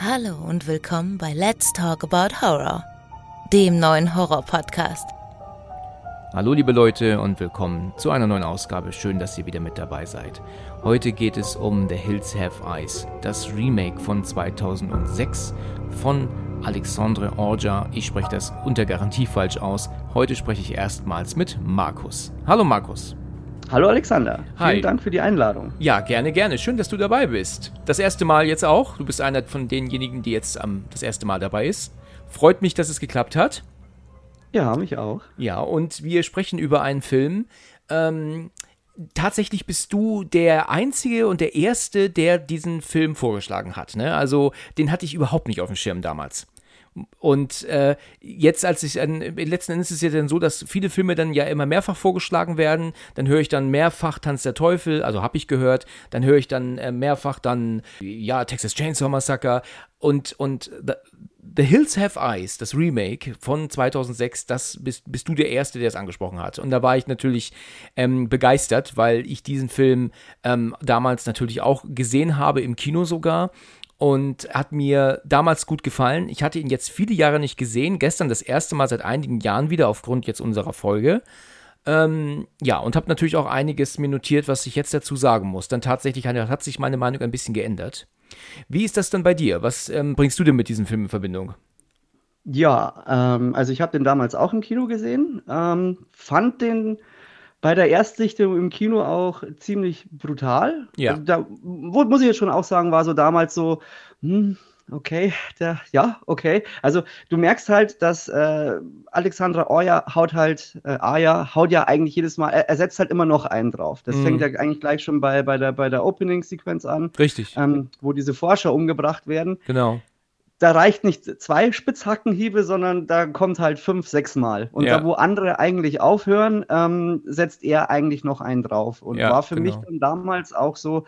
Hallo und willkommen bei Let's Talk About Horror, dem neuen Horror-Podcast. Hallo liebe Leute und willkommen zu einer neuen Ausgabe. Schön, dass ihr wieder mit dabei seid. Heute geht es um The Hills Have Eyes, das Remake von 2006 von Alexandre Orja. Ich spreche das unter Garantie falsch aus. Heute spreche ich erstmals mit Markus. Hallo Markus. Hallo Alexander, Hi. Vielen Dank für die Einladung. Ja, gerne. Schön, dass du dabei bist. Das erste Mal jetzt auch. Du bist einer von denjenigen, die jetzt das erste Mal dabei ist. Freut mich, dass es geklappt hat. Ja, mich auch. Ja, und wir sprechen über einen Film. Tatsächlich bist du der Einzige und der Erste, der diesen Film vorgeschlagen hat. Ne? Also den hatte ich überhaupt nicht auf dem Schirm damals. Und jetzt, letzten Endes ist es ja dann so, dass viele Filme dann ja immer mehrfach vorgeschlagen werden. Dann höre ich dann mehrfach Tanz der Teufel, also habe ich gehört. Dann höre ich dann mehrfach dann, ja, Texas Chainsaw Massacre. Und The Hills Have Eyes, das Remake von 2006, das bist du der Erste, der es angesprochen hat. Und da war ich natürlich begeistert, weil ich diesen Film damals natürlich auch gesehen habe, im Kino sogar. Und hat mir damals gut gefallen. Ich hatte ihn jetzt viele Jahre nicht gesehen. Gestern das erste Mal seit einigen Jahren wieder aufgrund jetzt unserer Folge. Ja, und habe natürlich auch einiges mir notiert, was ich jetzt dazu sagen muss. Dann tatsächlich hat sich meine Meinung ein bisschen geändert. Wie ist das denn bei dir? Was bringst du denn mit diesem Film in Verbindung? Ja, also ich habe den damals auch im Kino gesehen. Fand den bei der Erstsichtung im Kino auch ziemlich brutal. Ja. Also da muss ich jetzt schon auch sagen, war so damals so, okay, okay. Also du merkst halt, dass Alexandre Orja haut ja eigentlich jedes Mal, er setzt halt immer noch einen drauf. Das fängt ja eigentlich gleich schon bei der Opening-Sequenz an. Richtig. Wo diese Forscher umgebracht werden. Genau. Da reicht nicht 2 Spitzhackenhiebe, sondern da kommt halt 5, 6 Mal. Und Ja. da, wo andere eigentlich aufhören, setzt er eigentlich noch einen drauf. Und Ja, war für genau. mich dann damals auch so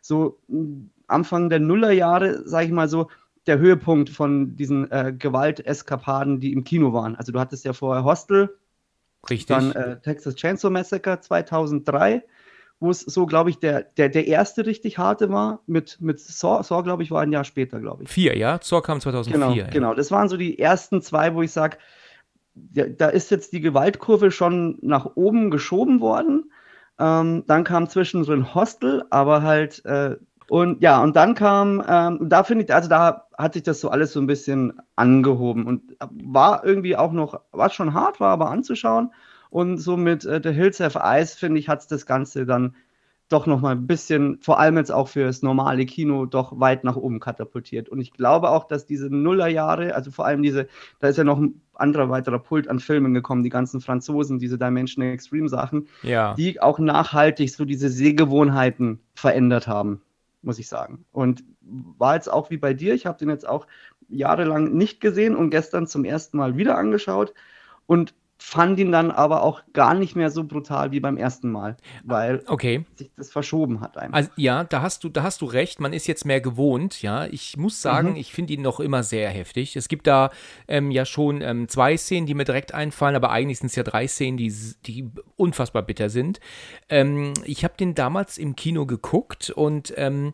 Anfang der Nullerjahre, sag ich mal so, der Höhepunkt von diesen Gewalteskapaden, die im Kino waren. Also du hattest ja vorher Hostel, Richtig. dann Texas Chainsaw Massacre 2003, wo es so, glaube ich, der erste richtig harte war, mit Saw. Saw, glaube ich, war ein Jahr später, glaube ich. 4, ja? Saw kam 2004. Genau. Das waren so die ersten 2, wo ich sage, da ist jetzt die Gewaltkurve schon nach oben geschoben worden. Dann kam zwischendrin Hostel, aber halt, und dann kam, da finde ich, also da hat sich das so alles so ein bisschen angehoben und war irgendwie auch noch, war schon hart, war aber anzuschauen. Und so mit The Hills Have Eyes, finde ich, hat es das Ganze dann doch noch mal ein bisschen, vor allem jetzt auch für das normale Kino, doch weit nach oben katapultiert. Und ich glaube auch, dass diese Nullerjahre, also vor allem da ist ja noch ein anderer weiterer Pult an Filmen gekommen, die ganzen Franzosen, diese Dimension Extreme Sachen, Ja. die auch nachhaltig so diese Sehgewohnheiten verändert haben, muss ich sagen. Und war jetzt auch wie bei dir, ich habe den jetzt auch jahrelang nicht gesehen und gestern zum ersten Mal wieder angeschaut und fand ihn dann aber auch gar nicht mehr so brutal wie beim ersten Mal, weil sich das verschoben hat einfach. Also, ja, da hast du recht, man ist jetzt mehr gewohnt, ja. Ich muss sagen, ich finde ihn noch immer sehr heftig. Es gibt da ja schon 2 Szenen, die mir direkt einfallen, aber eigentlich sind es ja 3 Szenen, die unfassbar bitter sind. Ich habe den damals im Kino geguckt und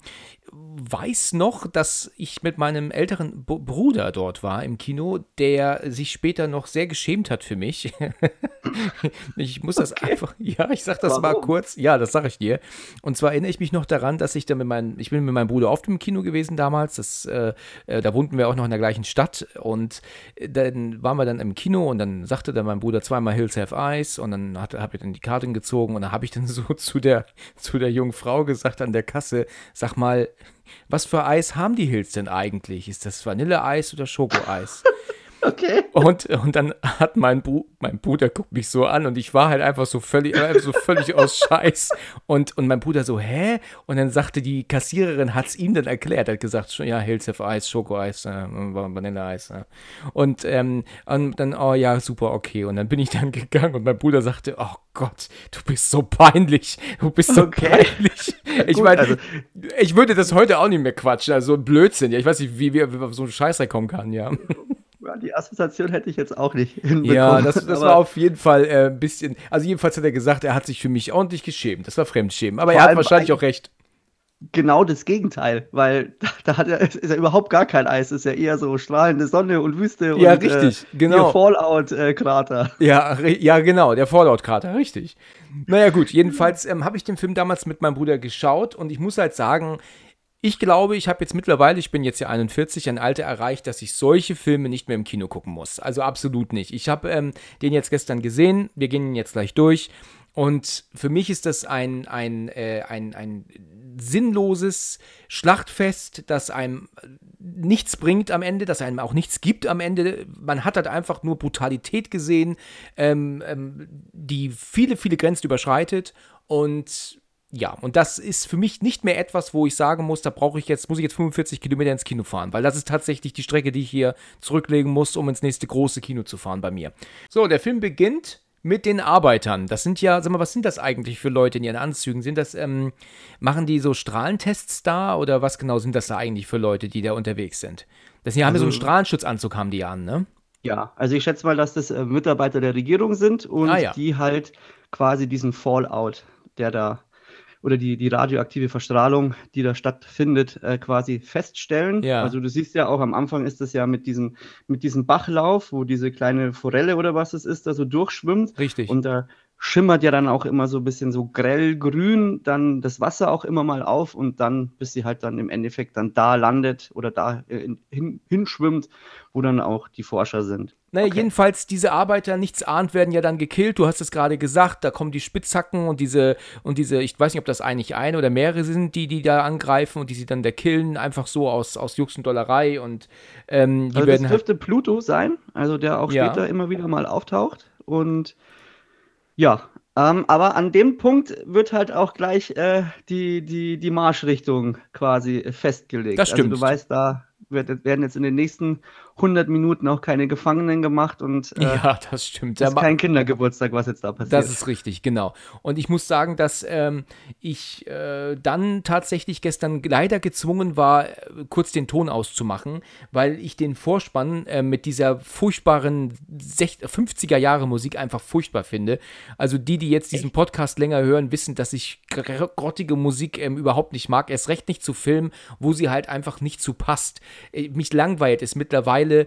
weiß noch, dass ich mit meinem älteren Bruder dort war im Kino, der sich später noch sehr geschämt hat für mich. Ich muss das einfach, ja, ich sag das mal kurz, ja, das sag ich dir. Und zwar erinnere ich mich noch daran, dass ich bin mit meinem Bruder oft im Kino gewesen damals, da wohnten wir auch noch in der gleichen Stadt und dann waren wir dann im Kino und dann sagte dann mein Bruder zweimal Hills Have Eyes und dann habe ich dann die Karten gezogen und dann habe ich dann so zu der jungen Frau gesagt an der Kasse, sag mal, was für Eis haben die Hills denn eigentlich? Ist das Vanilleeis oder Schokoeis? Okay. Und dann hat mein Bruder guckt mich so an und ich war halt einfach so völlig aus Scheiß. Und mein Bruder so, hä? Und dann sagte die Kassiererin, hat's ihm dann erklärt, hat gesagt, ja, Hills Have Eis, Schokoeis, Vanilleeis. Ja. Und dann, oh ja, super, okay. Und dann bin ich dann gegangen und mein Bruder sagte, oh Gott, du bist so peinlich. Peinlich. Ich meine, also, ich würde das heute auch nicht mehr quatschen, also so ein Blödsinn. Ja, ich weiß nicht, wie auf so einen Scheiß kommen kann, ja. Ja, die Assoziation hätte ich jetzt auch nicht hinbekommen. Ja, das war auf jeden Fall ein bisschen, also jedenfalls hat er gesagt, er hat sich für mich ordentlich geschämt. Das war Fremdschämen, aber er hat wahrscheinlich auch recht. genau das Gegenteil, weil ist ja überhaupt gar kein Eis, ist ja eher so strahlende Sonne und Wüste Ja, und richtig, hier genau. Fallout-Krater. Ja, genau, der Fallout-Krater, richtig. Naja, gut, jedenfalls habe ich den Film damals mit meinem Bruder geschaut und ich muss halt sagen, ich glaube, ich habe jetzt mittlerweile, ich bin jetzt ja 41, ein Alter erreicht, dass ich solche Filme nicht mehr im Kino gucken muss. Also absolut nicht. Ich habe den jetzt gestern gesehen, wir gehen ihn jetzt gleich durch. Und für mich ist das ein sinnloses Schlachtfest, das einem nichts bringt am Ende, das einem auch nichts gibt am Ende. Man hat halt einfach nur Brutalität gesehen, die viele, viele Grenzen überschreitet. Und ja, und das ist für mich nicht mehr etwas, wo ich sagen muss, muss ich jetzt 45 Kilometer ins Kino fahren, weil das ist tatsächlich die Strecke, die ich hier zurücklegen muss, um ins nächste große Kino zu fahren bei mir. So, der Film beginnt mit den Arbeitern. Das sind ja, sag mal, was sind das eigentlich für Leute in ihren Anzügen? Machen die so Strahlentests da oder was genau sind das da eigentlich für Leute, die da unterwegs sind? Das hier haben ja so einen Strahlenschutzanzug, haben die an, ne? Ja, also ich schätze mal, dass das Mitarbeiter der Regierung sind Ah und ja. die halt quasi diesen Fallout, der da oder die radioaktive Verstrahlung, die da stattfindet, quasi feststellen. Ja. Also du siehst ja auch am Anfang ist das ja mit diesem Bachlauf, wo diese kleine Forelle oder was es ist, da so durchschwimmt. Richtig. Und da schimmert ja dann auch immer so ein bisschen so grell grün dann das Wasser auch immer mal auf und dann, bis sie halt dann im Endeffekt dann da landet oder da hinschwimmt, wo dann auch die Forscher sind. Naja, Okay. jedenfalls, diese Arbeiter, nichts ahnt, werden ja dann gekillt. Du hast es gerade gesagt, da kommen die Spitzhacken und diese, ich weiß nicht, ob das eigentlich eine oder mehrere sind, die da angreifen und die sie dann da killen, einfach so aus Jux und Dollerei und die Also werden das dürfte Pluto sein, also der auch Ja. später immer wieder mal auftaucht. Und ja, aber an dem Punkt wird halt auch gleich die Marschrichtung quasi festgelegt. Das Also stimmt. du weißt, werden jetzt in den nächsten 100 Minuten auch keine Gefangenen gemacht und Ja, das stimmt. es ist kein Kindergeburtstag, was jetzt da passiert. Das ist richtig, genau. Und ich muss sagen, dass ich dann tatsächlich gestern leider gezwungen war, kurz den Ton auszumachen, weil ich den Vorspann mit dieser furchtbaren 50er-Jahre-Musik einfach furchtbar finde. Also die jetzt diesen Podcast länger hören, wissen, dass ich grottige Musik überhaupt nicht mag. Erst recht nicht zu Filmen, wo sie halt einfach nicht zu passt. Mich langweilt es mittlerweile,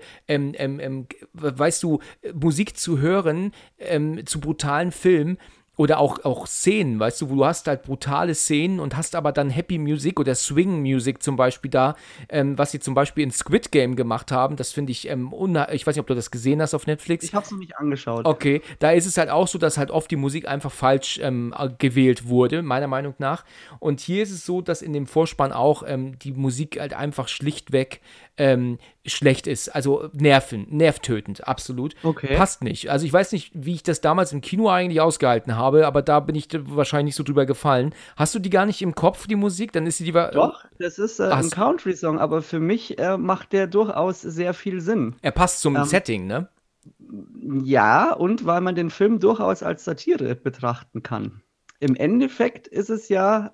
weißt du, Musik zu hören, zu brutalen Filmen oder auch Szenen, weißt du, wo du hast halt brutale Szenen und hast aber dann Happy Music oder Swing Music zum Beispiel da, was sie zum Beispiel in Squid Game gemacht haben, das finde ich, ich weiß nicht, ob du das gesehen hast auf Netflix. Ich habe es noch nicht angeschaut. Okay, da ist es halt auch so, dass halt oft die Musik einfach falsch gewählt wurde, meiner Meinung nach. Und hier ist es so, dass in dem Vorspann auch die Musik halt einfach schlichtweg schlecht ist. Also nervtötend, absolut. Okay. Passt nicht. Also ich weiß nicht, wie ich das damals im Kino eigentlich ausgehalten habe, aber da bin ich wahrscheinlich so drüber gefallen. Hast du die gar nicht im Kopf, die Musik? Dann ist sie lieber. Doch, das ist ein Country-Song, aber für mich macht der durchaus sehr viel Sinn. Er passt zum Setting, ne? Ja, und weil man den Film durchaus als Satire betrachten kann. Im Endeffekt ist es ja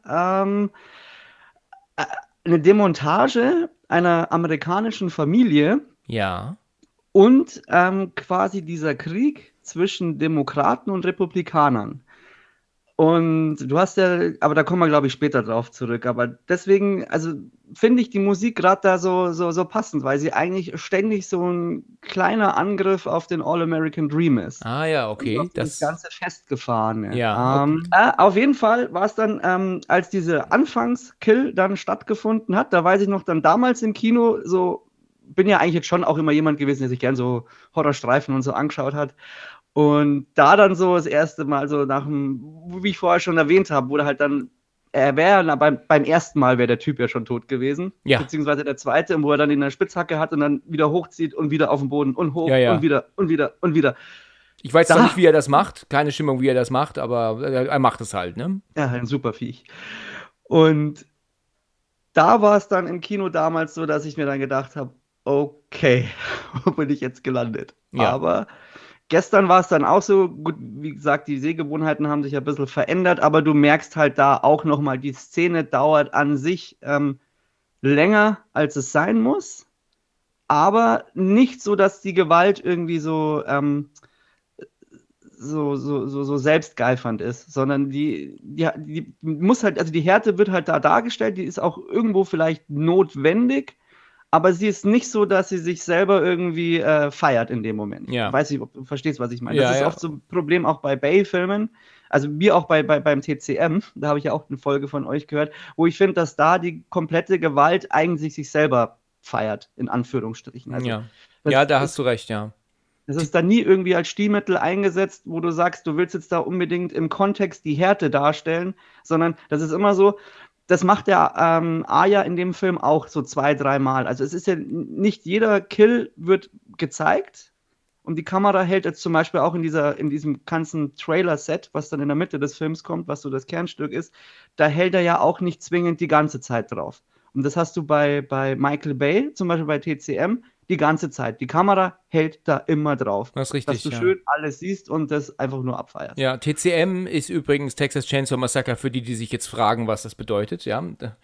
eine Demontage einer amerikanischen Familie Ja. und quasi dieser Krieg zwischen Demokraten und Republikanern. Und du hast ja, aber da kommen wir, glaube ich, später drauf zurück. Aber deswegen, also finde ich die Musik gerade da so passend, weil sie eigentlich ständig so ein kleiner Angriff auf den All-American Dream ist. Ah ja, okay. Und auf das Ganze festgefahren. Ja, okay. Auf jeden Fall war es dann, als diese Anfangskill dann stattgefunden hat, da weiß ich noch, dann damals im Kino so, bin ja eigentlich jetzt schon auch immer jemand gewesen, der sich gern so Horrorstreifen und so angeschaut hat. Und da dann so das erste Mal so wie ich vorher schon erwähnt habe, wurde halt dann, beim ersten Mal wäre der Typ ja schon tot gewesen. Ja. Beziehungsweise der zweite, wo er dann in der Spitzhacke hat und dann wieder hochzieht und wieder auf den Boden und hoch Ja. und wieder und wieder und wieder. Ich weiß zwar nicht, wie er das macht, keine Stimmung, wie er das macht, aber er macht es halt, ne? Ja, ein super Viech. Und da war es dann im Kino damals so, dass ich mir dann gedacht habe, okay, wo bin ich jetzt gelandet? Ja. Aber gestern war es dann auch so, gut, wie gesagt, die Sehgewohnheiten haben sich ein bisschen verändert, aber du merkst halt da auch nochmal, die Szene dauert an sich länger, als es sein muss, aber nicht so, dass die Gewalt irgendwie so so selbstgeifernd ist, sondern die muss halt, also die Härte wird halt da dargestellt, die ist auch irgendwo vielleicht notwendig, aber sie ist nicht so, dass sie sich selber irgendwie feiert in dem Moment. Ja. Weiß nicht, ob du verstehst, was ich meine. Ja, Das ist ja. oft so ein Problem auch bei Bay-Filmen, also wie auch beim TCM, da habe ich ja auch eine Folge von euch gehört, wo ich finde, dass da die komplette Gewalt eigentlich sich selber feiert, in Anführungsstrichen. Also, Ja, das da ist, hast du recht, ja. es ist da nie irgendwie als Stilmittel eingesetzt, wo du sagst, du willst jetzt da unbedingt im Kontext die Härte darstellen, sondern das ist immer so, das macht der Aya in dem Film auch so 2, 3 Mal. Also es ist ja nicht jeder Kill wird gezeigt und die Kamera hält jetzt zum Beispiel auch in diesem ganzen Trailer-Set, was dann in der Mitte des Films kommt, was so das Kernstück ist, da hält er ja auch nicht zwingend die ganze Zeit drauf. Und das hast du bei Michael Bay, zum Beispiel bei TCM, die ganze Zeit. Die Kamera hält da immer drauf. Das ist richtig, dass du ja. schön alles siehst und das einfach nur abfeierst. Ja, TCM ist übrigens Texas Chainsaw Massacre, für die sich jetzt fragen, was das bedeutet, ja.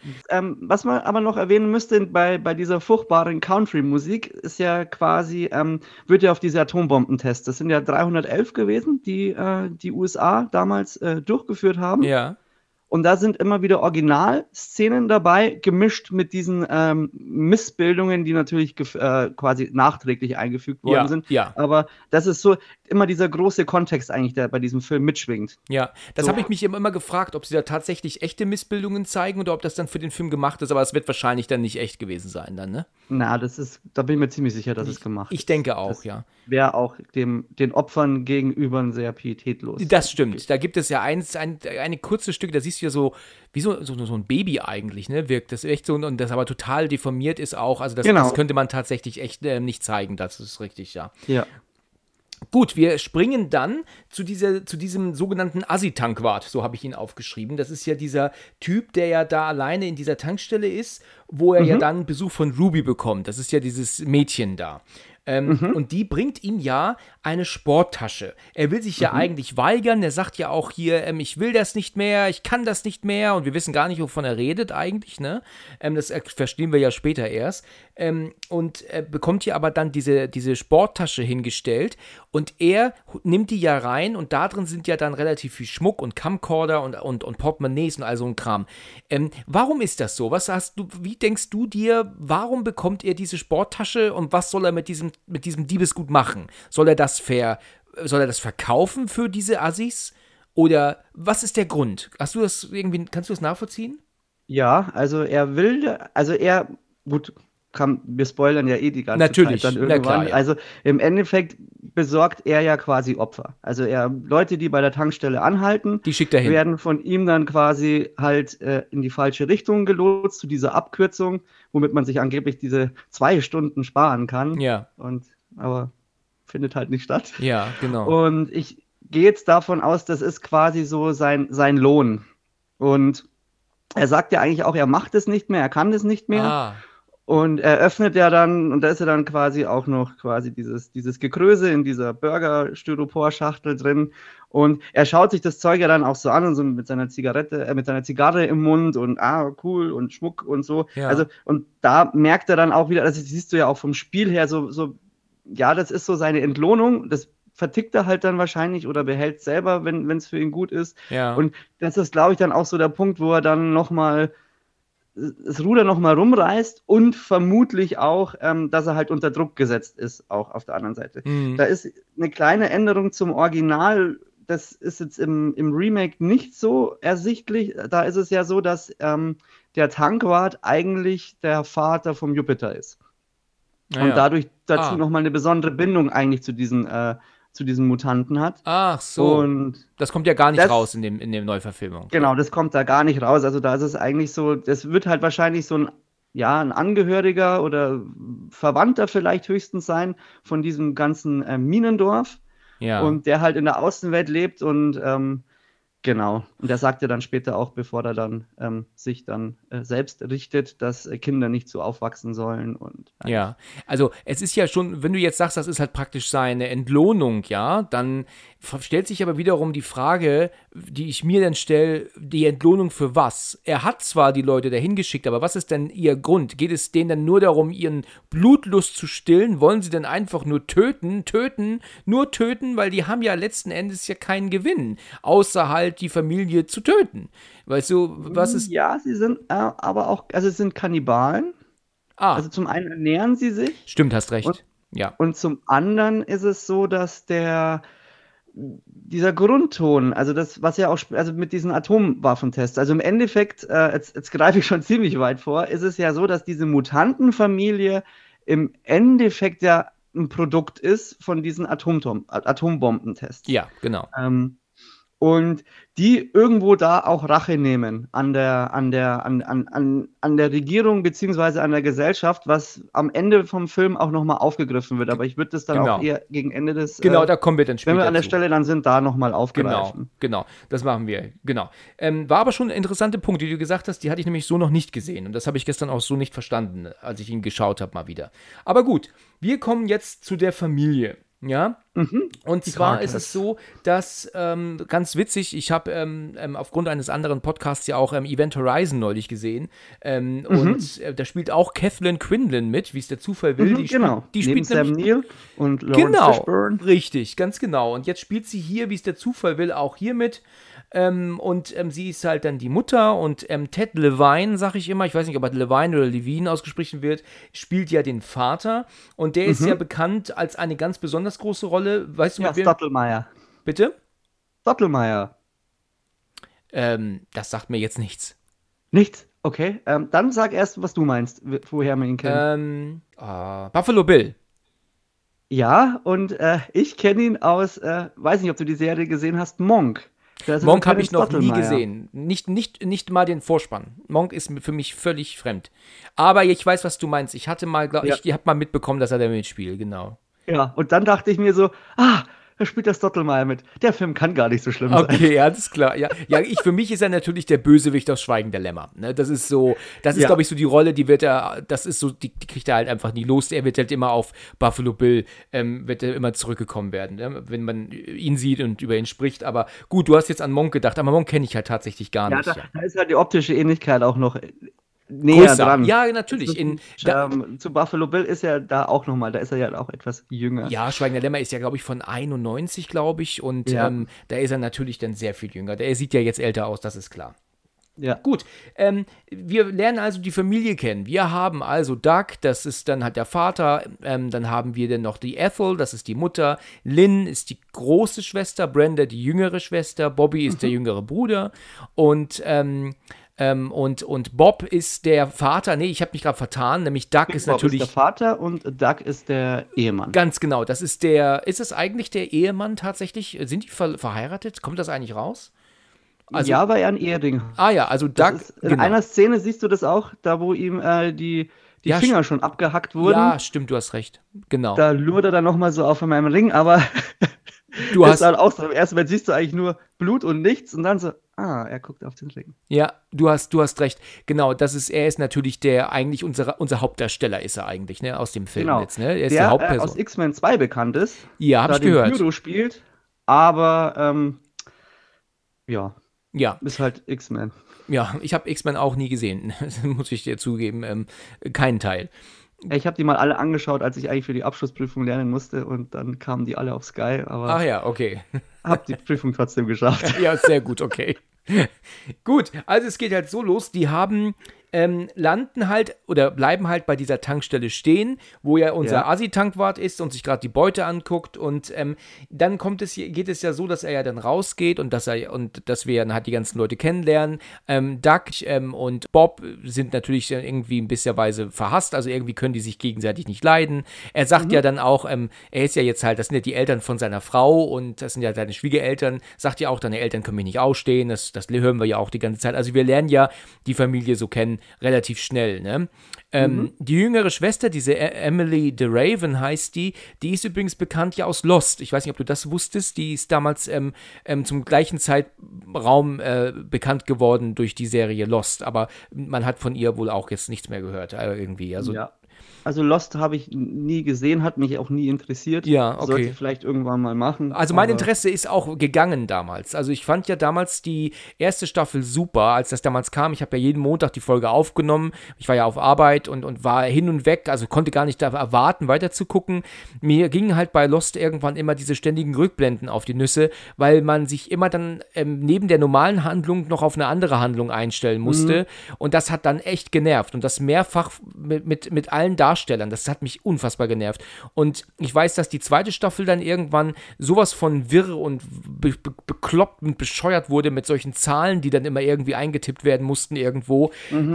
Was man aber noch erwähnen müsste bei dieser furchtbaren Country-Musik, ist ja quasi, wird ja auf diese Atombombentests, das sind ja 311 gewesen, die USA damals durchgeführt haben. Ja. Und da sind immer wieder Originalszenen dabei, gemischt mit diesen Missbildungen, die natürlich quasi nachträglich eingefügt worden sind. Ja. Aber das ist so immer dieser große Kontext eigentlich, der bei diesem Film mitschwingt. Ja, das So. habe ich mich immer gefragt, ob sie da tatsächlich echte Missbildungen zeigen oder ob das dann für den Film gemacht ist, aber es wird wahrscheinlich dann nicht echt gewesen sein dann, ne? Na, da bin ich mir ziemlich sicher, dass es gemacht ist. Ich denke auch, ja. Wäre auch den Opfern gegenüber sehr pietätlos. Das stimmt. Da gibt es ja eine kurze Stück, da siehst du ja so, wie so ein Baby eigentlich, ne, wirkt das echt so und das aber total deformiert ist auch. Also das könnte man tatsächlich echt nicht zeigen, das ist richtig, ja. Ja. Gut, wir springen dann zu diesem sogenannten Assi-Tankwart, so habe ich ihn aufgeschrieben. Das ist ja dieser Typ, der ja da alleine in dieser Tankstelle ist, wo er ja dann Besuch von Ruby bekommt. Das ist ja dieses Mädchen da. Und die bringt ihm ja eine Sporttasche. Er will sich ja eigentlich weigern. Er sagt ja auch hier, ich will das nicht mehr, ich kann das nicht mehr. Und wir wissen gar nicht, wovon er redet eigentlich, ne? Das verstehen wir ja später erst. Und er bekommt hier aber dann diese Sporttasche hingestellt. Und er nimmt die ja rein. Und da drin sind ja dann relativ viel Schmuck und Camcorder und Portemonnaies und all so ein Kram. Warum ist das so? Wie denkst du dir, warum bekommt er diese Sporttasche und was soll er mit diesem Diebesgut machen? Soll er das verkaufen für diese Assis? Oder was ist der Grund? Kannst du das nachvollziehen? Ja, also gut, wir spoilern ja eh die ganze Natürlich, Zeit dann irgendwann. na klar, ja. Also im Endeffekt besorgt er ja quasi Opfer. Also Leute, die bei der Tankstelle anhalten, Die schickt er hin. werden von ihm dann quasi halt in die falsche Richtung gelotst, zu dieser Abkürzung, womit man sich angeblich diese 2 Stunden sparen kann. Ja. Aber findet halt nicht statt. Ja, genau. Und ich gehe jetzt davon aus, das ist quasi so sein Lohn. Und er sagt ja eigentlich auch, er macht es nicht mehr, er kann es nicht mehr. Ah. Und er öffnet ja dann, und da ist ja dann quasi auch noch quasi dieses Gekröse in dieser Burger-Styropor-Schachtel drin. Und er schaut sich das Zeug ja dann auch so an und so mit seiner Zigarre im Mund und cool und Schmuck und so. Ja. Also, und da merkt er dann auch wieder, das siehst du ja auch vom Spiel her, ja, das ist so seine Entlohnung, das vertickt er halt dann wahrscheinlich oder behält selber, wenn es für ihn gut ist. Ja. Und das ist, glaube ich, dann auch so der Punkt, wo er dann das Ruder nochmal rumreißt und vermutlich auch, dass er halt unter Druck gesetzt ist, auch auf der anderen Seite. Da ist eine kleine Änderung zum Original, das ist jetzt im Remake nicht so ersichtlich. Da ist es ja so, dass der Tankwart eigentlich der Vater vom Jupiter ist. Und dadurch dazu nochmal eine besondere Bindung eigentlich zu diesen Mutanten hat. Ach so. Und das kommt ja gar nicht raus in der Neuverfilmung. Genau, das kommt da gar nicht raus. Also da ist es eigentlich so, das wird halt wahrscheinlich so ein Angehöriger oder Verwandter vielleicht höchstens sein von diesem ganzen Minendorf. Ja. Und der halt in der Außenwelt lebt und genau. Und der sagt ja dann später auch, bevor er dann sich dann selbst richtet, dass Kinder nicht so aufwachsen sollen. Ja, also es ist ja schon, wenn du jetzt sagst, das ist halt praktisch seine Entlohnung, ja, dann stellt sich aber wiederum die Frage, die ich mir dann stelle, die Entlohnung für was? Er hat zwar die Leute dahin geschickt, aber was ist denn ihr Grund? Geht es denen dann nur darum, ihren Blutlust zu stillen? Wollen sie denn einfach nur töten, weil die haben ja letzten Endes ja keinen Gewinn, außer halt die Familie zu töten. Weißt du, was ist... Ja, sie sind aber auch, also es sind Kannibalen. Also zum einen ernähren sie sich. Stimmt, hast recht. Ja. Und zum anderen ist es so, dass dieser Grundton, also das, was ja auch, also mit diesen Atomwaffentests, also im Endeffekt, jetzt greife ich schon ziemlich weit vor, ist es ja so, dass diese Mutantenfamilie im Endeffekt ja ein Produkt ist von diesen Atombombentests. Ja, genau. Und die irgendwo da auch Rache nehmen an der Regierung beziehungsweise an der Gesellschaft, was am Ende vom Film auch nochmal aufgegriffen wird. Aber ich würde das dann auch eher gegen Ende des... Genau, da kommen wir dann später wenn wir an der Stelle dann sind, da nochmal aufgreifen. Genau, das machen wir, genau. War aber schon ein interessanter Punkt, die du gesagt hast, die hatte ich nämlich so noch nicht gesehen. Und das habe ich gestern auch so nicht verstanden, als ich ihn geschaut habe mal wieder. Aber gut, wir kommen jetzt zu der Familie. Ja, und zwar ist es so, dass, ganz witzig, ich habe aufgrund eines anderen Podcasts ja auch Event Horizon neulich gesehen und da spielt auch Kathleen Quinlan mit, wie es der Zufall will. Die spielt Sam Neill und Lawrence Fishburne. Richtig, ganz genau. Und jetzt spielt sie hier, wie es der Zufall will, auch hier mit. Und sie ist halt dann die Mutter und Ted Levine, sag ich immer, ich weiß nicht, ob er Levine oder Levine ausgesprochen wird, spielt ja den Vater und der ist ja bekannt als eine ganz besonders große Rolle, weißt du, mit wem? Stottlemyre. Bitte? Stottlemyre. Das sagt mir jetzt nichts. Nichts? Okay, dann sag erst, was du meinst, woher man ihn kennt. Buffalo Bill. Ja, und ich kenne ihn aus, weiß nicht, ob du die Serie gesehen hast, Monk. Monk habe ich noch nie gesehen. Nicht mal den Vorspann. Monk ist für mich völlig fremd. Aber ich weiß, was du meinst. Ich habe mal mitbekommen, dass er da mitspielt, genau. Ja, und dann dachte ich mir so, da spielt der Stottlemyre mit. Der Film kann gar nicht so schlimm sein. Okay, alles klar. Ja, für mich ist er natürlich der Bösewicht aus Schweigen der Lämmer. Ne? Das ist, glaube ich, so die Rolle, die kriegt er halt einfach nie los. Er wird halt immer auf Buffalo Bill, wird er immer zurückgekommen werden, ne? Wenn man ihn sieht und über ihn spricht. Aber gut, du hast jetzt an Monk gedacht, aber Monk kenne ich halt tatsächlich gar nicht. Da ist halt die optische Ähnlichkeit auch noch näher dran. Ja, natürlich. Zu Buffalo Bill ist er da auch nochmal, da ist er ja auch etwas jünger. Ja, Schweigen der Lämmer ist ja, glaube ich, von 91, glaube ich. Und da ist er natürlich dann sehr viel jünger. Der sieht ja jetzt älter aus, das ist klar. Ja. Gut, wir lernen also die Familie kennen. Wir haben also Doug, das ist dann halt der Vater. Dann haben wir dann noch die Ethel, das ist die Mutter. Lynn ist die große Schwester, Brenda die jüngere Schwester, Bobby ist der jüngere Bruder. Und Bob ist der Vater, ich habe mich gerade vertan, nämlich Doug ist natürlich... Bob ist der Vater und Doug ist der Ehemann. Ganz genau, ist es eigentlich der Ehemann tatsächlich? Sind die verheiratet? Kommt das eigentlich raus? Also, ja, weil er ein Ehering. Also Doug... In einer Szene siehst du das auch, da wo ihm die Finger schon abgehackt wurden. Ja, stimmt, du hast recht, genau. Da lurt er dann nochmal so auf in meinem Ring, aber... Du hast halt auch so, im ersten Moment siehst du eigentlich nur Blut und nichts und dann so, er guckt auf den Ring. Ja, du hast recht. Genau, er ist natürlich eigentlich unser Hauptdarsteller ist er eigentlich, ne, aus dem Film jetzt, ne? Er ist die Hauptperson. Aus X-Men 2 bekannt ist. Ja, hab ich gehört. Pyro spielt, aber, ist halt X-Men. Ja, ich habe X-Men auch nie gesehen, muss ich dir zugeben, keinen Teil. Ich habe die mal alle angeschaut, als ich eigentlich für die Abschlussprüfung lernen musste und dann kamen die alle auf Sky, aber ach ja, okay. Hab die Prüfung trotzdem geschafft. Ja, sehr gut, okay. Gut, also es geht halt so los, die landen halt oder bleiben halt bei dieser Tankstelle stehen, wo ja unser Assi-Tankwart ist und sich gerade die Beute anguckt und dann geht es ja so, dass er ja dann rausgeht und dass wir dann halt die ganzen Leute kennenlernen. Doug und Bob sind natürlich irgendwie in bisschen Weise verhasst, also irgendwie können die sich gegenseitig nicht leiden. Er sagt ja dann auch, er ist ja jetzt halt, das sind ja die Eltern von seiner Frau und das sind ja seine Schwiegereltern, sagt ja auch, deine Eltern können mich nicht ausstehen, das hören wir ja auch die ganze Zeit. Also wir lernen ja die Familie so kennen, relativ schnell, ne? Die jüngere Schwester, diese Emily DeRaven heißt die ist übrigens bekannt ja aus Lost. Ich weiß nicht, ob du das wusstest, die ist damals zum gleichen Zeitraum bekannt geworden durch die Serie Lost, aber man hat von ihr wohl auch jetzt nichts mehr gehört, irgendwie. Also Also Lost habe ich nie gesehen, hat mich auch nie interessiert. Ja, okay. Sollte ich vielleicht irgendwann mal machen. Also mein Interesse ist auch gegangen damals. Also ich fand ja damals die erste Staffel super, als das damals kam. Ich habe ja jeden Montag die Folge aufgenommen. Ich war ja auf Arbeit und war hin und weg, also konnte gar nicht da erwarten, weiter zu gucken. Mir gingen halt bei Lost irgendwann immer diese ständigen Rückblenden auf die Nüsse, weil man sich immer dann neben der normalen Handlung noch auf eine andere Handlung einstellen musste. Und das hat dann echt genervt. Und das mehrfach mit allen Darstellern. Das hat mich unfassbar genervt. Und ich weiß, dass die zweite Staffel dann irgendwann sowas von wirr und bekloppt und bescheuert wurde mit solchen Zahlen, die dann immer irgendwie eingetippt werden mussten irgendwo.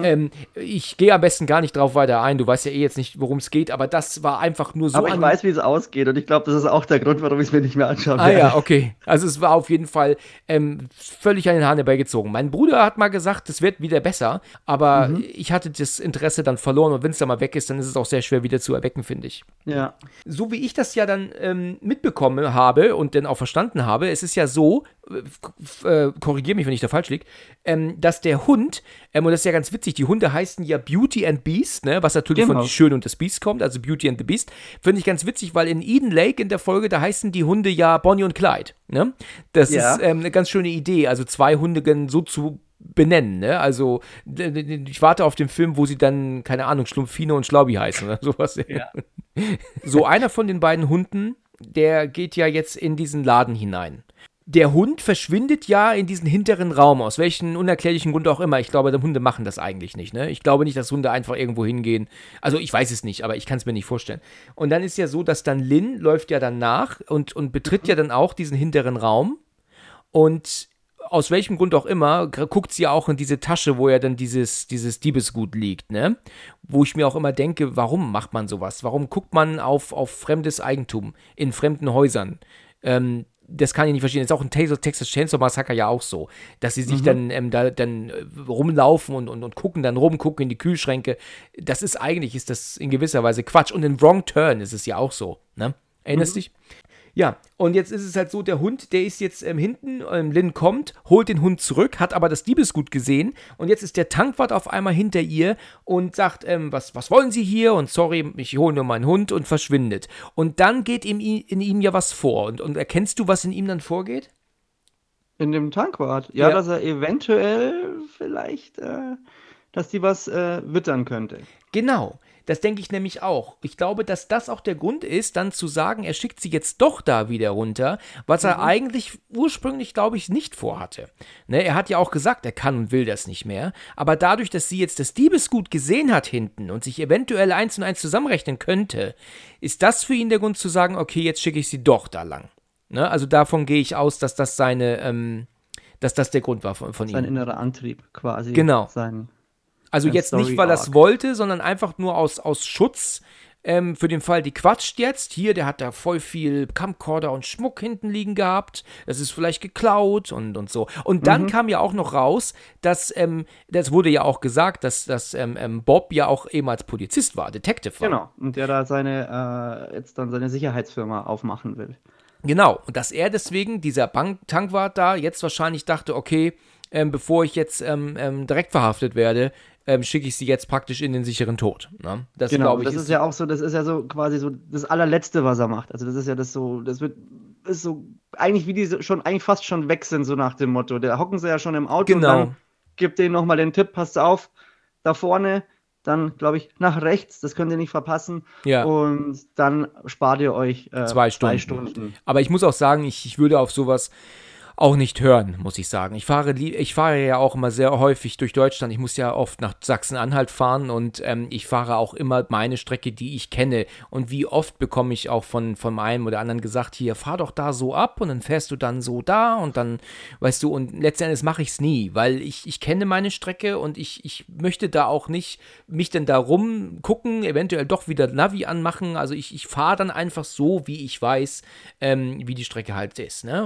Ich gehe am besten gar nicht drauf weiter ein. Du weißt ja eh jetzt nicht, worum es geht, aber das war einfach nur so. Aber ich weiß, wie es ausgeht und ich glaube, das ist auch der Grund, warum ich es mir nicht mehr anschaue. Ja, okay. Also es war auf jeden Fall völlig an den Haaren herbeigezogen. Mein Bruder hat mal gesagt, es wird wieder besser, aber ich hatte das Interesse dann verloren und wenn es dann mal weg ist, dann ist es auch sehr schwer wieder zu erwecken, finde ich. Ja. So wie ich das ja dann mitbekommen habe und dann auch verstanden habe, es ist ja so, korrigiere mich, wenn ich da falsch liege, dass der Hund, und das ist ja ganz witzig, die Hunde heißen ja Beauty and Beast, ne, was natürlich von Die Schöne und das Biest kommt, also Beauty and the Beast, finde ich ganz witzig, weil in Eden Lake in der Folge, da heißen die Hunde ja Bonnie und Clyde, ne? Das ist eine ganz schöne Idee, also zwei Hunde so zu benennen, ne? Also ich warte auf den Film, wo sie dann, keine Ahnung, Schlumpfine und Schlaubi heißen oder sowas. Ja. So, einer von den beiden Hunden, der geht ja jetzt in diesen Laden hinein. Der Hund verschwindet ja in diesen hinteren Raum, aus welchen unerklärlichen Grund auch immer. Ich glaube, die Hunde machen das eigentlich nicht, ne? Ich glaube nicht, dass Hunde einfach irgendwo hingehen. Also ich weiß es nicht, aber ich kann es mir nicht vorstellen. Und dann ist ja so, dass dann Lynn läuft ja dann nach und betritt ja dann auch diesen hinteren Raum und aus welchem Grund auch immer, guckt sie auch in diese Tasche, wo ja dann dieses Diebesgut liegt, ne? Wo ich mir auch immer denke, warum macht man sowas? Warum guckt man auf fremdes Eigentum in fremden Häusern? Das kann ich nicht verstehen. Das ist auch ein Texas Chainsaw Massacre ja auch so, dass sie sich dann rumlaufen und gucken dann rum, gucken in die Kühlschränke. Ist das in gewisser Weise Quatsch. Und in Wrong Turn ist es ja auch so, ne? Erinnerst dich? Ja, und jetzt ist es halt so, der Hund, der ist jetzt hinten, Lynn kommt, holt den Hund zurück, hat aber das Diebesgut gesehen und jetzt ist der Tankwart auf einmal hinter ihr und sagt, was wollen Sie hier? Und sorry, ich hole nur meinen Hund und verschwindet. Und dann geht in ihm ja was vor. Und erkennst du, was in ihm dann vorgeht? In dem Tankwart? Ja, dass er eventuell vielleicht, dass die was wittern könnte. Genau. Das denke ich nämlich auch. Ich glaube, dass das auch der Grund ist, dann zu sagen, er schickt sie jetzt doch da wieder runter, was er eigentlich ursprünglich, glaube ich, nicht vorhatte. Ne, er hat ja auch gesagt, er kann und will das nicht mehr. Aber dadurch, dass sie jetzt das Diebesgut gesehen hat hinten und sich eventuell 1 und 1 zusammenrechnen könnte, ist das für ihn der Grund zu sagen, okay, jetzt schicke ich sie doch da lang. Ne, also davon gehe ich aus, dass das dass das der Grund war von ihm. Sein innerer Antrieb quasi. Genau. Also jetzt nicht, weil er es wollte, sondern einfach nur aus Schutz für den Fall, die quatscht jetzt. Hier, der hat da voll viel Camcorder und Schmuck hinten liegen gehabt. Das ist vielleicht geklaut und so. Und dann kam ja auch noch raus, dass, das wurde ja auch gesagt, dass Bob ja auch ehemals Polizist war, Detective war. Genau, und der da jetzt dann seine Sicherheitsfirma aufmachen will. Genau, und dass er deswegen, dieser Tankwart da, jetzt wahrscheinlich dachte, okay, bevor ich jetzt direkt verhaftet werde, schicke ich sie jetzt praktisch in den sicheren Tod. Ne? Das, genau, ich, das ist ja auch so, das ist ja so quasi so das allerletzte, was er macht. Also das ist ja das so, ist so eigentlich wie die schon eigentlich fast schon weg sind, so nach dem Motto. Da hocken sie ja schon im Auto und dann gibt denen nochmal den Tipp, passt auf, da vorne, dann glaube ich nach rechts, das könnt ihr nicht verpassen. Ja. Und dann spart ihr euch 2 Stunden. Aber ich muss auch sagen, ich würde auf sowas auch nicht hören, muss ich sagen. Ich fahre ja auch immer sehr häufig durch Deutschland. Ich muss ja oft nach Sachsen-Anhalt fahren und ich fahre auch immer meine Strecke, die ich kenne. Und wie oft bekomme ich auch von einem oder anderen gesagt, hier, fahr doch da so ab und dann fährst du dann so da und dann, weißt du, und letzten Endes mache ich es nie, weil ich kenne meine Strecke und ich möchte da auch nicht mich denn da rumgucken, eventuell doch wieder Navi anmachen. Also ich fahre dann einfach so, wie ich weiß, wie die Strecke halt ist, ne?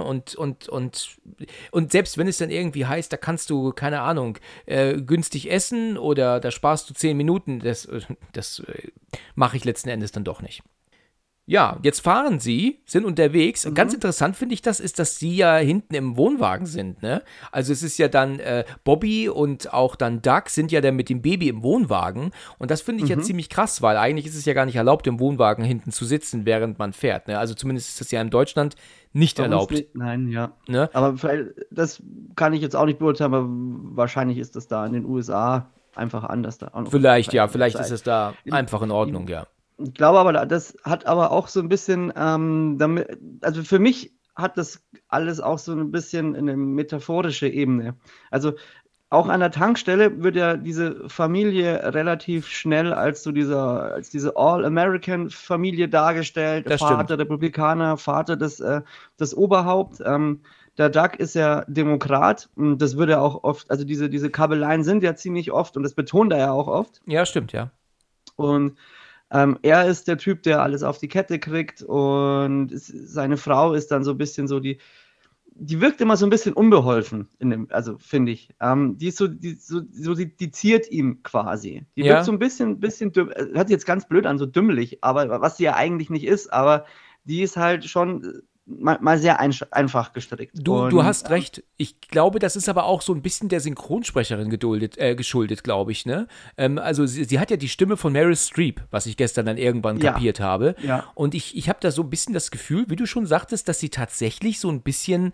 Und selbst wenn es dann irgendwie heißt, da kannst du, keine Ahnung, günstig essen oder da sparst du 10 Minuten, das mache ich letzten Endes dann doch nicht. Ja, jetzt fahren sie, sind unterwegs. Ganz interessant finde ich das, ist, dass sie ja hinten im Wohnwagen sind, ne? Also es ist ja dann Bobby und auch dann Doug sind ja dann mit dem Baby im Wohnwagen. Und das finde ich ja ziemlich krass, weil eigentlich ist es ja gar nicht erlaubt, im Wohnwagen hinten zu sitzen, während man fährt, ne? Also zumindest ist das ja in Deutschland nicht erlaubt. Nein, ja. Ne? Aber vielleicht, das kann ich jetzt auch nicht beurteilen, aber wahrscheinlich ist das da in den USA einfach anders. Da auch noch Vielleicht ist es da einfach in Ordnung, ja. Ich glaube aber, das hat aber auch so ein bisschen, also für mich hat das alles auch so ein bisschen eine metaphorische Ebene. Also auch an der Tankstelle wird ja diese Familie relativ schnell als diese All-American-Familie dargestellt. Das Vater stimmt. Republikaner, Vater das Oberhaupt. Der Doug ist ja Demokrat und das wird ja auch oft, also diese Kabeleien sind ja ziemlich oft und das betont er ja auch oft. Ja, stimmt, ja. Und er ist der Typ, der alles auf die Kette kriegt und seine Frau ist dann so ein bisschen so die wirkt immer so ein bisschen unbeholfen, also finde ich. Die ist die ziert ihm quasi. Die wirkt so ein bisschen hört sich jetzt ganz blöd an, so dümmlich, aber was sie ja eigentlich nicht ist, aber die ist halt schon mal sehr einfach gestrickt. Du hast recht. Ich glaube, das ist aber auch so ein bisschen der Synchronsprecherin geschuldet, glaube ich, ne? Also sie hat ja die Stimme von Meryl Streep, was ich gestern dann irgendwann kapiert habe. Ja. Und ich habe da so ein bisschen das Gefühl, wie du schon sagtest, dass sie tatsächlich so ein bisschen,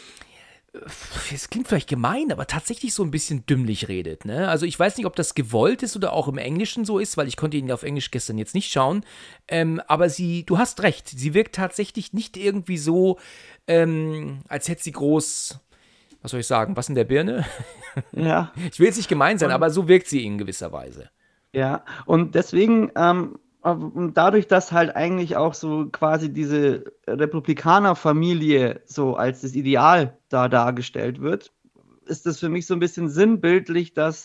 es klingt vielleicht gemein, aber tatsächlich so ein bisschen dümmlich redet, ne? Also ich weiß nicht, ob das gewollt ist oder auch im Englischen so ist, weil ich konnte ihn auf Englisch gestern jetzt nicht schauen, aber du hast recht, sie wirkt tatsächlich nicht irgendwie so, als hätte sie groß, was soll ich sagen, was in der Birne? Ja. Ich will jetzt nicht gemein sein, aber so wirkt sie in gewisser Weise. Ja, und deswegen, dadurch, dass halt eigentlich auch so quasi diese Republikanerfamilie so als das Ideal da dargestellt wird, ist das für mich so ein bisschen sinnbildlich, dass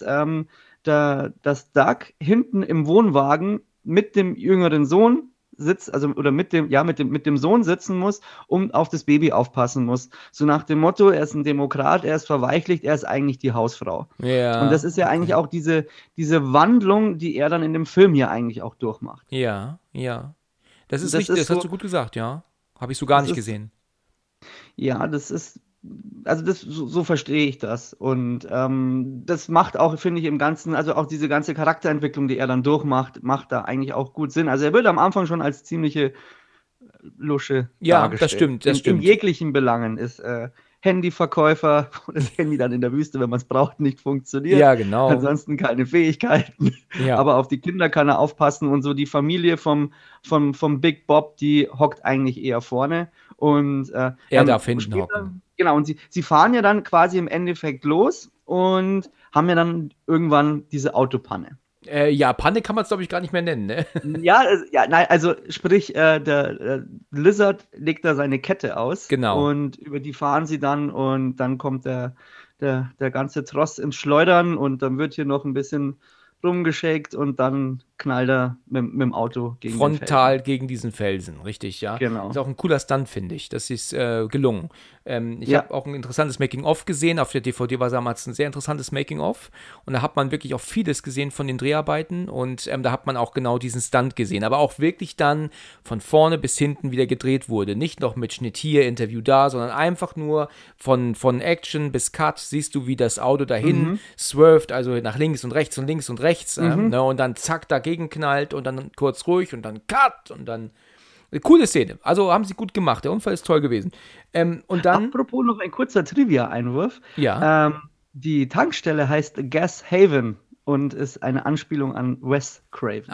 das Doug hinten im Wohnwagen mit dem jüngeren Sohn sitzt, also oder mit dem Sohn sitzen muss und auf das Baby aufpassen muss. So nach dem Motto, er ist ein Demokrat, er ist verweichlicht, er ist eigentlich die Hausfrau. Ja. Und das ist ja eigentlich auch diese Wandlung, die er dann in dem Film hier eigentlich auch durchmacht. Ja. Das ist Das richtig, ist das hast so- du gut gesagt, ja. Habe ich so gar nicht gesehen. Ja, so verstehe ich das. Und das macht auch, finde ich, im Ganzen, also auch diese ganze Charakterentwicklung, die er dann durchmacht, macht da eigentlich auch gut Sinn. Also er wird am Anfang schon als ziemliche Lusche dargestellt. Das stimmt. In jeglichen Belangen ist Handyverkäufer, wo das Handy dann in der Wüste, wenn man es braucht, nicht funktioniert. Ja, genau. Ansonsten keine Fähigkeiten. Ja. Aber auf die Kinder kann er aufpassen und so die Familie vom Big Bob, die hockt eigentlich eher vorne. Und Er darf hinten hocken. Genau, und sie fahren ja dann quasi im Endeffekt los und haben ja dann irgendwann diese Autopanne. Panne kann man es, glaube ich, gar nicht mehr nennen, ne? Nein, also sprich, der Lizard legt da seine Kette aus. Genau. Und über die fahren sie dann und dann kommt der ganze Tross ins Schleudern und dann wird hier noch ein bisschen rumgeschickt und dann knallt er mit dem Auto gegen Frontal gegen diesen Felsen, richtig, ja. Genau. Ist auch ein cooler Stunt, finde ich. Das ist gelungen. Ich Ja. habe auch ein interessantes Making-of gesehen. Auf der DVD war damals ein sehr interessantes Making-of. Und da hat man wirklich auch vieles gesehen von den Dreharbeiten. Und da hat man auch genau diesen Stunt gesehen. Aber auch wirklich dann von vorne bis hinten wieder gedreht wurde. Nicht noch mit Schnitt hier, Interview da, sondern einfach nur von Action bis Cut siehst du, wie das Auto dahin swerft, also nach links und rechts und links und rechts. Ne, und dann zack, dagegen knallt und dann kurz ruhig und dann Cut und dann eine coole Szene. Also haben sie gut gemacht. Der Unfall ist toll gewesen. Und dann. Apropos noch ein kurzer Trivia-Einwurf. Ja. Die Tankstelle heißt Gas Haven und ist eine Anspielung an Wes Craven.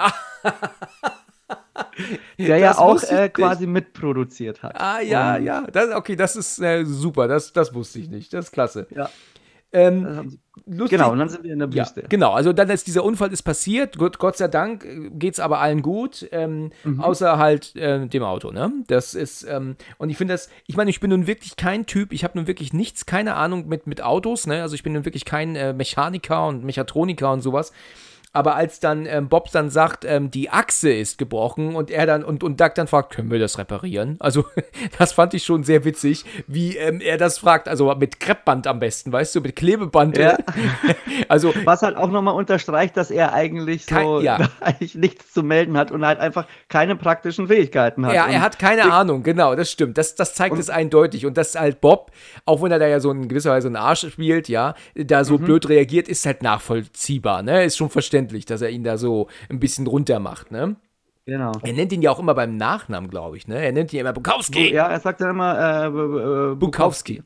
Der ja Das auch wusste ich nicht. quasi mitproduziert hat. Ja. Das ist super. Das wusste ich nicht. Das ist klasse. Ja. Lustig. Genau, und dann sind wir in der Ja, Wüste. genau, also dann ist dieser Unfall passiert, Gott sei Dank geht es aber allen gut, außer halt dem Auto, ne? Das ist, und ich finde ich bin nun wirklich kein Typ, ich habe nun wirklich keine Ahnung mit Autos, ne? Also ich bin nun wirklich kein Mechaniker und Mechatroniker und sowas. Aber als dann Bob dann sagt, die Achse ist gebrochen und er dann und Doug dann fragt, können wir das reparieren? Also das fand ich schon sehr witzig, wie er das fragt, also mit Kreppband am besten, weißt du, mit Klebeband. Ja. Also was halt auch nochmal unterstreicht, dass er eigentlich eigentlich nichts zu melden hat und halt einfach keine praktischen Fähigkeiten hat. Ja, er hat keine Ahnung, genau, das stimmt. Das zeigt es eindeutig. Und dass halt Bob, auch wenn er da ja so in gewisser Weise einen Arsch spielt, ja, da so blöd reagiert, ist halt nachvollziehbar, ne? Ist schon verständlich, dass er ihn da so ein bisschen runter macht, ne? Genau. Er nennt ihn ja auch immer beim Nachnamen, glaube ich, ne? Er nennt ihn immer Bukowski. Ja, er sagt dann immer Bukowski.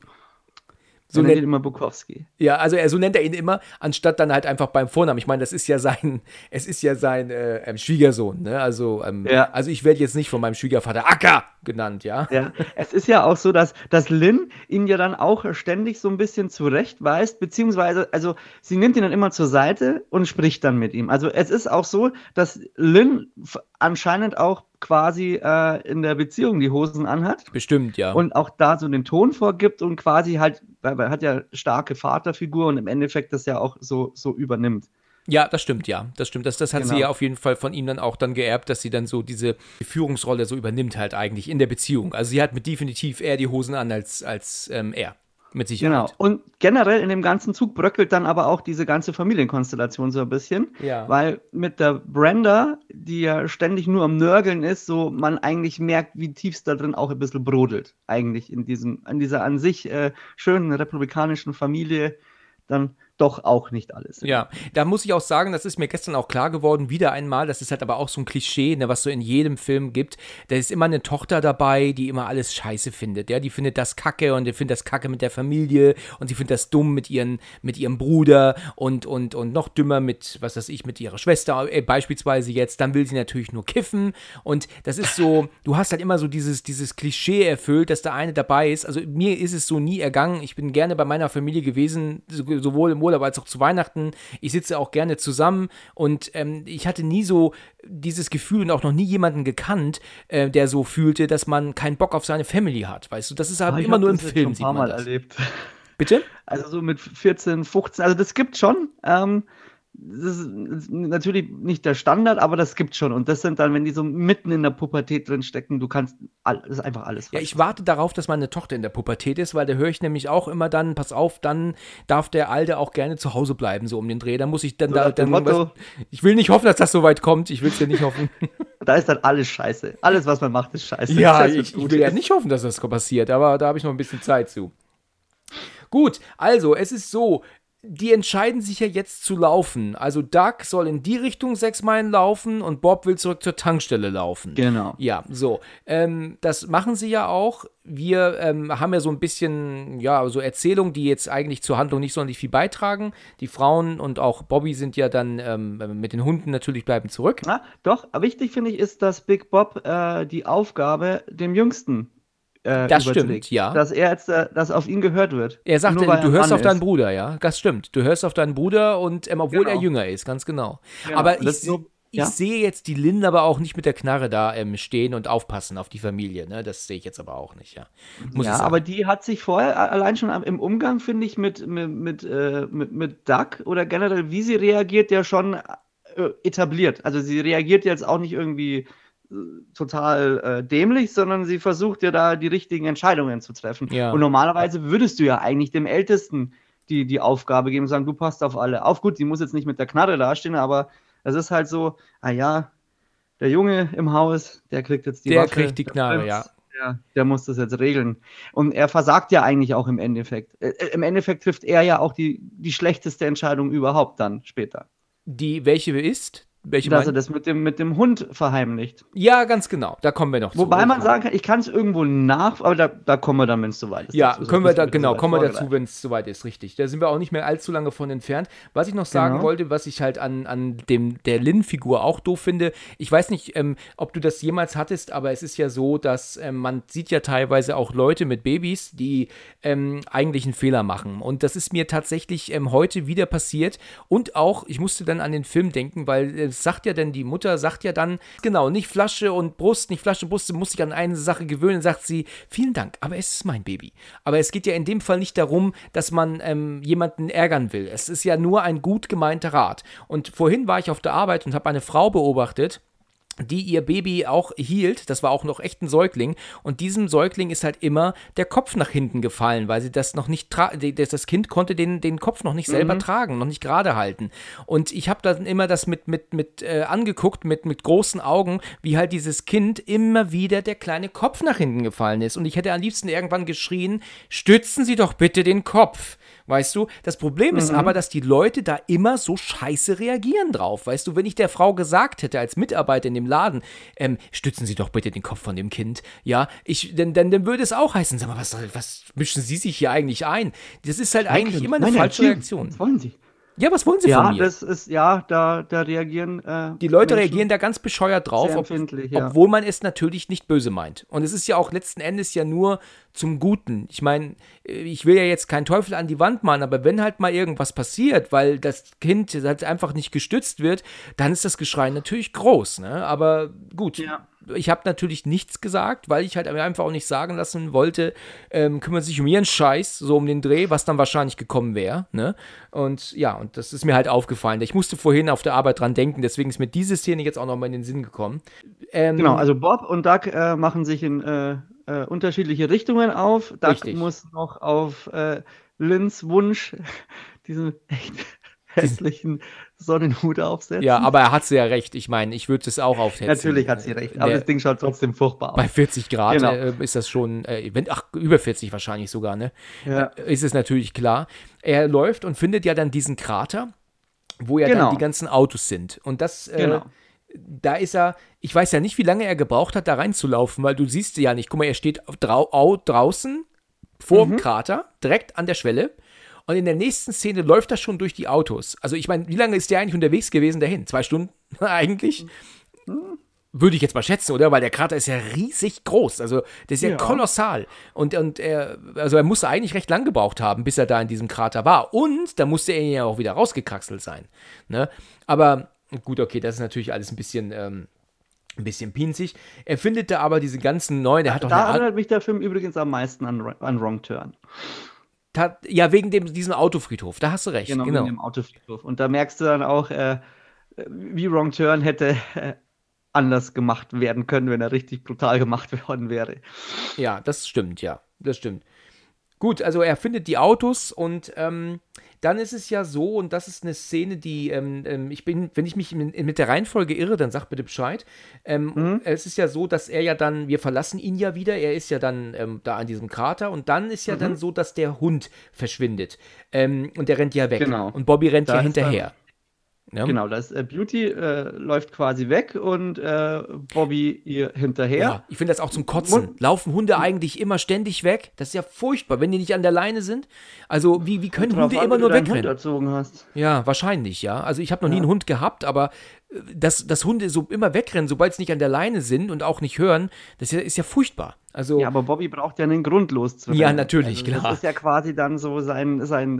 So nennt ihn immer Bukowski. Ja, also so nennt er ihn immer, anstatt dann halt einfach beim Vornamen. Ich meine, es ist ja sein Schwiegersohn, ne? Also ich werde jetzt nicht von meinem Schwiegervater Acker genannt, ja? Ja, es ist ja auch so, dass Lynn ihn ja dann auch ständig so ein bisschen zurechtweist, beziehungsweise, also sie nimmt ihn dann immer zur Seite und spricht dann mit ihm. Also es ist auch so, dass Lynn anscheinend auch quasi in der Beziehung die Hosen anhat. Bestimmt, ja. Und auch da so den Ton vorgibt und quasi halt, weil er hat ja starke Vaterfigur und im Endeffekt das ja auch so übernimmt. Ja, das stimmt, ja. Das stimmt. Das hat sie ja auf jeden Fall von ihm dann auch dann geerbt, dass sie dann so diese Führungsrolle so übernimmt halt eigentlich in der Beziehung. Also sie hat mit definitiv eher die Hosen an als er. Mit Sicherheit. Genau. Und generell in dem ganzen Zug bröckelt dann aber auch diese ganze Familienkonstellation so ein bisschen. Ja. Weil mit der Brenda, die ja ständig nur am Nörgeln ist, so man eigentlich merkt, wie tief es da drin auch ein bisschen brodelt. Eigentlich in dieser an sich schönen republikanischen Familie dann doch auch nicht alles. Ja, da muss ich auch sagen, das ist mir gestern auch klar geworden, wieder einmal, das ist halt aber auch so ein Klischee, ne, was so in jedem Film gibt, da ist immer eine Tochter dabei, die immer alles scheiße findet, ja, die findet das kacke und die findet das kacke mit der Familie und sie findet das dumm mit ihrem Bruder und noch dümmer mit, was weiß ich, mit ihrer Schwester, beispielsweise jetzt, dann will sie natürlich nur kiffen und das ist so, du hast halt immer so dieses Klischee erfüllt, dass da eine dabei ist, also mir ist es so nie ergangen, ich bin gerne bei meiner Familie gewesen, sowohl im Urlaub als auch zu Weihnachten. Ich sitze auch gerne zusammen und ich hatte nie so dieses Gefühl und auch noch nie jemanden gekannt, der so fühlte, dass man keinen Bock auf seine Family hat. Weißt du, das ist halt immer nur im Film. Ich habe das schon ein paar Mal erlebt. Bitte? Also so mit 14, 15, also das gibt schon. Das ist natürlich nicht der Standard, aber das gibt schon. Und das sind dann, wenn die so mitten in der Pubertät drin stecken, das ist einfach alles. Ja, ich warte darauf, dass meine Tochter in der Pubertät ist, weil da höre ich nämlich auch immer dann, pass auf, dann darf der Alte auch gerne zu Hause bleiben, so um den Dreh. Dann muss ich dann so ich will nicht hoffen, dass das so weit kommt. Ich will es ja nicht hoffen. Da ist dann alles scheiße. Alles, was man macht, ist scheiße. Ja, ich will ja nicht hoffen, dass das passiert, aber da habe ich noch ein bisschen Zeit zu. Gut, also, es ist so, die entscheiden sich ja jetzt zu laufen. Also Doug soll in die Richtung 6 Meilen laufen und Bob will zurück zur Tankstelle laufen. Genau. Ja, so. Das machen sie ja auch. Wir haben ja so ein bisschen, ja, so Erzählungen, die jetzt eigentlich zur Handlung nicht sonderlich viel beitragen. Die Frauen und auch Bobby sind ja dann mit den Hunden natürlich bleiben zurück. Ja, doch, wichtig finde ich ist, dass Big Bob die Aufgabe dem Jüngsten das überträgt. Stimmt, ja. Dass er jetzt, dass auf ihn gehört wird. Er sagt, Nur weil du er hörst Mann auf deinen ist. Bruder, ja. Das stimmt. Du hörst auf deinen Bruder und obwohl Genau. er jünger ist, ganz genau. Genau. Aber Ja. ich sehe jetzt die Lynn aber auch nicht mit der Knarre da stehen und aufpassen auf die Familie. Ne? Das sehe ich jetzt aber auch nicht, ja. Muss ich Ja, sagen. aber die hat sich vorher allein schon im Umgang, finde ich, mit Doug oder generell, wie sie reagiert, ja schon etabliert. Also sie reagiert jetzt auch nicht irgendwie total dämlich, sondern sie versucht ja da die richtigen Entscheidungen zu treffen. Ja. Und normalerweise würdest du ja eigentlich dem Ältesten die Aufgabe geben und sagen, du passt auf alle auf. Gut, die muss jetzt nicht mit der Knarre dastehen, aber es ist halt so, der Junge im Haus, der kriegt jetzt die Waffe. Der kriegt die Knarre, ja. Der muss das jetzt regeln. Und er versagt ja eigentlich auch im Endeffekt. Im Endeffekt trifft er ja auch die schlechteste Entscheidung überhaupt dann später. Welche ist? Dass er das mit dem Hund verheimlicht. Ja, ganz genau. Da kommen wir noch zu. Wobei man sagen kann, ich kann es irgendwo aber da kommen wir dann, wenn es soweit ist. Ja, dazu. kommen wir dazu, wenn es soweit ist, richtig. Da sind wir auch nicht mehr allzu lange von entfernt. Was ich noch sagen wollte, was ich halt an der Lynn-Figur auch doof finde, ich weiß nicht, ob du das jemals hattest, aber es ist ja so, dass man sieht ja teilweise auch Leute mit Babys, die eigentlich einen Fehler machen. Und das ist mir tatsächlich heute wieder passiert. Und auch, ich musste dann an den Film denken, weil es sagt ja dann, die Mutter sagt ja dann, genau, nicht Flasche und Brust, sie muss sich an eine Sache gewöhnen, sagt sie, vielen Dank, aber es ist mein Baby. Aber es geht ja in dem Fall nicht darum, dass man jemanden ärgern will. Es ist ja nur ein gut gemeinter Rat. Und vorhin war ich auf der Arbeit und habe eine Frau beobachtet, die ihr Baby auch hielt, das war auch noch echt ein Säugling, und diesem Säugling ist halt immer der Kopf nach hinten gefallen, weil sie das noch nicht, das Kind konnte den Kopf noch nicht selber tragen, noch nicht gerade halten. Und ich habe dann immer das mit angeguckt, mit großen Augen, wie halt dieses Kind immer wieder der kleine Kopf nach hinten gefallen ist. Und ich hätte am liebsten irgendwann geschrien, stützen Sie doch bitte den Kopf. Weißt du, das Problem ist aber, dass die Leute da immer so scheiße reagieren drauf. Weißt du, wenn ich der Frau gesagt hätte, als Mitarbeiter in dem Laden, stützen Sie doch bitte den Kopf von dem Kind, ja, dann würde es auch heißen, sag mal, was mischen Sie sich hier eigentlich ein? Das ist halt eigentlich immer eine falsche Reaktion. Was wollen Sie? Ja, was wollen Sie von mir? Das ist, da reagieren die Leute Menschen reagieren da ganz bescheuert drauf, ja. obwohl man es natürlich nicht böse meint. Und es ist ja auch letzten Endes ja nur zum Guten. Ich meine, ich will ja jetzt keinen Teufel an die Wand malen, aber wenn halt mal irgendwas passiert, weil das Kind halt einfach nicht gestützt wird, dann ist das Geschrei natürlich groß, ne? Aber gut. Ja. Ich habe natürlich nichts gesagt, weil ich halt einfach auch nicht sagen lassen wollte, kümmern sich um ihren Scheiß, so um den Dreh, was dann wahrscheinlich gekommen wäre, ne? Und ja, und das ist mir halt aufgefallen. Ich musste vorhin auf der Arbeit dran denken, deswegen ist mir diese Szene jetzt auch nochmal in den Sinn gekommen. Genau, also Bob und Doug machen sich in unterschiedliche Richtungen auf. Doug Richtig. muss noch auf Lynns Wunsch diesen echt hässlichen Sonnenhut aufsetzen. Ja, aber er hat ja recht. Ich meine, ich würde es auch aufsetzen. Natürlich hat sie recht, aber das Ding schaut trotzdem furchtbar aus. Bei 40 Grad Genau. Ist das schon, über 40 wahrscheinlich sogar, ne? Ja. Ist es natürlich klar. Er läuft und findet ja dann diesen Krater, wo ja dann die ganzen Autos sind. Und das, da ist er, ich weiß ja nicht, wie lange er gebraucht hat, da reinzulaufen, weil du siehst ja nicht. Guck mal, er steht draußen vor dem Krater, direkt an der Schwelle. Und in der nächsten Szene läuft er schon durch die Autos. Also ich meine, wie lange ist der eigentlich unterwegs gewesen dahin? 2 Stunden eigentlich? Würde ich jetzt mal schätzen, oder? Weil der Krater ist ja riesig groß. Also der ist ja kolossal. Und er musste eigentlich recht lang gebraucht haben, bis er da in diesem Krater war. Und da musste er ja auch wieder rausgekraxelt sein. Ne? Aber gut, okay, das ist natürlich alles ein bisschen pinzig. Er findet da aber diese ganzen neuen... Da erinnert mich der Film übrigens am meisten an Wrong Turn. Ja, wegen diesem Autofriedhof, da hast du recht. Genau, wegen dem Autofriedhof. Und da merkst du dann auch, wie Wrong Turn hätte anders gemacht werden können, wenn er richtig brutal gemacht worden wäre. Ja, das stimmt, Gut, also er findet die Autos und dann ist es ja so, und das ist eine Szene, die, wenn ich mich mit der Reihenfolge irre, dann sag bitte Bescheid. Es ist ja so, dass er ja dann, wir verlassen ihn ja wieder, er ist ja dann da an diesem Krater und dann ist ja dann so, dass der Hund verschwindet. Und der rennt ja weg. Genau. Und Bobby rennt ja hinterher. Ja. Genau, das Beauty läuft quasi weg und Bobby ihr hinterher. Ja, ich finde das auch zum Kotzen. Laufen Hunde eigentlich immer ständig weg? Das ist ja furchtbar, wenn die nicht an der Leine sind. Also wie können Hunde immer nur wegrennen? Hund erzogen hast. Ja, wahrscheinlich, ja. Also ich habe noch nie einen Hund gehabt, aber dass Hunde so immer wegrennen, sobald sie nicht an der Leine sind und auch nicht hören, das ist ja furchtbar. Also, ja, aber Bobby braucht ja einen Grund loszurennen. Ja, natürlich, also, klar. Das ist ja quasi dann so sein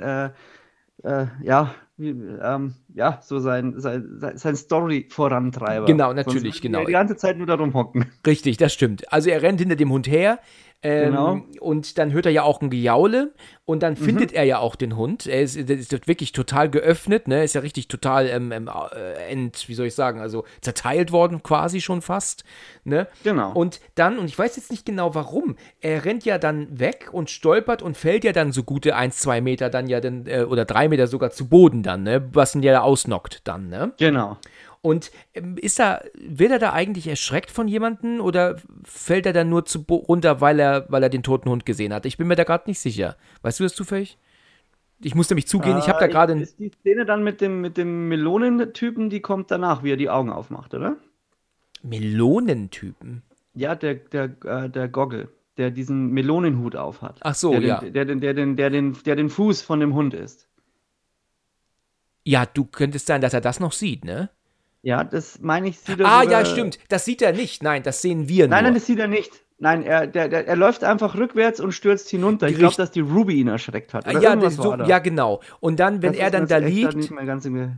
Story-Vorantreiber. Genau, natürlich, genau. Die ganze Zeit nur darum hocken. Richtig, das stimmt. Also er rennt hinter dem Hund her Genau. und dann hört er ja auch ein Gejaule und dann findet er ja auch den Hund. Der ist wirklich total geöffnet, ne? Ist ja richtig total wie soll ich sagen, also zerteilt worden quasi schon fast, ne? Genau. Und ich weiß jetzt nicht genau warum, er rennt ja dann weg und stolpert und fällt ja dann so gute 1-2 Meter dann ja dann, oder 3 Meter sogar zu Boden dann, ne? Was ihn ja ausnockt dann, ne? Genau. Und wird er da eigentlich erschreckt von jemandem oder fällt er dann nur runter, weil er den toten Hund gesehen hat? Ich bin mir da gerade nicht sicher. Weißt du das zufällig? Ich muss nämlich zugehen, ich habe da gerade... Ist die Szene dann mit dem Melonentypen, die kommt danach, wie er die Augen aufmacht, oder? Melonentypen? Ja, der Goggle, der diesen Melonenhut aufhat. Ach so, ja. Der den Fuß von dem Hund isst. Ja, du könntest sein, dass er das noch sieht, ne? Ja, das meine ich, sieht er sogar... ja, stimmt. Das sieht er nicht. Nein, das sehen wir nur. Nein, das sieht er nicht. Nein, er läuft einfach rückwärts und stürzt hinunter. Ich glaube, dass die Ruby ihn erschreckt hat. Oder ja, genau. Und dann, wenn er dann da liegt...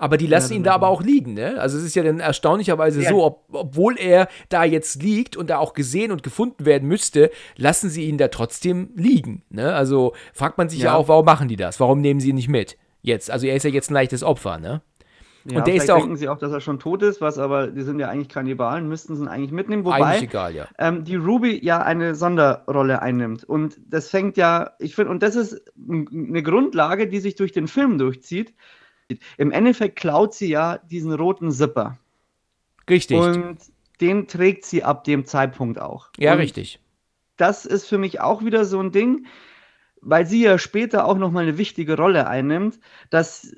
Aber die lassen ihn da aber auch liegen, ne? Also es ist ja dann erstaunlicherweise so, obwohl er da jetzt liegt und da auch gesehen und gefunden werden müsste, lassen sie ihn da trotzdem liegen, ne? Also fragt man sich ja auch, warum machen die das? Warum nehmen sie ihn nicht mit? Jetzt, also er ist ja jetzt ein leichtes Opfer, ne? Ja, und der ist vielleicht auch, denken sie auch, dass er schon tot ist, aber die sind ja eigentlich Kannibalen, müssten sie ihn eigentlich mitnehmen. Wobei eigentlich egal, ja. Die Ruby ja eine Sonderrolle einnimmt. Und das fängt ja, ich finde, und das ist eine Grundlage, die sich durch den Film durchzieht. Im Endeffekt klaut sie ja diesen roten Zipper. Richtig. Und den trägt sie ab dem Zeitpunkt auch. Ja, und richtig. Das ist für mich auch wieder so ein Ding, weil sie ja später auch nochmal eine wichtige Rolle einnimmt, dass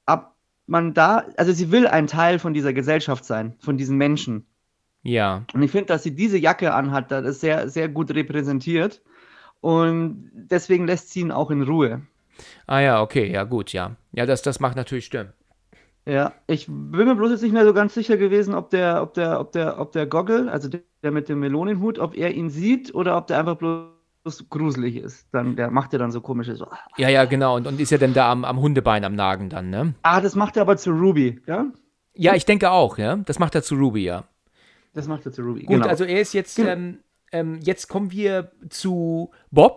also sie will ein Teil von dieser Gesellschaft sein, von diesen Menschen. Ja. Und ich finde, dass sie diese Jacke anhat, das ist sehr, sehr gut repräsentiert. Und deswegen lässt sie ihn auch in Ruhe. Ah ja, okay, ja gut, ja. Ja, das macht natürlich Stimmen. Ja, ich bin mir bloß jetzt nicht mehr so ganz sicher gewesen, ob der Goggle, also der mit dem Melonenhut, ob er ihn sieht oder ob der einfach bloß gruselig ist. Der macht ja dann so komische so. Ja, genau. Und ist ja dann da am Hundebein am Nagen dann, ne? Das macht er aber zu Ruby, ja? Ja, ich denke auch, ja. Das macht er zu Ruby, ja. Das macht er zu Ruby, Gut, genau. also er ist jetzt, jetzt kommen wir zu Bob,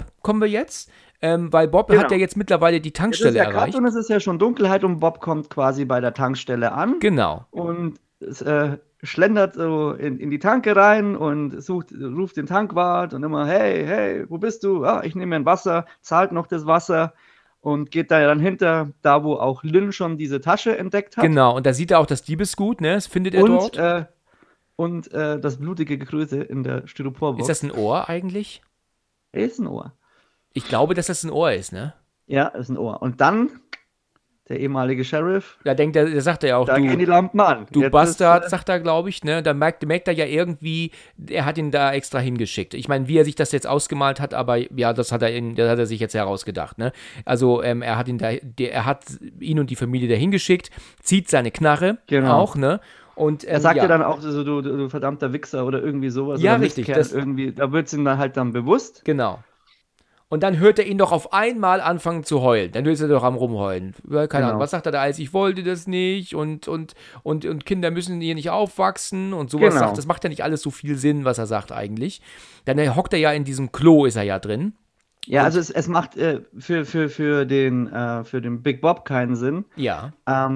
weil Bob hat ja jetzt mittlerweile die Tankstelle erreicht. Und es ist ja schon Dunkelheit und Bob kommt quasi bei der Tankstelle an. Genau. Und es schlendert so in die Tanke rein und ruft den Tankwart und immer, hey, wo bist du? Ja, ich nehme mir ein Wasser, zahlt noch das Wasser und geht da dann hinter, da wo auch Lynn schon diese Tasche entdeckt hat. Genau, und da sieht er auch das Diebesgut, ne? Das findet er dort. Und das blutige Gekröse in der Styroporbox. Ist das ein Ohr eigentlich? Ist ein Ohr. Ich glaube, dass das ein Ohr ist, ne? Ja, ist ein Ohr. Und dann der ehemalige Sheriff. Da sagt er ja auch, da gehen die Lampen an. Du Bastard, sagt er, glaube ich, ne? Da merkt er ja irgendwie, er hat ihn da extra hingeschickt. Ich meine, wie er sich das jetzt ausgemalt hat, aber ja, das hat er sich jetzt herausgedacht, ne? Also, er hat ihn und die Familie da hingeschickt, zieht seine Knarre auch, ne? Und, er sagt ja dann auch so, du verdammter Wichser oder irgendwie sowas. Ja, oder richtig. Da wird es ihm dann halt bewusst. Genau. Und dann hört er ihn doch auf einmal anfangen zu heulen. Dann ist er doch am Rumheulen. Keine Ahnung, was sagt er da alles? Ich wollte das nicht und Kinder müssen hier nicht aufwachsen und sowas sagt. Das macht ja nicht alles so viel Sinn, was er sagt eigentlich. Dann hockt er ja in diesem Klo, ist er ja drin. Ja, also es macht für den Big Bob keinen Sinn. Ja.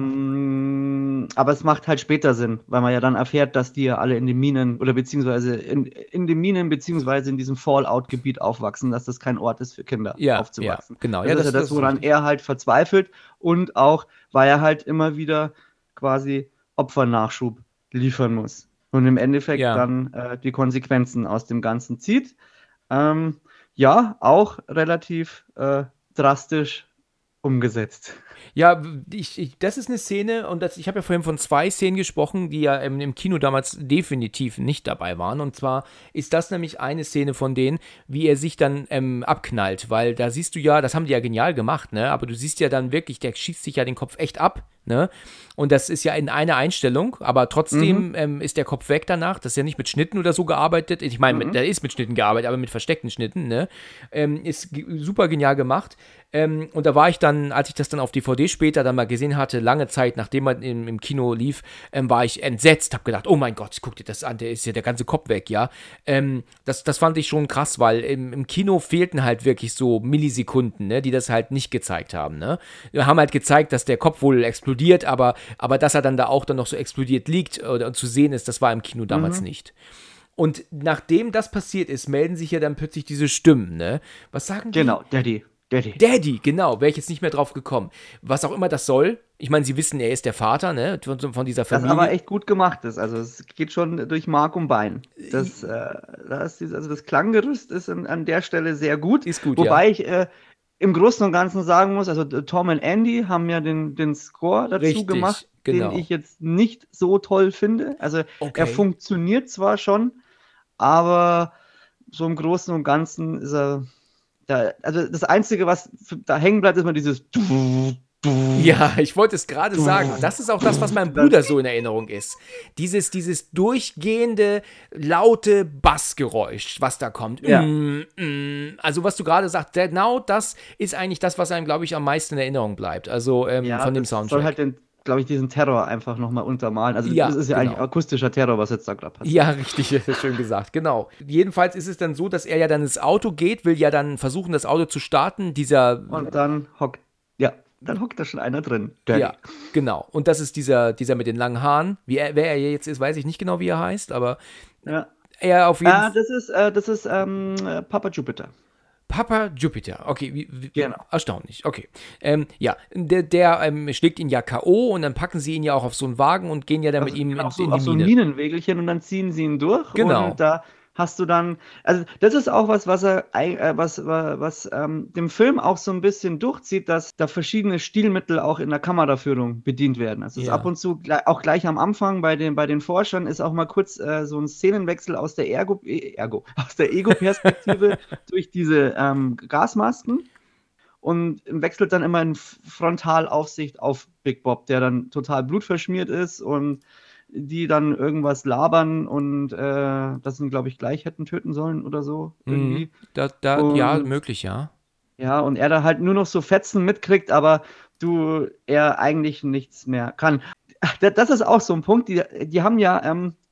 Aber es macht halt später Sinn, weil man ja dann erfährt, dass die ja alle in den Minen oder beziehungsweise in den Minen beziehungsweise in diesem Fallout-Gebiet aufwachsen, dass das kein Ort ist für Kinder aufzuwachsen. Ja, genau. Das ist ja das, woran er halt verzweifelt und auch, weil er halt immer wieder quasi Opfernachschub liefern muss und im Endeffekt dann die Konsequenzen aus dem Ganzen zieht. Ja, auch relativ drastisch umgesetzt. Ja, das ist eine Szene, und ich habe ja vorhin von 2 Szenen gesprochen, die ja im Kino damals definitiv nicht dabei waren. Und zwar ist das nämlich eine Szene von denen, wie er sich dann abknallt, weil da siehst du ja, das haben die ja genial gemacht, ne? Aber du siehst ja dann wirklich, der schießt sich ja den Kopf echt ab, ne? Und das ist ja in einer Einstellung, aber trotzdem ist der Kopf weg danach. Das ist ja nicht mit Schnitten oder so gearbeitet. Ich meine, der ist mit Schnitten gearbeitet, aber mit versteckten Schnitten, ne? Ist super genial gemacht. Und da war ich dann, als ich das dann auf DVD später dann mal gesehen hatte, lange Zeit, nachdem man im Kino lief, war ich entsetzt, hab gedacht, oh mein Gott, guck dir das an, der ist ja der ganze Kopf weg, ja. Das fand ich schon krass, weil im Kino fehlten halt wirklich so Millisekunden, ne, die das halt nicht gezeigt haben, ne. Wir haben halt gezeigt, dass der Kopf wohl explodiert, aber dass er dann da auch dann noch so explodiert liegt oder zu sehen ist, das war im Kino damals nicht. Und nachdem das passiert ist, melden sich ja dann plötzlich diese Stimmen, ne. Was sagen die? Genau, Daddy, genau, wäre ich jetzt nicht mehr drauf gekommen. Was auch immer das soll. Ich meine, sie wissen, er ist der Vater, ne, von dieser Familie. Das aber echt gut gemacht ist. Also es geht schon durch Mark und Bein. Das Klanggerüst ist an der Stelle sehr gut. Ist gut, wobei ich im Großen und Ganzen sagen muss, also Tom und Andy haben ja den Score dazu gemacht, den ich jetzt nicht so toll finde. Also er funktioniert zwar schon, aber so im Großen und Ganzen ist er... also das Einzige, was da hängen bleibt, ist mal dieses Ja, ich wollte es gerade sagen. Das ist auch das, was meinem Bruder so in Erinnerung ist. Dieses durchgehende, laute Bassgeräusch, was da kommt. Ja. Also was du gerade sagst, genau das ist eigentlich das, was einem, glaube ich, am meisten in Erinnerung bleibt. Also von dem Soundtrack. Soll halt glaube ich, diesen Terror einfach nochmal untermalen. Also Ja, das ist ja genau. eigentlich akustischer Terror, was jetzt da gerade passiert. Ja, richtig, schön gesagt, genau. Jedenfalls ist es dann so, dass er ja dann ins Auto geht, will ja dann versuchen, das Auto zu starten. Und dann hockt da schon einer drin. Daddy. Ja, genau. Und das ist dieser mit den langen Haaren. Wer er jetzt ist, weiß ich nicht genau, wie er heißt, aber Ja. er auf jeden Fall. Das ist Papa Jupiter. Papa Jupiter, okay, Genau. erstaunlich, okay. Ja, der schlägt ihn ja K.O. und dann packen sie ihn ja auch auf so einen Wagen und gehen ja dann mit ihm auf in so die ein Mine. Minenwegelchen und dann ziehen sie ihn durch. Genau. Und da hast du dann, also das ist auch was dem Film auch so ein bisschen durchzieht, dass da verschiedene Stilmittel auch in der Kameraführung bedient werden. Also es ist Ja. ab und zu, auch gleich am Anfang bei den Forschern, ist auch mal kurz so ein Szenenwechsel aus der aus der Ego-Perspektive durch diese Gasmasken. Und wechselt dann immer in Frontalaufsicht auf Big Bob, der dann total blutverschmiert ist und die dann irgendwas labern und das ihn, glaube ich, gleich hätten töten sollen oder so. Irgendwie. Ja, Und- möglich, ja. Ja, und er da halt nur noch so Fetzen mitkriegt, aber er eigentlich nichts mehr kann. Das ist auch so ein Punkt, die haben ja,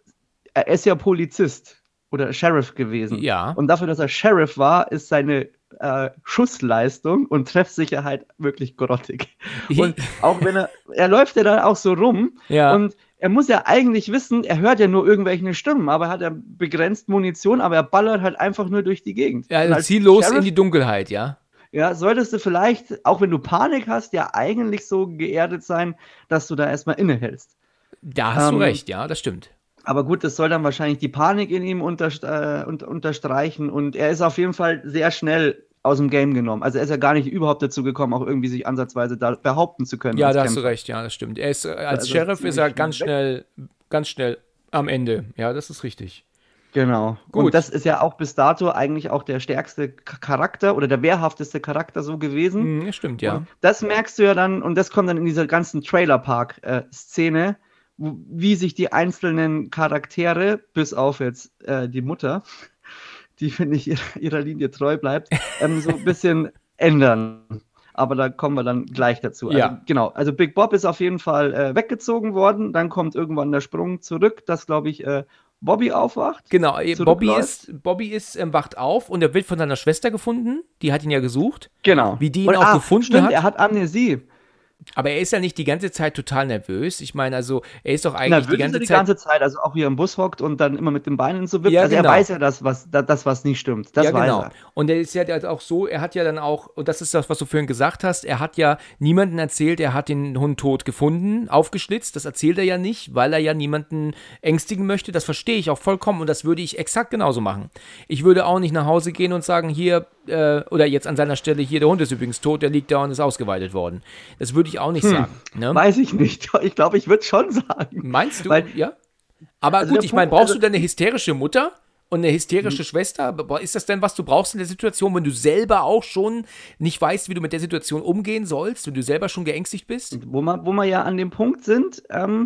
er ist ja Polizist oder Sheriff gewesen. Ja. Und dafür, dass er Sheriff war, ist seine Schussleistung und Treffsicherheit wirklich grottig. Und auch wenn er läuft ja dann auch so rum Ja. und er muss ja eigentlich wissen, er hört ja nur irgendwelche Stimmen, aber er hat ja begrenzt Munition, aber er ballert halt einfach nur durch die Gegend. Ja, Und also als ziellos in Sheriff, die Dunkelheit, ja. ja, solltest du vielleicht, auch wenn du Panik hast, ja eigentlich so geerdet sein, dass du da erstmal innehältst. Da hast du recht, ja, das stimmt. Aber gut, das soll dann wahrscheinlich die Panik in ihm unterstreichen und er ist auf jeden Fall sehr schnell aus dem Game genommen. Also er ist ja gar nicht überhaupt dazu gekommen, auch irgendwie sich ansatzweise da behaupten zu können. Ja, als da hast du Kämpfer. recht, ja, das stimmt. Er ist als Also Sheriff ist er ziemlich ganz schnell am Ende. Ja, das ist richtig. Genau. Gut. Und das ist ja auch bis dato eigentlich auch der stärkste Charakter oder der wehrhafteste Charakter so gewesen. Ja, stimmt, ja. Und das merkst du ja dann, und das kommt dann in dieser ganzen Trailerpark-Szene, wie sich die einzelnen Charaktere, bis auf jetzt die Mutter, die, finde ich, ihrer Linie treu bleibt, so ein bisschen ändern. Aber da kommen wir dann gleich dazu. Ja. Also, genau. Also Big Bob ist auf jeden Fall weggezogen worden. Dann kommt irgendwann der Sprung zurück, dass, glaube ich, Bobby aufwacht. Genau, zurückläuft. Bobby wacht auf und er wird von seiner Schwester gefunden. Die hat ihn ja gesucht. Genau. Wie die ihn auch gefunden hat. Er hat Amnesie. Aber er ist ja nicht die ganze Zeit total nervös. Ich meine, also, er ist doch eigentlich die ganze Zeit. Also auch wie er im Bus hockt und dann immer mit den Beinen so wippt. Ja, also genau. er weiß ja, was nicht stimmt. Das Ja, weiß genau. er. Und er ist ja auch so, er hat ja dann auch, und das ist das, was du vorhin gesagt hast, er hat ja niemanden erzählt, er hat den Hund tot gefunden, aufgeschlitzt. Das erzählt er ja nicht, weil er ja niemanden ängstigen möchte. Das verstehe ich auch vollkommen und das würde ich exakt genauso machen. Ich würde auch nicht nach Hause gehen und sagen, hier, oder jetzt an seiner Stelle, hier, der Hund ist übrigens tot, der liegt da und ist ausgeweitet worden. Das würde ich auch nicht sagen. Ne? Weiß ich nicht. Ich glaube, ich würde schon sagen. Meinst du? Weil- Ja. Aber Also gut, der ich meine, Punkt- brauchst du denn eine hysterische Mutter und eine hysterische Schwester? Aber ist das denn, was du brauchst in der Situation, wenn du selber auch schon nicht weißt, wie du mit der Situation umgehen sollst, wenn du selber schon geängstigt bist? Wo wir ja an dem Punkt sind,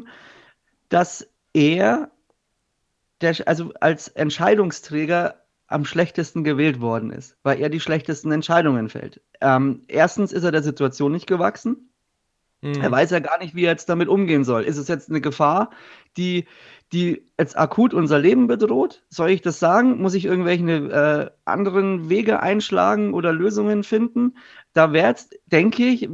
dass er also als Entscheidungsträger am schlechtesten gewählt worden ist, weil er die schlechtesten Entscheidungen fällt. Erstens ist er der Situation nicht gewachsen. Er weiß ja gar nicht, wie er jetzt damit umgehen soll. Ist es jetzt eine Gefahr, die jetzt akut unser Leben bedroht? Soll ich das sagen? Muss ich irgendwelche anderen Wege einschlagen oder Lösungen finden? Da wäre jetzt, denke ich,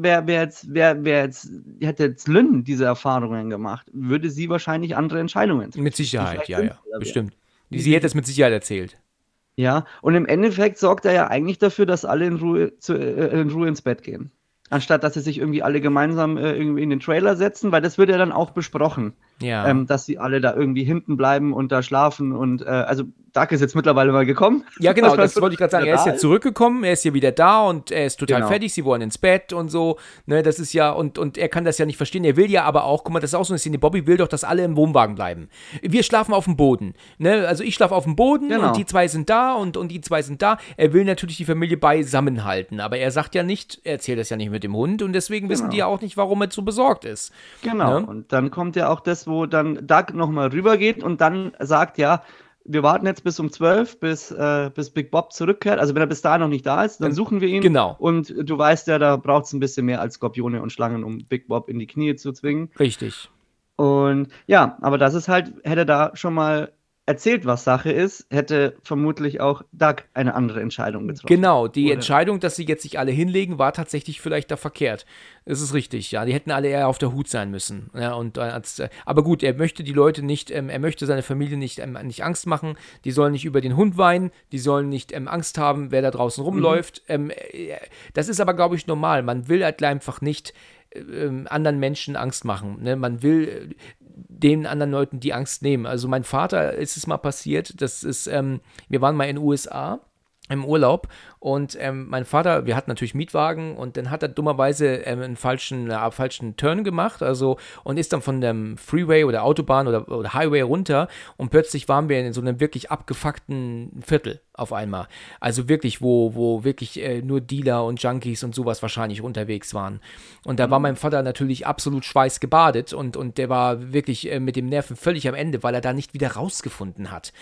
hätte jetzt Lynn diese Erfahrungen gemacht, würde sie wahrscheinlich andere Entscheidungen treffen. Mit Sicherheit, Vielleicht ja, sinnvoller ja, wären. bestimmt. Sie hätte es mit Sicherheit erzählt. Ja, und im Endeffekt sorgt er ja eigentlich dafür, dass alle in Ruhe ins Bett gehen. Anstatt dass sie sich irgendwie alle gemeinsam irgendwie in den Trailer setzen, weil das wird ja dann auch besprochen, Ja. dass sie alle da irgendwie hinten bleiben und da schlafen und also Doug ist jetzt mittlerweile mal gekommen. Ja, genau, Was das man wollte ich gerade sagen. wieder Er ist da jetzt zurückgekommen, er ist hier wieder da und er ist total Genau. fertig. Sie wollen ins Bett und so. Ne, das ist ja, und er kann das ja nicht verstehen. Er will ja aber auch, guck mal, das ist auch so eine Szene. Bobby will doch, dass alle im Wohnwagen bleiben. Wir schlafen auf dem Boden. Ne, also ich schlafe auf dem Boden Genau. und die zwei sind da und die zwei sind da. Er will natürlich die Familie beisammen halten, aber er sagt ja nicht, er erzählt das ja nicht mit dem Hund und deswegen wissen die ja auch nicht, warum er so besorgt ist. Genau, Ne? und dann kommt ja auch das, wo dann Doug nochmal rübergeht und dann sagt, ja, wir warten jetzt bis um 12, bis Big Bob zurückkehrt. Also wenn er bis dahin noch nicht da ist, dann suchen wir ihn. Genau. Und du weißt ja, da braucht es ein bisschen mehr als Skorpione und Schlangen, um Big Bob in die Knie zu zwingen. Richtig. Und ja, aber das ist halt, hätte da schon mal erzählt, was Sache ist, hätte vermutlich auch Doug eine andere Entscheidung getroffen. Genau, die Oder? Entscheidung, dass sie jetzt sich alle hinlegen, war tatsächlich vielleicht da verkehrt. Das ist richtig, ja. Die hätten alle eher auf der Hut sein müssen. Ja, aber gut, er möchte die Leute nicht, er möchte seine Familie nicht Angst machen. Die sollen nicht über den Hund weinen, die sollen nicht Angst haben, wer da draußen rumläuft. Das ist aber, glaube ich, normal. Man will halt einfach nicht anderen Menschen Angst machen. Ne? Man will den anderen Leuten die Angst nehmen. Also mein Vater ist es mal passiert, wir waren mal in den USA im Urlaub und mein Vater, wir hatten natürlich Mietwagen und dann hat er dummerweise einen falschen Turn gemacht, also und ist dann von dem Freeway oder Autobahn oder Highway runter und plötzlich waren wir in so einem wirklich abgefuckten Viertel auf einmal. Also wirklich, wo wirklich nur Dealer und Junkies und sowas wahrscheinlich unterwegs waren. Und da war mein Vater natürlich absolut schweißgebadet und der war wirklich mit dem Nerven völlig am Ende, weil er da nicht wieder rausgefunden hat.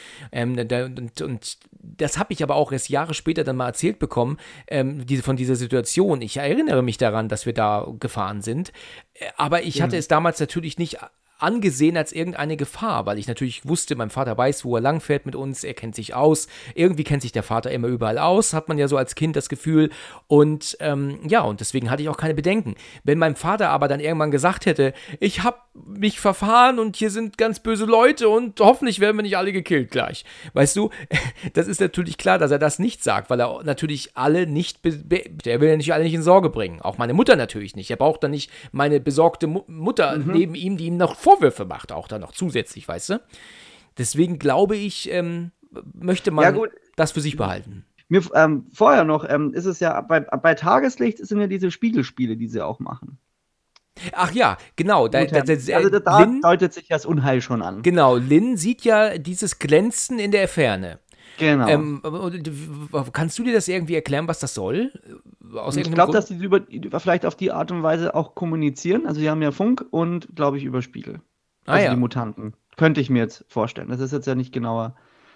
Und das habe ich aber auch erst Jahre später dann mal erzählt bekommen, von dieser Situation. Ich erinnere mich daran, dass wir da gefahren sind, aber ich hatte es damals natürlich nicht angesehen als irgendeine Gefahr, weil ich natürlich wusste, mein Vater weiß, wo er langfährt mit uns, er kennt sich aus, irgendwie kennt sich der Vater immer überall aus, hat man ja so als Kind das Gefühl und und deswegen hatte ich auch keine Bedenken. Wenn mein Vater aber dann irgendwann gesagt hätte, ich habe mich verfahren und hier sind ganz böse Leute und hoffentlich werden wir nicht alle gekillt gleich, weißt du, das ist natürlich klar, dass er das nicht sagt, weil er natürlich alle nicht, der will ja nicht alle nicht in Sorge bringen, auch meine Mutter natürlich nicht, er braucht dann nicht meine besorgte Mutter neben ihm, die ihm noch Vorwürfe macht, auch dann noch zusätzlich, weißt du? Deswegen glaube ich, möchte man das für sich behalten. Mir, vorher noch, ist es ja, bei Tageslicht sind ja diese Spiegelspiele, die sie auch machen. Ach ja, genau. Da Lynn, deutet sich das Unheil schon an. Genau, Lynn sieht ja dieses Glänzen in der Ferne. Genau. Kannst du dir das irgendwie erklären, was das soll? Ich glaube, dass die vielleicht auf die Art und Weise auch kommunizieren. Also die haben ja Funk und, glaube ich, über Spiegel. Die Mutanten. Könnte ich mir jetzt vorstellen. Das ist jetzt ja nicht genauer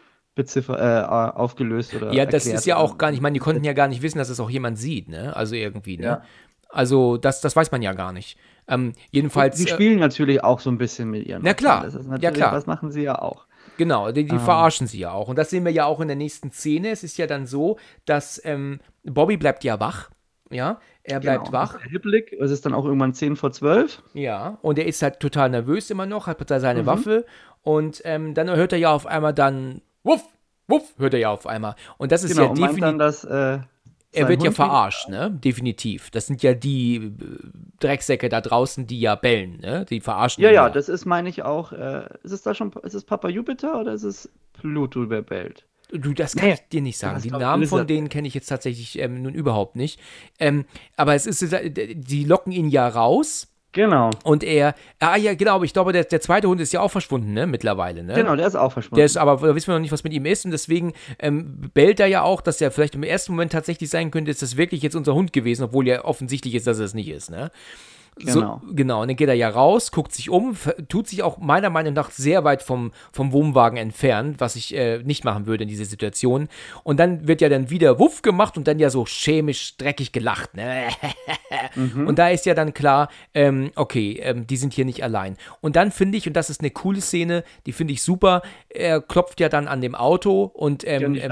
aufgelöst oder ja, das erklärt, ist ja auch gar nicht, ich meine, die konnten ja gar nicht wissen, dass es auch jemand sieht, ne? Also irgendwie, ne? Ja. Also das weiß man ja gar nicht. Jedenfalls. Sie spielen natürlich auch so ein bisschen mit ihren. Na klar. Das ist natürlich, ja, klar. Das machen sie ja auch. Genau, die verarschen sie ja auch. Und das sehen wir ja auch in der nächsten Szene. Es ist ja dann so, dass Bobby bleibt ja wach. Ja, er bleibt wach. Ist hibbelig. Es ist dann auch irgendwann 10:40. Ja, und er ist halt total nervös immer noch, hat da seine Waffe. Und dann hört er ja auf einmal dann, wuff, wuff, hört er ja auf einmal. Und das ist ja definitiv. Dann das, er wird ja verarscht, ne? Definitiv. Das sind ja die Drecksäcke da draußen, die ja bellen, ne? Die verarschen. Ja, das ist, meine ich auch. Ist es Papa Jupiter oder ist es Pluto, wer bellt? Du, das kann ich dir nicht sagen. Die Namen von denen kenne ich jetzt tatsächlich nun überhaupt nicht. Aber es ist, die locken ihn ja raus. Genau. Und ja, genau, aber ich glaube, der zweite Hund ist ja auch verschwunden, ne, mittlerweile, ne? Genau, der ist auch verschwunden. Aber da wissen wir noch nicht, was mit ihm ist und deswegen bellt er ja auch, dass er vielleicht im ersten Moment tatsächlich sein könnte, ist das wirklich jetzt unser Hund gewesen, obwohl ja offensichtlich ist, dass er es nicht ist, ne? Genau. Genau, und dann geht er ja raus, guckt sich um, tut sich auch meiner Meinung nach sehr weit vom Wohnwagen entfernt, was ich nicht machen würde in dieser Situation. Und dann wird ja dann wieder Wuff gemacht und dann ja so chemisch dreckig gelacht. Ne? Und da ist ja dann klar, die sind hier nicht allein. Und dann finde ich, und das ist eine coole Szene, die finde ich super, er klopft ja dann an dem Auto und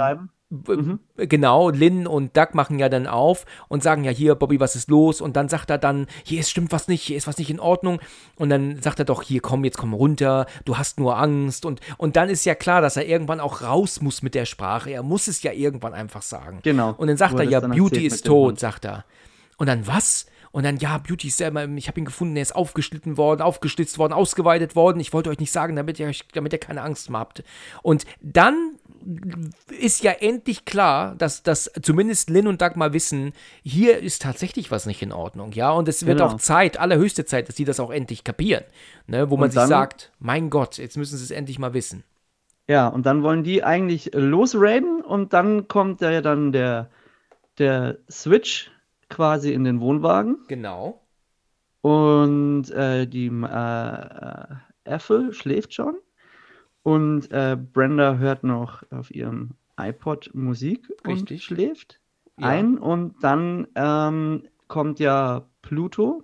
genau, Lynn und Doug machen ja dann auf und sagen ja, hier, Bobby, was ist los? Und dann sagt er dann, hier stimmt was nicht, hier ist was nicht in Ordnung. Und dann sagt er doch, hier, jetzt komm runter, du hast nur Angst. Und dann ist ja klar, dass er irgendwann auch raus muss mit der Sprache. Er muss es ja irgendwann einfach sagen. Genau. Und dann sagt er ja, Beauty ist tot, sagt er. Und dann was? Und dann, ja, Beauty ist selber, ich habe ihn gefunden, er ist aufgeschlitzt worden, ausgeweidet worden. Ich wollte euch nicht sagen, damit ihr keine Angst mehr habt. Und dann ist ja endlich klar, dass zumindest Lynn und Doug mal wissen, hier ist tatsächlich was nicht in Ordnung, ja, und es wird auch allerhöchste Zeit, dass sie das auch endlich kapieren, ne, wo man sich sagt, mein Gott, jetzt müssen sie es endlich mal wissen. Ja, und dann wollen die eigentlich losraiden und dann kommt ja dann der Switch quasi in den Wohnwagen. Genau. Und die Ethel schläft schon. Und Brenda hört noch auf ihrem iPod Musik und Richtig. schläft Ja. ein. Und dann kommt ja Pluto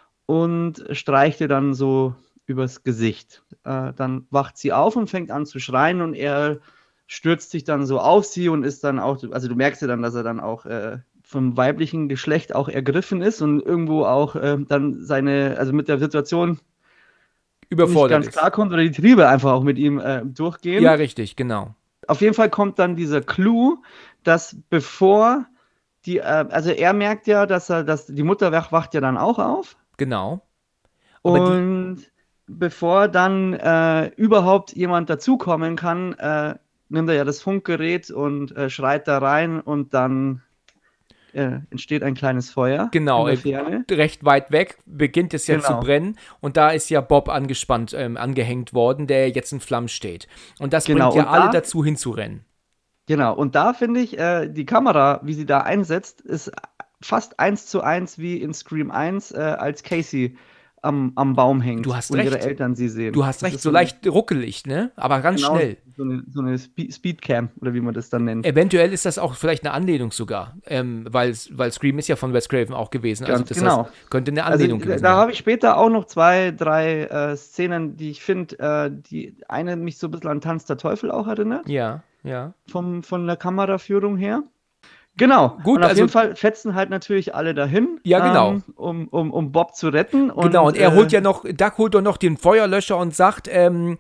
und streicht ihr dann so übers Gesicht. Dann wacht sie auf und fängt an zu schreien und er stürzt sich dann so auf sie und ist dann auch, also du merkst ja dann, dass er dann auch vom weiblichen Geschlecht auch ergriffen ist und irgendwo auch dann also mit der Situation nicht Überfordert ganz klarkommt oder die Triebe einfach auch mit ihm durchgehen. Ja, richtig, genau. Auf jeden Fall kommt dann dieser Clou, dass bevor also er merkt ja, dass die Mutter wacht ja dann auch auf. Genau. Aber Und bevor dann überhaupt jemand dazukommen kann, nimmt er ja das Funkgerät und schreit da rein und dann entsteht ein kleines Feuer Genau, in der Ferne. recht weit weg beginnt es ja zu Genau. brennen und da ist ja Bob angehängt worden, der jetzt in Flammen steht. Und das Genau, bringt ja und alle da- dazu hinzurennen. Genau, und da finde ich, die Kamera, wie sie da einsetzt, ist fast 1:1 wie in Scream 1, als Casey am Baum hängt Du hast und ihre recht. Eltern sie sehen. Du hast Das recht, ist so leicht ruckelig, ne? Aber ganz genau, schnell. so eine Speedcam oder wie man das dann nennt. Eventuell ist das auch vielleicht eine Anlehnung sogar, weil Scream ist ja von Wes Craven auch gewesen. Also Ganz das genau. heißt, könnte eine Also Anlehnung gewesen da sein. habe ich später auch noch 2, 3 Szenen, die ich finde, die eine mich so ein bisschen an Tanz der Teufel auch erinnert, Ja, ja. von der Kameraführung her. Genau. Gut, und auf also- jeden Fall fetzen halt natürlich alle dahin, Ja, genau. um Bob zu retten. Genau, und er holt ja noch, Doug holt doch noch den Feuerlöscher und sagt,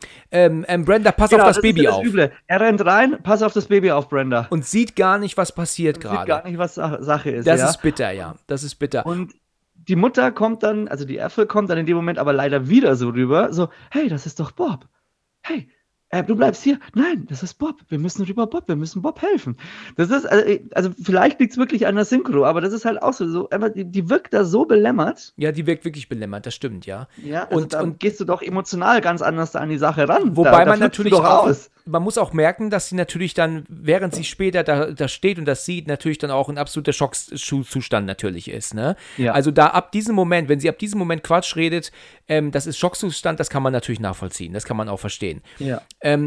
Brenda, pass auf das ist Baby ja das auf. Üble. Er rennt rein, pass auf das Baby auf, Brenda. Und sieht gar nicht, was passiert Sieht gar gerade. nicht, was Sache ist. Das ja. ist bitter, ja. Das ist bitter. Und die Mutter kommt dann, also die Ethel kommt dann in dem Moment aber leider wieder so rüber, so, hey, das ist doch Bob. Hey, du bleibst hier. Nein, das ist Bob. Wir müssen wir müssen Bob helfen. Das ist, also vielleicht liegt es wirklich an der Synchro, aber das ist halt auch so einfach, die wirkt da so belämmert. Ja, die wirkt wirklich belämmert, das stimmt, ja. Ja, also Und- da und- gehst du doch emotional ganz anders an die Sache ran. Wobei da man flippst natürlich du doch auch, aus. man muss auch merken, dass sie natürlich dann, während sie später da steht und das sieht, natürlich dann auch ein absoluter Schockzustand natürlich ist, ne? Ja. Also da ab diesem Moment, wenn sie ab diesem Moment Quatsch redet, das ist Schockzustand, das kann man natürlich nachvollziehen, das kann man auch verstehen. Ja.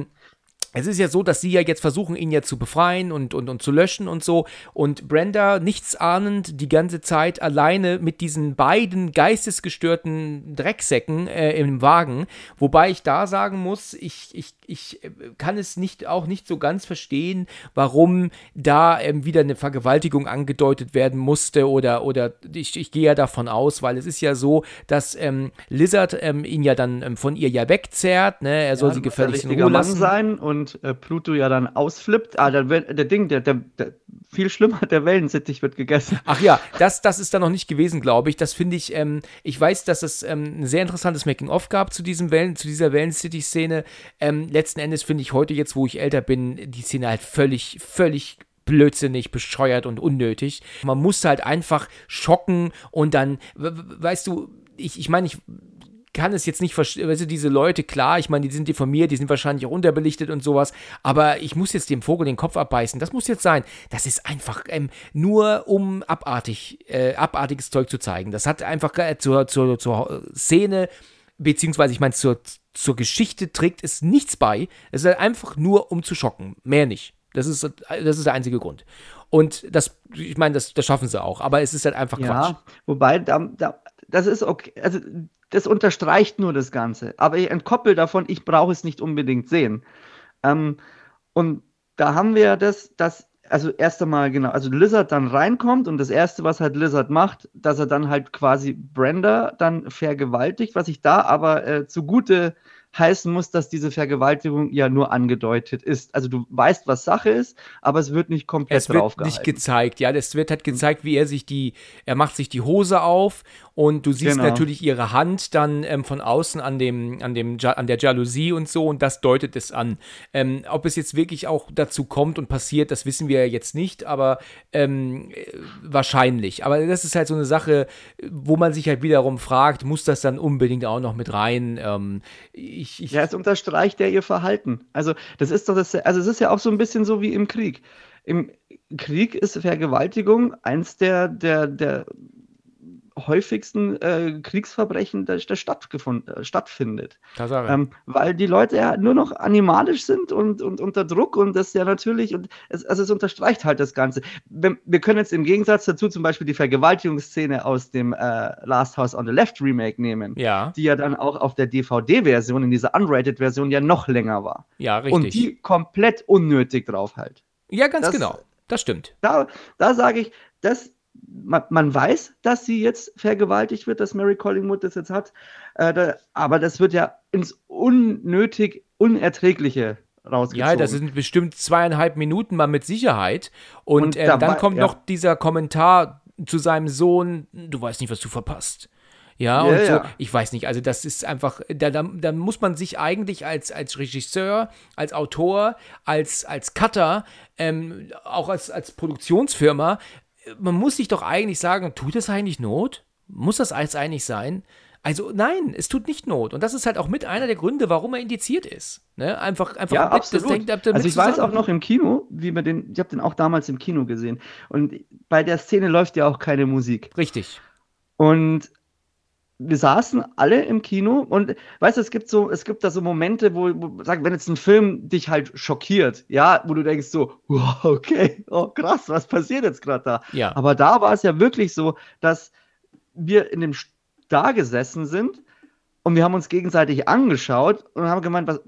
Es ist ja so, dass sie ja jetzt versuchen, ihn ja zu befreien und zu löschen und so. Und Brenda, nichtsahnend, die ganze Zeit alleine mit diesen beiden geistesgestörten Drecksäcken im Wagen. Wobei ich da sagen muss, ich kann es auch nicht so ganz verstehen, warum da wieder eine Vergewaltigung angedeutet werden musste. Oder ich gehe ja davon aus, weil es ist ja so, dass Lizard ihn ja dann von ihr ja wegzerrt. Ne? Er soll sie gefälligst in richtiger Ruhe Mann lassen. sein und Pluto ja dann ausflippt. Der viel schlimmer, der Wellensittich wird gegessen. Ach ja, das ist da noch nicht gewesen, glaube ich. Das finde ich, ich weiß, dass es ein sehr interessantes Making-of gab zu dieser Wellen-City-Szene. Letzten Endes finde ich heute, jetzt wo ich älter bin, die Szene halt völlig blödsinnig, bescheuert und unnötig. Man muss halt einfach schocken und dann, weißt du, ich meine, ich kann es jetzt nicht verstehen, weißt du, diese Leute, klar, ich meine, die sind deformiert, die sind wahrscheinlich auch unterbelichtet und sowas, aber ich muss jetzt dem Vogel den Kopf abbeißen, das muss jetzt sein. Das ist einfach nur, um abartiges Zeug zu zeigen. Das hat einfach zur Szene, beziehungsweise ich meine, zur Geschichte trägt es nichts bei. Es ist halt einfach nur, um zu schocken, mehr nicht. Das ist der einzige Grund. Und ich meine, das schaffen sie auch, aber es ist halt einfach Quatsch. Ja, wobei, das ist okay. Also, das unterstreicht nur das Ganze. Aber ich entkoppel davon, ich brauche es nicht unbedingt sehen. Und da haben wir also erst einmal, genau, also Lizard dann reinkommt und das Erste, was halt Lizard macht, dass er dann halt quasi Brenda dann vergewaltigt, was ich da aber zugute heißen muss, dass diese Vergewaltigung ja nur angedeutet ist. Also du weißt, was Sache ist, aber es wird nicht komplett Es wird draufgehalten. nicht gezeigt, ja, es wird halt gezeigt, wie er macht sich die Hose auf und du siehst Genau. natürlich ihre Hand dann von außen an der Jalousie und so und das deutet es an. Ob es jetzt wirklich auch dazu kommt und passiert, das wissen wir jetzt nicht, aber wahrscheinlich. Aber das ist halt so eine Sache, wo man sich halt wiederum fragt, muss das dann unbedingt auch noch mit rein? Ja, es unterstreicht ja ihr Verhalten. Also, das ist doch es ist ja auch so ein bisschen so wie im Krieg. Im Krieg ist Vergewaltigung eins der häufigsten Kriegsverbrechen, das stattfindet. Tatsache. Weil die Leute ja nur noch animalisch sind und unter Druck und das ja natürlich, und es unterstreicht halt das Ganze. Wir können jetzt im Gegensatz dazu zum Beispiel die Vergewaltigungsszene aus dem Last House on the Left Remake nehmen, Ja. die ja dann auch auf der DVD-Version, in dieser Unrated-Version ja noch länger war. Ja, richtig. Und die komplett unnötig drauf halt. Ja, ganz genau. Das stimmt. Da sage ich, man weiß, dass sie jetzt vergewaltigt wird, dass Mary Collingwood das jetzt hat, aber das wird ja ins unnötig Unerträgliche rausgezogen. Ja, das sind bestimmt 2,5 Minuten mal mit Sicherheit. Und dann kommt noch dieser Kommentar zu seinem Sohn, du weißt nicht, was du verpasst. Ja, und so, ich weiß nicht, also das ist einfach, da muss man sich eigentlich als Regisseur, als Autor, als Cutter, auch als Produktionsfirma, man muss sich doch eigentlich sagen, tut es eigentlich Not? Muss das eigentlich sein? Also nein, es tut nicht Not. Und das ist halt auch mit einer der Gründe, warum er indiziert ist. Ne? Einfach ja, absolut. Also ich weiß zusammen. auch noch im Kino, ich habe den auch damals im Kino gesehen. Und bei der Szene läuft ja auch keine Musik. Richtig. Und wir saßen alle im Kino und weißt du, es gibt da so Momente, wo wenn jetzt ein Film dich halt schockiert, ja, wo du denkst so, wow, okay, oh krass, was passiert jetzt gerade da? Ja. Aber da war es ja wirklich so, dass wir in dem da gesessen sind und wir haben uns gegenseitig angeschaut und haben gemeint, was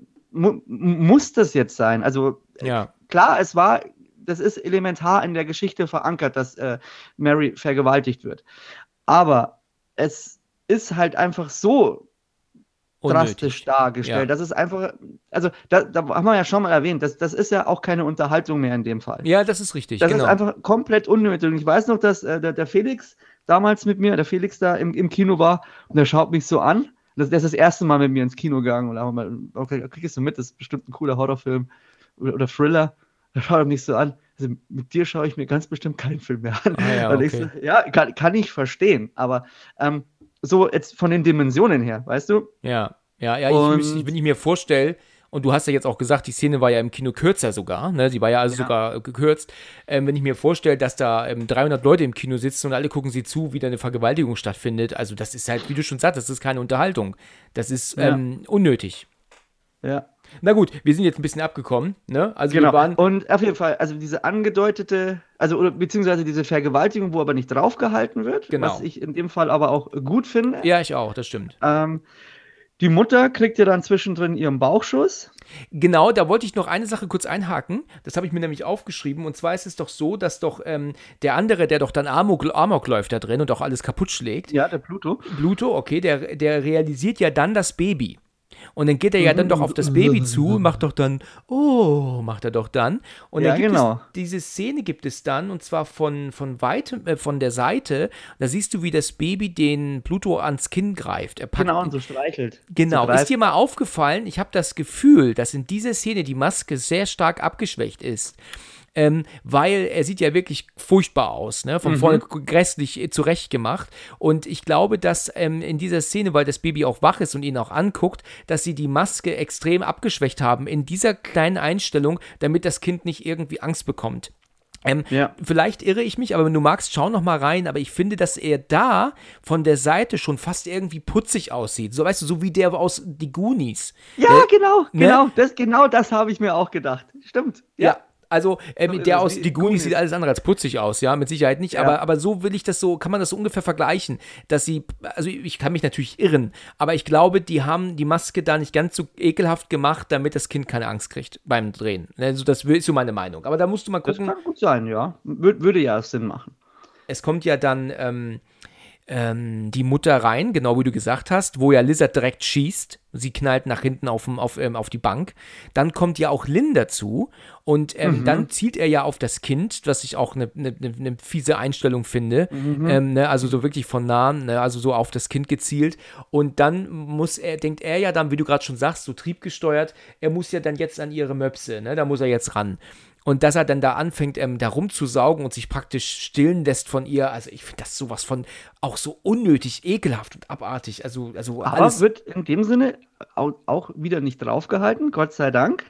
muss das jetzt sein? Also klar, das ist elementar in der Geschichte verankert, dass Mary vergewaltigt wird. Aber es ist halt einfach so drastisch dargestellt. Das ist einfach, also da haben wir ja schon mal erwähnt, das ist ja auch keine Unterhaltung mehr in dem Fall. Ja, das ist richtig. Das ist einfach komplett unnötig. Und ich weiß noch, dass der Felix damals mit mir, der Felix da im Kino war und der schaut mich so an. Der ist das erste Mal mit mir ins Kino gegangen und haben mal, okay, kriegst du mit, das ist bestimmt ein cooler Horrorfilm oder Thriller. Da schaut er mich so an. Also mit dir schaue ich mir ganz bestimmt keinen Film mehr an. Kann ich verstehen, aber so jetzt von den Dimensionen her, weißt du? Ja, wenn ich mir vorstelle, und du hast ja jetzt auch gesagt, die Szene war ja im Kino kürzer sogar, ne? Sie war ja also sogar gekürzt. Wenn ich mir vorstelle, dass da 300 Leute im Kino sitzen und alle gucken sie zu, wie da eine Vergewaltigung stattfindet, also das ist halt, wie du schon sagst, das ist keine Unterhaltung. Das ist unnötig. Ja. Na gut, wir sind jetzt ein bisschen abgekommen, ne? Also genau. wir waren und auf jeden Fall, also diese angedeutete, beziehungsweise diese Vergewaltigung, wo aber nicht draufgehalten wird, was ich in dem Fall aber auch gut finde. Ja, ich auch, das stimmt. Die Mutter kriegt ja dann zwischendrin ihren Bauchschuss. Genau, da wollte ich noch eine Sache kurz einhaken. Das habe ich mir nämlich aufgeschrieben. Und zwar ist es doch so, dass doch der andere, der doch dann Amok läuft da drin und auch alles kaputt schlägt. Ja, der Pluto. Pluto, okay, der realisiert ja dann das Baby. Und dann geht er ja dann doch auf das Baby zu, macht er doch dann. Und dann gibt es, diese Szene gibt es dann, und zwar von der Seite, da siehst du, wie das Baby den Pluto ans Kinn greift. Er packt und so streichelt. Genau, ist dir mal aufgefallen, ich habe das Gefühl, dass in dieser Szene die Maske sehr stark abgeschwächt ist. Weil er sieht ja wirklich furchtbar aus, ne? Von vorne grässlich zurecht gemacht. Und ich glaube, dass in dieser Szene, weil das Baby auch wach ist und ihn auch anguckt, dass sie die Maske extrem abgeschwächt haben in dieser kleinen Einstellung, damit das Kind nicht irgendwie Angst bekommt. Vielleicht irre ich mich, aber wenn du magst, schau noch mal rein, aber ich finde, dass er da von der Seite schon fast irgendwie putzig aussieht. So, weißt du, so wie der aus die Goonies. Ja, genau das habe ich mir auch gedacht. Stimmt. Ja. Also, der aus die Goonies sieht alles andere als putzig aus, ja, mit Sicherheit nicht, aber so kann man das so ungefähr vergleichen, dass sie, also ich kann mich natürlich irren, aber ich glaube, die haben die Maske da nicht ganz so ekelhaft gemacht, damit das Kind keine Angst kriegt beim Drehen. Also das ist so meine Meinung, aber da musst du mal gucken. Das kann gut sein, ja. Würde ja Sinn machen. Es kommt ja dann die Mutter rein, genau wie du gesagt hast, wo ja Lizard direkt schießt. Sie knallt nach hinten auf die Bank. Dann kommt ja auch Lynn dazu und dann zielt er ja auf das Kind, was ich auch eine fiese Einstellung finde. Also so wirklich von nahen, also so auf das Kind gezielt. Und dann denkt er ja dann, wie du gerade schon sagst, so triebgesteuert, er muss ja dann jetzt an ihre Möpse, ne? Da muss er jetzt ran. Und dass er dann da anfängt, da rumzusaugen und sich praktisch stillen lässt von ihr. Also ich finde das sowas von auch so unnötig, ekelhaft und abartig. Also Aber alles wird in dem Sinne auch wieder nicht draufgehalten, Gott sei Dank.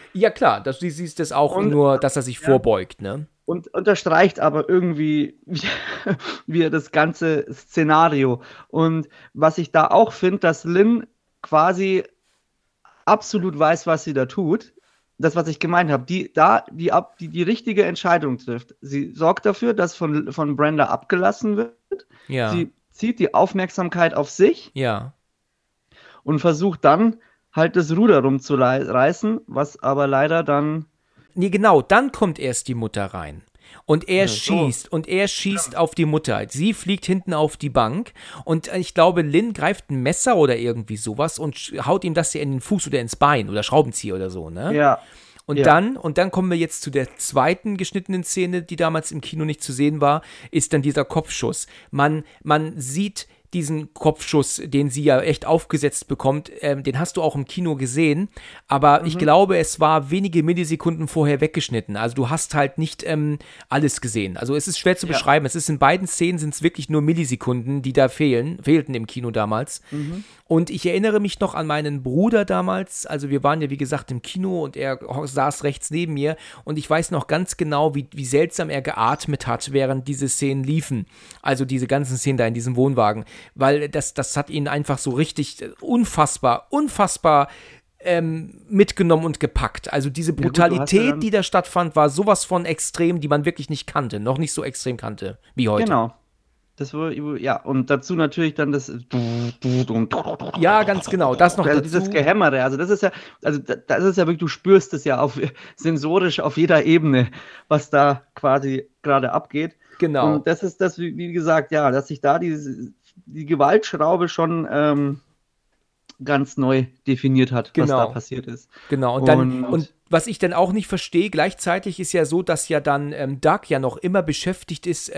Ja, klar, du siehst das auch nur, dass er sich vorbeugt, ne? Und unterstreicht aber irgendwie wieder das ganze Szenario. Und was ich da auch finde, dass Lynn quasi absolut weiß, was sie da tut. Das, was ich gemeint habe, die richtige Entscheidung trifft. Sie sorgt dafür, dass von Brenda abgelassen wird. Ja. Sie zieht die Aufmerksamkeit auf sich Ja. und versucht dann halt das Ruder rumzureißen, was aber leider dann. Nee, genau, dann kommt erst die Mutter rein. Und er schießt Ja. auf die Mutter. Sie fliegt hinten auf die Bank und ich glaube, Lynn greift ein Messer oder irgendwie sowas und haut ihm das hier in den Fuß oder ins Bein oder Schraubenzieher oder so, ne? Ja. Und dann kommen wir jetzt zu der zweiten geschnittenen Szene, die damals im Kino nicht zu sehen war, ist dann dieser Kopfschuss. Man sieht diesen Kopfschuss, den sie ja echt aufgesetzt bekommt, den hast du auch im Kino gesehen, aber ich glaube, es war wenige Millisekunden vorher weggeschnitten. Also du hast halt nicht alles gesehen. Also es ist schwer zu beschreiben. Es ist in beiden Szenen sind es wirklich nur Millisekunden, die da fehlten im Kino damals. Und ich erinnere mich noch an meinen Bruder damals, also wir waren ja wie gesagt im Kino und er saß rechts neben mir und ich weiß noch ganz genau, wie seltsam er geatmet hat, während diese Szenen liefen. Also diese ganzen Szenen da in diesem Wohnwagen. Weil das hat ihn einfach so richtig unfassbar mitgenommen und gepackt. Also diese Brutalität, die da stattfand, war sowas von extrem, die man wirklich nicht kannte. Noch nicht so extrem kannte wie heute. Genau. Und dazu natürlich dann das. Ja, ganz genau. Das noch dazu. Dieses Gehämmere. Also das ist ja wirklich, du spürst es ja sensorisch auf jeder Ebene, was da quasi gerade abgeht. Genau. Und das ist das, wie gesagt, ja, dass sich da die Gewaltschraube schon ganz neu definiert hat, was da passiert ist. Genau, und was ich dann auch nicht verstehe, gleichzeitig ist ja so, dass ja dann Doug ja noch immer beschäftigt ist,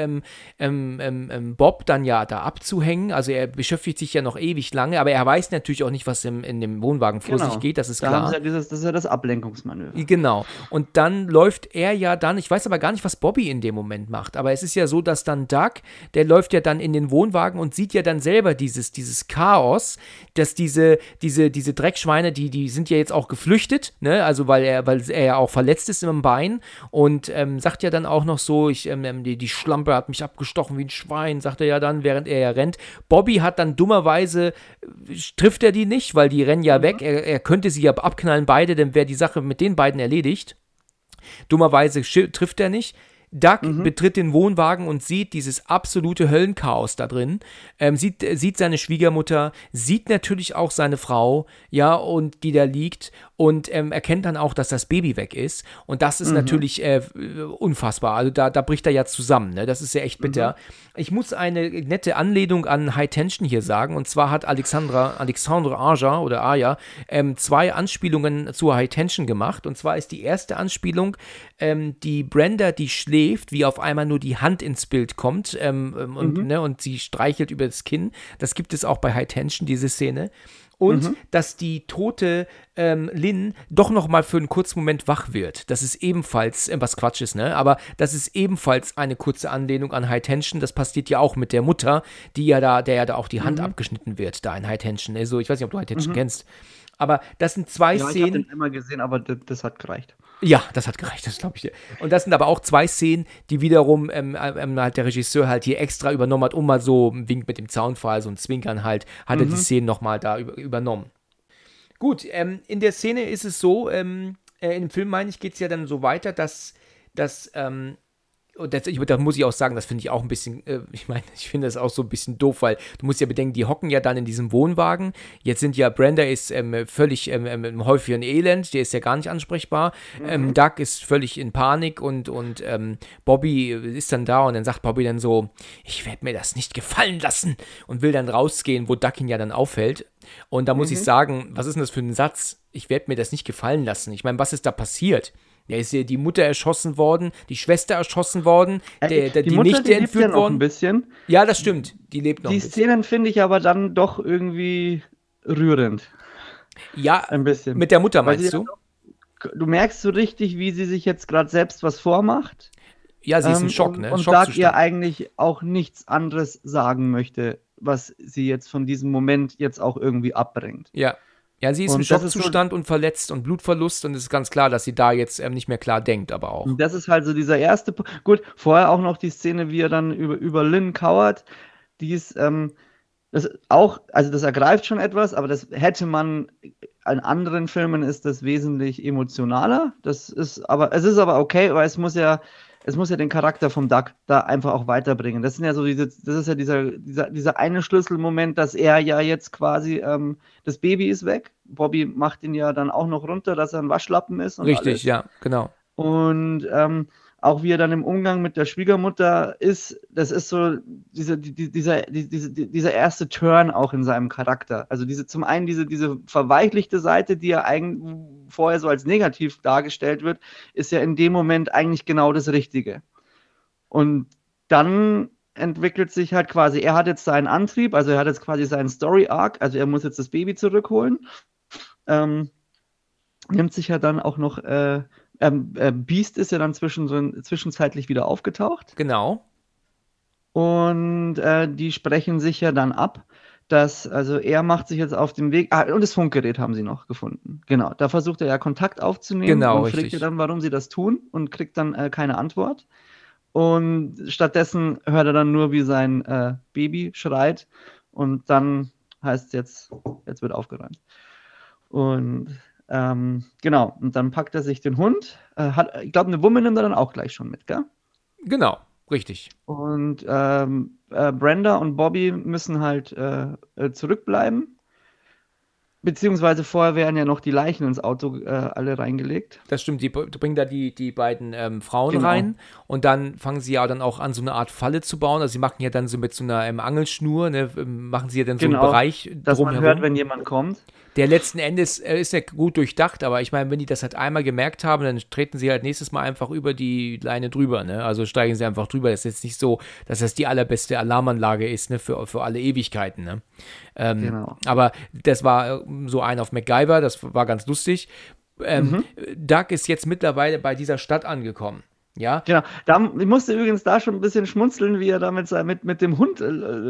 Bob dann ja da abzuhängen. Also er beschäftigt sich ja noch ewig lange, aber er weiß natürlich auch nicht, was in dem Wohnwagen vor sich geht, das ist klar. Das ist ja das Ablenkungsmanöver. Genau, und dann läuft er ja dann, ich weiß aber gar nicht, was Bobby in dem Moment macht, aber es ist ja so, dass dann Doug, der läuft ja dann in den Wohnwagen und sieht ja dann selber dieses Chaos, dass diese Dreckschweine, die sind ja jetzt auch geflüchtet, ne, also weil er ja auch verletzt ist im Bein und sagt ja dann auch noch so, die Schlampe hat mich abgestochen wie ein Schwein, sagt er ja dann, während er ja rennt. Bobby hat dann dummerweise, trifft er die nicht, weil die rennen ja weg, er könnte sie ja abknallen beide, dann wäre die Sache mit den beiden erledigt. Dummerweise trifft er nicht. Doug betritt den Wohnwagen und sieht dieses absolute Höllenchaos da drin, sieht seine Schwiegermutter, sieht natürlich auch seine Frau, ja, und die da liegt und erkennt dann auch, dass das Baby weg ist und das ist natürlich unfassbar, also da bricht er ja zusammen, ne? Das ist ja echt bitter. Ich muss eine nette Anlehnung an High Tension hier sagen und zwar hat Alexandre Aja 2 Anspielungen zur High Tension gemacht und zwar ist die erste Anspielung die Brenda, die schläft, wie auf einmal nur die Hand ins Bild kommt und sie streichelt über das Kinn. Das gibt es auch bei High Tension, diese Szene. Und dass die tote Lynn doch noch mal für einen kurzen Moment wach wird. Das ist ebenfalls, was Quatsch ist, ne? Aber das ist ebenfalls eine kurze Anlehnung an High Tension. Das passiert ja auch mit der Mutter, der ja da auch die Hand abgeschnitten wird, da in High Tension. Also ich weiß nicht, ob du High Tension kennst. Aber das sind 2 Szenen. Ich habe den immer gesehen, aber das hat gereicht. Ja, das hat gereicht, das glaube ich dir. Und das sind aber auch 2 Szenen, die wiederum halt der Regisseur halt hier extra übernommen hat, um mal so ein Wink mit dem Zaunpfahl, so ein Zwinkern halt, hat er die Szenen nochmal da übernommen. Gut, in der Szene ist es so, im Film, meine ich, geht es ja dann so weiter, dass und da muss ich auch sagen, das finde ich auch ein bisschen, ich finde das auch so ein bisschen doof, weil du musst ja bedenken, die hocken ja dann in diesem Wohnwagen. Jetzt sind ja, Brenda ist völlig im häufigen Elend, der ist ja gar nicht ansprechbar. Doug ist völlig in Panik und Bobby ist dann da und dann sagt Bobby dann so, ich werde mir das nicht gefallen lassen und will dann rausgehen, wo Doug ihn ja dann auffällt. Und da muss ich sagen, was ist denn das für ein Satz? Ich werde mir das nicht gefallen lassen. Ich meine, was ist da passiert? Da ist ja die Mutter erschossen worden, die Schwester erschossen worden, die Mutter, Nichte entführt worden. Ein bisschen. Ja, das stimmt. Die lebt noch ein bisschen. Die Szenen finde ich aber dann doch irgendwie rührend. Ja, ein bisschen. Mit der Mutter meinst du? Du merkst so richtig, wie sie sich jetzt gerade selbst was vormacht. Ja, sie ist im Schock, ne? Und Doug ihr eigentlich auch nichts anderes sagen möchte, was sie jetzt von diesem Moment jetzt auch irgendwie abbringt. Ja. Ja, sie ist im Und das ist Schockzustand und verletzt und Blutverlust und es ist ganz klar, dass sie da jetzt nicht mehr klar denkt, aber auch. Und das ist halt so dieser erste Punkt. Gut, vorher auch noch die Szene, wie er dann über Lynn kauert, die ist, das auch, also das ergreift schon etwas, aber das hätte man, in anderen Filmen ist das wesentlich emotionaler. Es ist aber okay, weil es muss ja den Charakter vom Doug da einfach auch weiterbringen. Das ist ja dieser eine Schlüsselmoment, dass er ja jetzt quasi, das Baby ist weg. Bobby macht ihn ja dann auch noch runter, dass er ein Waschlappen ist und Richtig, alles. ja, genau. Und auch wie er dann im Umgang mit der Schwiegermutter ist, das ist so dieser erste Turn auch in seinem Charakter. Also zum einen diese verweichlichte Seite, die ja eigentlich vorher so als negativ dargestellt wird, ist ja in dem Moment eigentlich genau das Richtige. Und dann entwickelt sich halt quasi, er hat jetzt seinen Antrieb, also er hat jetzt quasi seinen Story-Arc, also er muss jetzt das Baby zurückholen. Nimmt sich ja dann auch noch Beast ist ja dann zwischenzeitlich wieder aufgetaucht. Genau. Und die sprechen sich ja dann ab, also er macht sich jetzt auf den Weg. Und das Funkgerät haben sie noch gefunden. Genau, da versucht er ja Kontakt aufzunehmen Genau, und richtig. fragt ja dann, warum sie das tun und kriegt dann keine Antwort. Und stattdessen hört er dann nur, wie sein Baby schreit und dann heißt es jetzt wird aufgeräumt. Und genau, und dann packt er sich den Hund. Ich glaube, eine Wumme nimmt er dann auch gleich schon mit, gell? Genau, richtig. Und Brenda und Bobby müssen halt zurückbleiben. Beziehungsweise vorher werden ja noch die Leichen ins Auto alle reingelegt. Das stimmt, die bringen da die beiden Frauen Genau. rein und dann fangen sie ja dann auch an, so eine Art Falle zu bauen. Also sie machen ja dann so mit so einer Angelschnur, ne, machen sie ja dann so einen Bereich dass man drumherum. hört, wenn jemand kommt. Der letzten Endes ist ja gut durchdacht, aber ich meine, wenn die das halt einmal gemerkt haben, dann treten sie halt nächstes Mal einfach über die Leine drüber, ne? Also steigen sie einfach drüber. Das ist jetzt nicht so, dass das die allerbeste Alarmanlage ist, ne? Für alle Ewigkeiten, ne? Genau. Aber das war so ein auf MacGyver, das war ganz lustig. Doug ist jetzt mittlerweile bei dieser Stadt angekommen. Ja? Genau. Ich musste übrigens da schon ein bisschen schmunzeln, wie er da mit dem Hund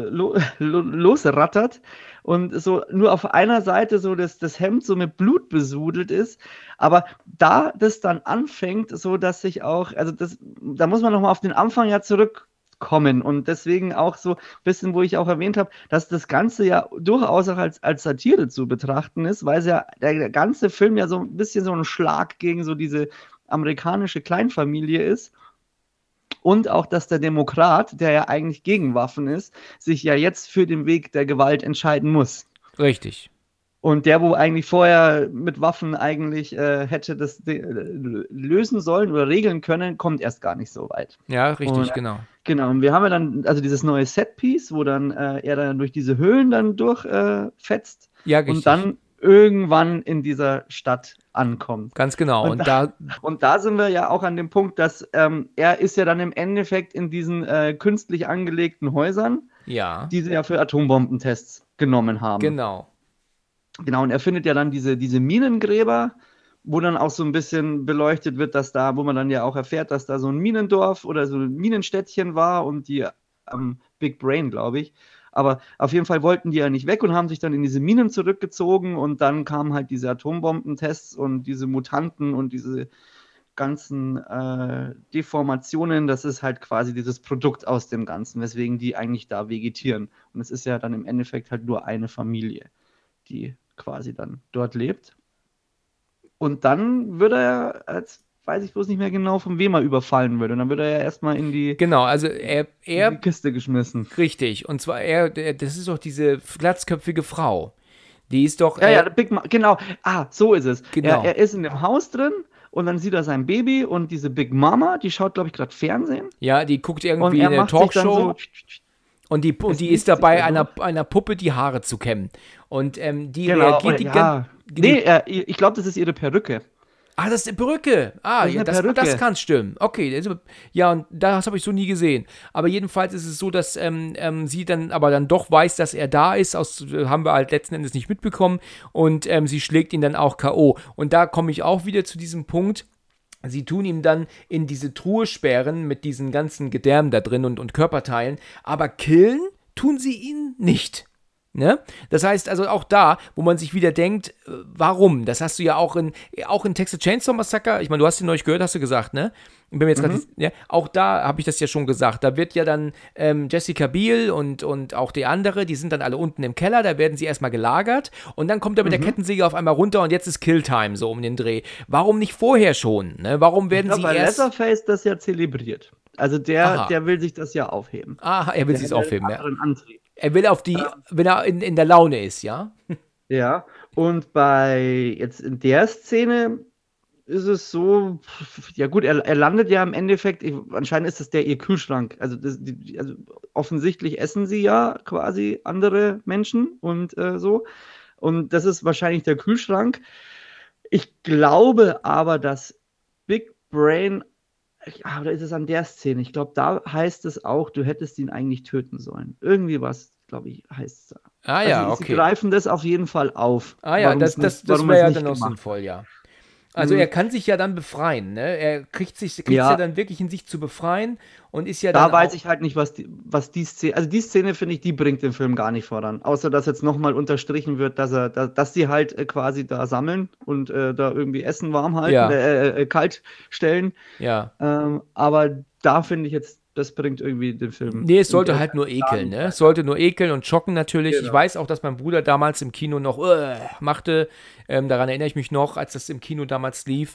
losrattert und so nur auf einer Seite so das Hemd so mit Blut besudelt ist. Aber da das dann anfängt, so dass sich auch, also da muss man nochmal auf den Anfang ja zurückkommen und deswegen auch so ein bisschen, wo ich auch erwähnt habe, dass das Ganze ja durchaus auch als Satire zu betrachten ist, weil es ja der ganze Film ja so ein bisschen so ein Schlag gegen so diese amerikanische Kleinfamilie ist und auch, dass der Demokrat, der ja eigentlich gegen Waffen ist, sich ja jetzt für den Weg der Gewalt entscheiden muss. Richtig. Und der, wo eigentlich vorher mit Waffen eigentlich hätte das lösen sollen oder regeln können, kommt erst gar nicht so weit. Ja, richtig, Und, genau. Genau, und wir haben ja dann, also dieses neue Setpiece, wo dann er dann durch diese Höhlen dann durchfetzt Ja, richtig. und dann irgendwann in dieser Stadt ankommt. Ganz genau. Und da sind wir ja auch an dem Punkt, dass er ist ja dann im Endeffekt in diesen künstlich angelegten Häusern, ja. die sie ja für Atombombentests genommen haben. Genau. Genau, und er findet ja dann diese Minengräber, wo dann auch so ein bisschen beleuchtet wird, wo man dann ja auch erfährt, dass da so ein Minendorf oder so ein Minenstädtchen war und die Big Brain, glaube ich. Aber auf jeden Fall wollten die ja nicht weg und haben sich dann in diese Minen zurückgezogen und dann kamen halt diese Atombombentests und diese Mutanten und diese ganzen Deformationen. Das ist halt quasi dieses Produkt aus dem Ganzen, weswegen die eigentlich da vegetieren. Und es ist ja dann im Endeffekt halt nur eine Familie, die quasi dann dort lebt. Und dann würde er, jetzt weiß ich bloß nicht mehr genau, von wem er überfallen würde. Und dann wird er ja erstmal in die Kiste geschmissen. Richtig. Und zwar das ist doch diese glatzköpfige Frau. Die ist doch. Genau. So ist es. Genau. Er ist in dem Haus drin und dann sieht er sein Baby und diese Big Mama, die schaut, glaube ich, gerade Fernsehen. Ja, die guckt irgendwie in eine Talkshow. Und die ist dabei, einer Puppe die Haare zu kämmen. Und die reagiert ich glaube, das ist ihre Perücke. Das ist eine Perücke. Das kann stimmen. Okay, ja, und das habe ich so nie gesehen. Aber jedenfalls ist es so, dass sie dann aber dann doch weiß, dass er da ist. Haben wir halt letzten Endes nicht mitbekommen. Und sie schlägt ihn dann auch K.O. Und da komme ich auch wieder zu diesem Punkt. Sie tun ihm dann in diese Truhe sperren mit diesen ganzen Gedärmen da drin und Körperteilen. Aber killen tun sie ihn nicht. Ne? Das heißt also auch da, wo man sich wieder denkt, warum? Das hast du ja auch in Texas Chainsaw Massacre, ich meine, du hast den neulich gehört, hast du gesagt, ne? Ich bin mir jetzt auch da habe ich das ja schon gesagt, da wird ja dann Jessica Biel und auch die andere, die sind dann alle unten im Keller, da werden sie erstmal gelagert und dann kommt er mit der Kettensäge auf einmal runter und jetzt ist Killtime so um den Dreh. Warum nicht vorher schon? Ne? Warum werden sie erst... Leatherface das ja zelebriert. Also der will sich das ja aufheben. Aha, er will sich aufheben, ja. Antrieb. Er will wenn er in der Laune ist, ja? Ja, und jetzt in der Szene ist es so, ja gut, er landet ja im Endeffekt, anscheinend ist das ihr Kühlschrank. Also, also offensichtlich essen sie ja quasi andere Menschen und so. Und das ist wahrscheinlich der Kühlschrank. Ich glaube aber, dass Big Brain, oder ist es an der Szene? Ich glaube, da heißt es auch, du hättest ihn eigentlich töten sollen. Irgendwie was, glaube ich, heißt es da. Ah ja, also, okay. Sie greifen das auf jeden Fall auf. Ah ja, das wäre ja dann auch sinnvoll, ja. Also er kann sich ja dann befreien, ne? Er kriegt ja dann wirklich in sich zu befreien und ist ja dann. Da weiß ich halt nicht, was die Szene, also die Szene, finde ich, die bringt den Film gar nicht voran. Außer dass jetzt nochmal unterstrichen wird, dass sie halt quasi da sammeln und da irgendwie Essen warm halten, kalt stellen. Ja. Aber da finde ich jetzt, das bringt irgendwie den Film. Nee, es sollte halt nur ekeln, ne? Es sollte nur ekeln und schocken natürlich. Genau. Ich weiß auch, dass mein Bruder damals im Kino noch machte. Daran erinnere ich mich noch, als das im Kino damals lief.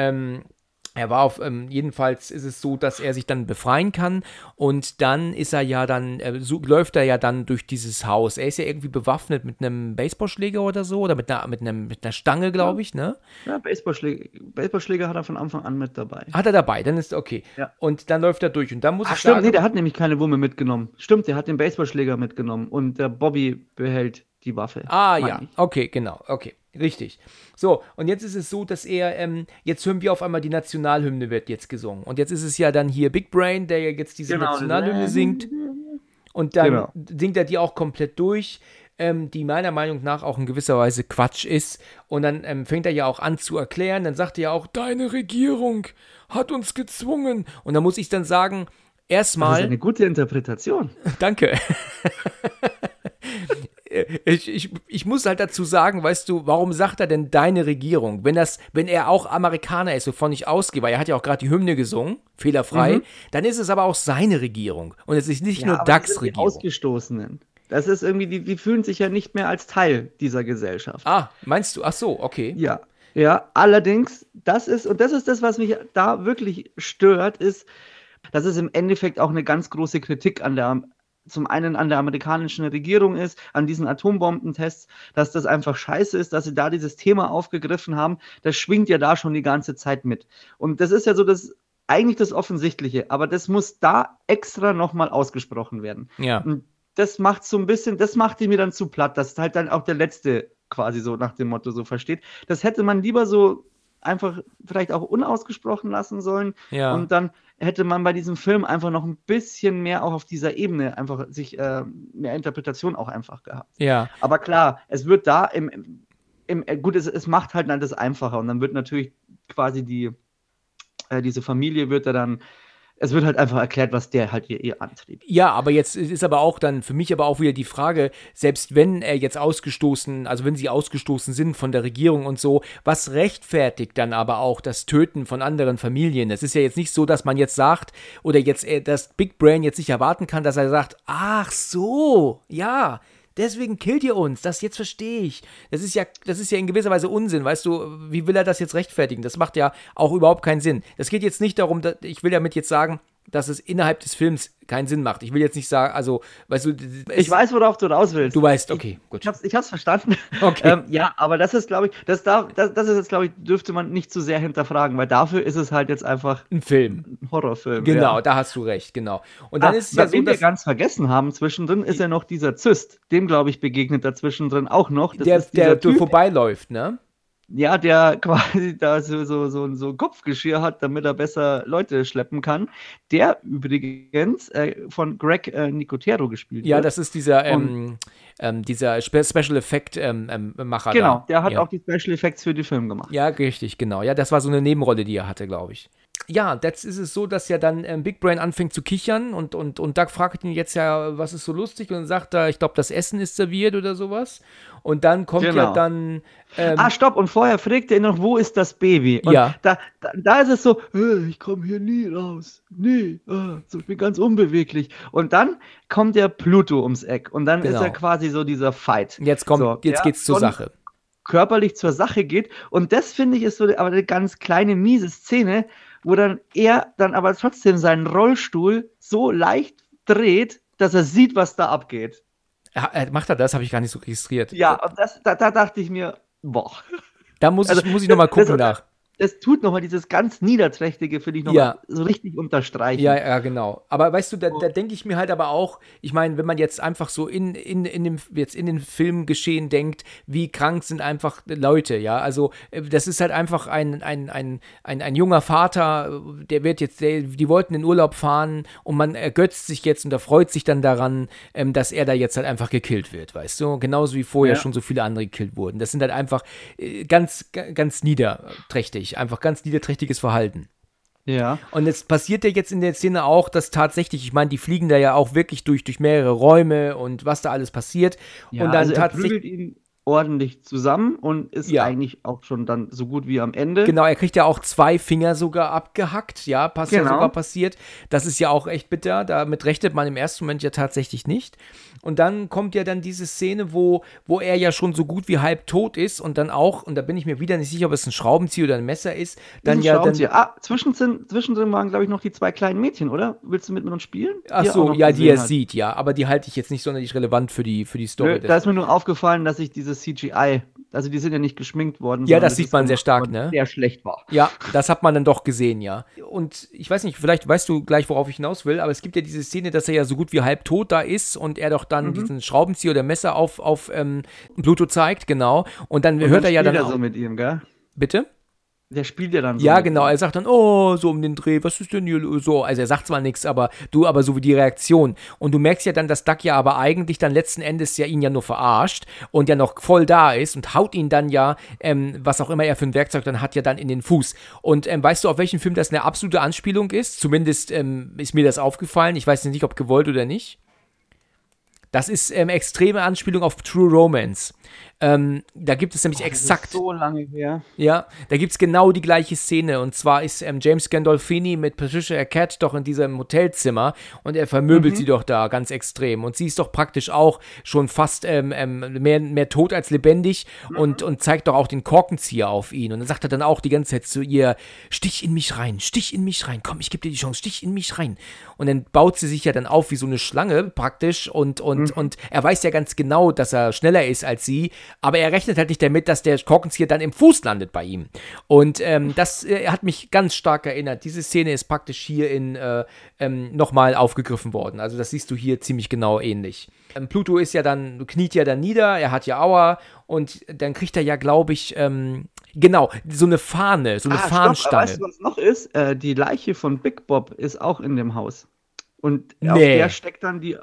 Er war jedenfalls ist es so, dass er sich dann befreien kann und dann ist er ja dann, läuft er ja dann durch dieses Haus. Er ist ja irgendwie bewaffnet mit einem Baseballschläger oder so oder mit einer Stange, glaube ich, ne? Ja, Baseballschläger hat er von Anfang an mit dabei. Hat er dabei, dann ist okay. Ja. Und dann läuft er durch und dann muss ich sagen... Stimmt, der hat nämlich keine Wumme mitgenommen. Stimmt, der hat den Baseballschläger mitgenommen und der Bobby behält die Waffe. Ah ja, okay, genau, okay. Richtig. So, und jetzt ist es so, dass jetzt hören wir auf einmal, die Nationalhymne wird jetzt gesungen. Und jetzt ist es ja dann hier Big Brain, der ja jetzt diese Nationalhymne singt. Und dann singt er die auch komplett durch, die meiner Meinung nach auch in gewisser Weise Quatsch ist. Und dann fängt er ja auch an zu erklären, dann sagt er ja auch, deine Regierung hat uns gezwungen. Und dann muss ich dann sagen, erstmal... Das ist eine gute Interpretation. Danke. Ich muss halt dazu sagen, weißt du, warum sagt er denn deine Regierung? Wenn er auch Amerikaner ist, wovon ich ausgehe, weil er hat ja auch gerade die Hymne gesungen, fehlerfrei, dann ist es aber auch seine Regierung. Und es ist nicht nur Ducks Regierung. Die Ausgestoßenen. Das ist irgendwie, die fühlen sich ja nicht mehr als Teil dieser Gesellschaft. Ah, meinst du? Ach so, okay. Ja, allerdings, das ist das, was mich da wirklich stört, ist, dass es im Endeffekt auch eine ganz große Kritik zum einen an der amerikanischen Regierung ist, an diesen Atombombentests, dass das einfach scheiße ist, dass sie da dieses Thema aufgegriffen haben. Das schwingt ja da schon die ganze Zeit mit. Und das ist ja so eigentlich das Offensichtliche, aber das muss da extra nochmal ausgesprochen werden. Ja. Und das macht die mir dann zu platt, dass halt dann auch der Letzte quasi so nach dem Motto so versteht. Das hätte man lieber so einfach vielleicht auch unausgesprochen lassen sollen. Ja. Und dann hätte man bei diesem Film einfach noch ein bisschen mehr auch auf dieser Ebene einfach sich mehr Interpretation auch einfach gehabt. Ja. Aber klar, es wird da es macht halt dann das einfacher und dann wird natürlich quasi diese Familie wird da dann, es wird halt einfach erklärt, was der halt ihr antrieb. Ja, aber jetzt ist aber auch dann für mich aber auch wieder die Frage, selbst wenn er jetzt wenn sie ausgestoßen sind von der Regierung und so, was rechtfertigt dann aber auch das Töten von anderen Familien? Es ist ja jetzt nicht so, dass man jetzt sagt, oder jetzt, dass Big Brain jetzt nicht erwarten kann, dass er sagt, ach so, ja, deswegen killt ihr uns, das jetzt verstehe ich. Das ist ja in gewisser Weise Unsinn, weißt du, wie will er das jetzt rechtfertigen? Das macht ja auch überhaupt keinen Sinn. Das geht jetzt nicht darum, ich will damit jetzt sagen, dass es innerhalb des Films keinen Sinn macht. Ich will jetzt nicht sagen, also, weißt du... Ich weiß, worauf du raus willst. Du weißt, okay, gut. Ich hab's verstanden. Okay. Ja, aber das ist, glaube ich, das ist jetzt, glaube ich, dürfte man nicht zu sehr hinterfragen, weil dafür ist es halt jetzt einfach ein Film. Ein Horrorfilm. Genau, da hast du recht, genau. Und dann ist es ja so, dass wir ganz vergessen haben, zwischendrin ist ja noch dieser Zyst. Dem, glaube ich, begegnet da zwischendrin auch noch. Das der vorbeiläuft, ne? Ja, der quasi da so Kopfgeschirr hat, damit er besser Leute schleppen kann. Der übrigens von Greg Nicotero gespielt wird. Ja, das ist dieser Special Effect Macher. Genau, der hat auch die Special Effects für den Film gemacht. Ja, richtig, genau. Ja, das war so eine Nebenrolle, die er hatte, glaube ich. ja, jetzt ist es so, dass ja dann Big Brain anfängt zu kichern und Doug fragt ihn jetzt ja, was ist so lustig? Und dann sagt er, ich glaube, das Essen ist serviert oder sowas. Und dann kommt ja dann. Stopp, und vorher fragt er ihn noch, wo ist das Baby? Und ja. Da ist es so, ich komme hier nie raus. Nee, so, ich bin ganz unbeweglich. Und dann kommt der Pluto ums Eck. Und dann ist er quasi so dieser Fight. Jetzt geht's zur Sache. Körperlich zur Sache geht. Und das finde ich ist so aber eine ganz kleine, miese Szene, wo dann er dann aber trotzdem seinen Rollstuhl so leicht dreht, dass er sieht, was da abgeht. Macht er das? Habe ich gar nicht so registriert. Ja, und da dachte ich mir, boah. Da muss ich nochmal gucken nach. Das tut nochmal dieses ganz Niederträchtige, finde ich, nochmal so richtig unterstreichen. Ja, genau. Aber weißt du, da denke ich mir halt aber auch, ich meine, wenn man jetzt einfach so in den Filmgeschehen denkt, wie krank sind einfach Leute, ja, also das ist halt einfach ein junger Vater, die wollten in Urlaub fahren und man ergötzt sich jetzt und er freut sich dann daran, dass er da jetzt halt einfach gekillt wird, weißt du, genauso wie vorher schon so viele andere gekillt wurden. Das sind halt einfach ganz, ganz niederträchtig. Einfach ganz niederträchtiges Verhalten. Ja. Und es passiert ja jetzt in der Szene auch, dass tatsächlich, ich meine, die fliegen da ja auch wirklich durch mehrere Räume und was da alles passiert. Ja, und dann also er prügelt ihn ordentlich zusammen und ist eigentlich auch schon dann so gut wie am Ende. Genau, er kriegt ja auch 2 Finger sogar abgehackt, ja, ja sogar passiert. Das ist ja auch echt bitter, damit rechnet man im ersten Moment ja tatsächlich nicht. Und dann kommt ja dann diese Szene, wo er ja schon so gut wie halb tot ist und dann auch, und da bin ich mir wieder nicht sicher, ob es ein Schraubenzieher oder ein Messer ist, dann ja dann... Zwischendrin waren, glaube ich, noch die 2 kleinen Mädchen, oder? Willst du mit uns spielen? Ach so, ja, die er sieht, ja, aber die halte ich jetzt nicht sonderlich relevant für die Story. Nö, da ist mir nur aufgefallen, dass ich dieses CGI, also die sind ja nicht geschminkt worden. Ja, das sieht man sehr stark, ne? Sehr schlecht war. Ja, das hat man dann doch gesehen, ja. Und ich weiß nicht, vielleicht weißt du gleich, worauf ich hinaus will, aber es gibt ja diese Szene, dass er ja so gut wie halb tot da ist und er doch dann diesen Schraubenzieher oder Messer auf Pluto zeigt, genau. Und dann hört er ja dann auch so mit ihm, gell? Bitte? Der spielt ja dann so. Ja, genau. Er sagt dann, oh, so um den Dreh, was ist denn hier so? Also er sagt zwar nichts, aber so wie die Reaktion. Und du merkst ja dann, dass Doug ja aber eigentlich dann letzten Endes ja ihn ja nur verarscht und ja noch voll da ist und haut ihn dann ja, was auch immer er für ein Werkzeug dann hat, ja dann in den Fuß. Und weißt du, auf welchen Film das eine absolute Anspielung ist? Zumindest ist mir das aufgefallen. Ich weiß nicht, ob gewollt oder nicht. Das ist extreme Anspielung auf True Romance. Da gibt es nämlich exakt. Das ist so lange her. Ja, da gibt es genau die gleiche Szene. Und zwar ist James Gandolfini mit Patricia Arquette doch in diesem Hotelzimmer und er vermöbelt sie doch da ganz extrem. Und sie ist doch praktisch auch schon fast mehr tot als lebendig und zeigt doch auch den Korkenzieher auf ihn. Und dann sagt er dann auch die ganze Zeit zu ihr: Stich in mich rein, komm, ich gebe dir die Chance, stich in mich rein. Und dann baut sie sich ja dann auf wie so eine Schlange praktisch und er weiß ja ganz genau, dass er schneller ist als sie, aber er rechnet halt nicht damit, dass der Korkenzieher dann im Fuß landet bei ihm. Und das hat mich ganz stark erinnert. Diese Szene ist praktisch hier nochmal aufgegriffen worden. Also das siehst du hier ziemlich genau ähnlich. Pluto kniet ja dann nieder, er hat ja Aua und dann kriegt er ja, glaube ich, genau, so eine Fahne, so eine Fahnenstange. Weißt du, was noch ist? Die Leiche von Big Bob ist auch in dem Haus. Und auf der steckt dann die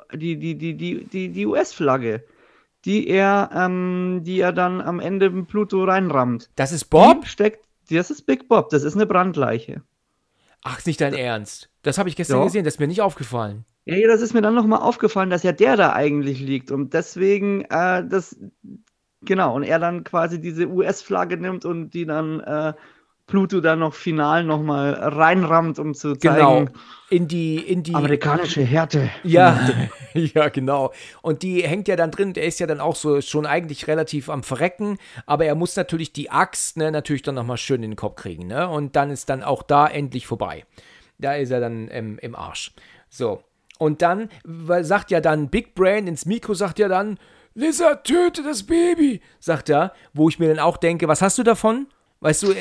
US-Flagge, die er dann am Ende in Pluto reinrammt. Das ist Bob? Das ist Big Bob, das ist eine Brandleiche. Ach, ist nicht dein Ernst? Das habe ich gestern gesehen, das ist mir nicht aufgefallen. Ja, das ist mir dann nochmal aufgefallen, dass ja der da eigentlich liegt. Und deswegen, genau, und er dann quasi diese US-Flagge nimmt und die dann Pluto dann noch final nochmal reinrammt, um zu zeigen, in die amerikanische Härte. Ja, ja, genau. Und die hängt ja dann drin, der ist ja dann auch so schon eigentlich relativ am Verrecken, aber er muss natürlich die Axt, ne, natürlich dann nochmal schön in den Kopf kriegen, ne? Und dann ist dann auch da endlich vorbei. Da ist er dann im Arsch. So. Und dann sagt ja dann Big Brain ins Mikro, sagt ja dann, Lizard, töte das Baby, sagt er, wo ich mir dann auch denke, was hast du davon? Weißt du,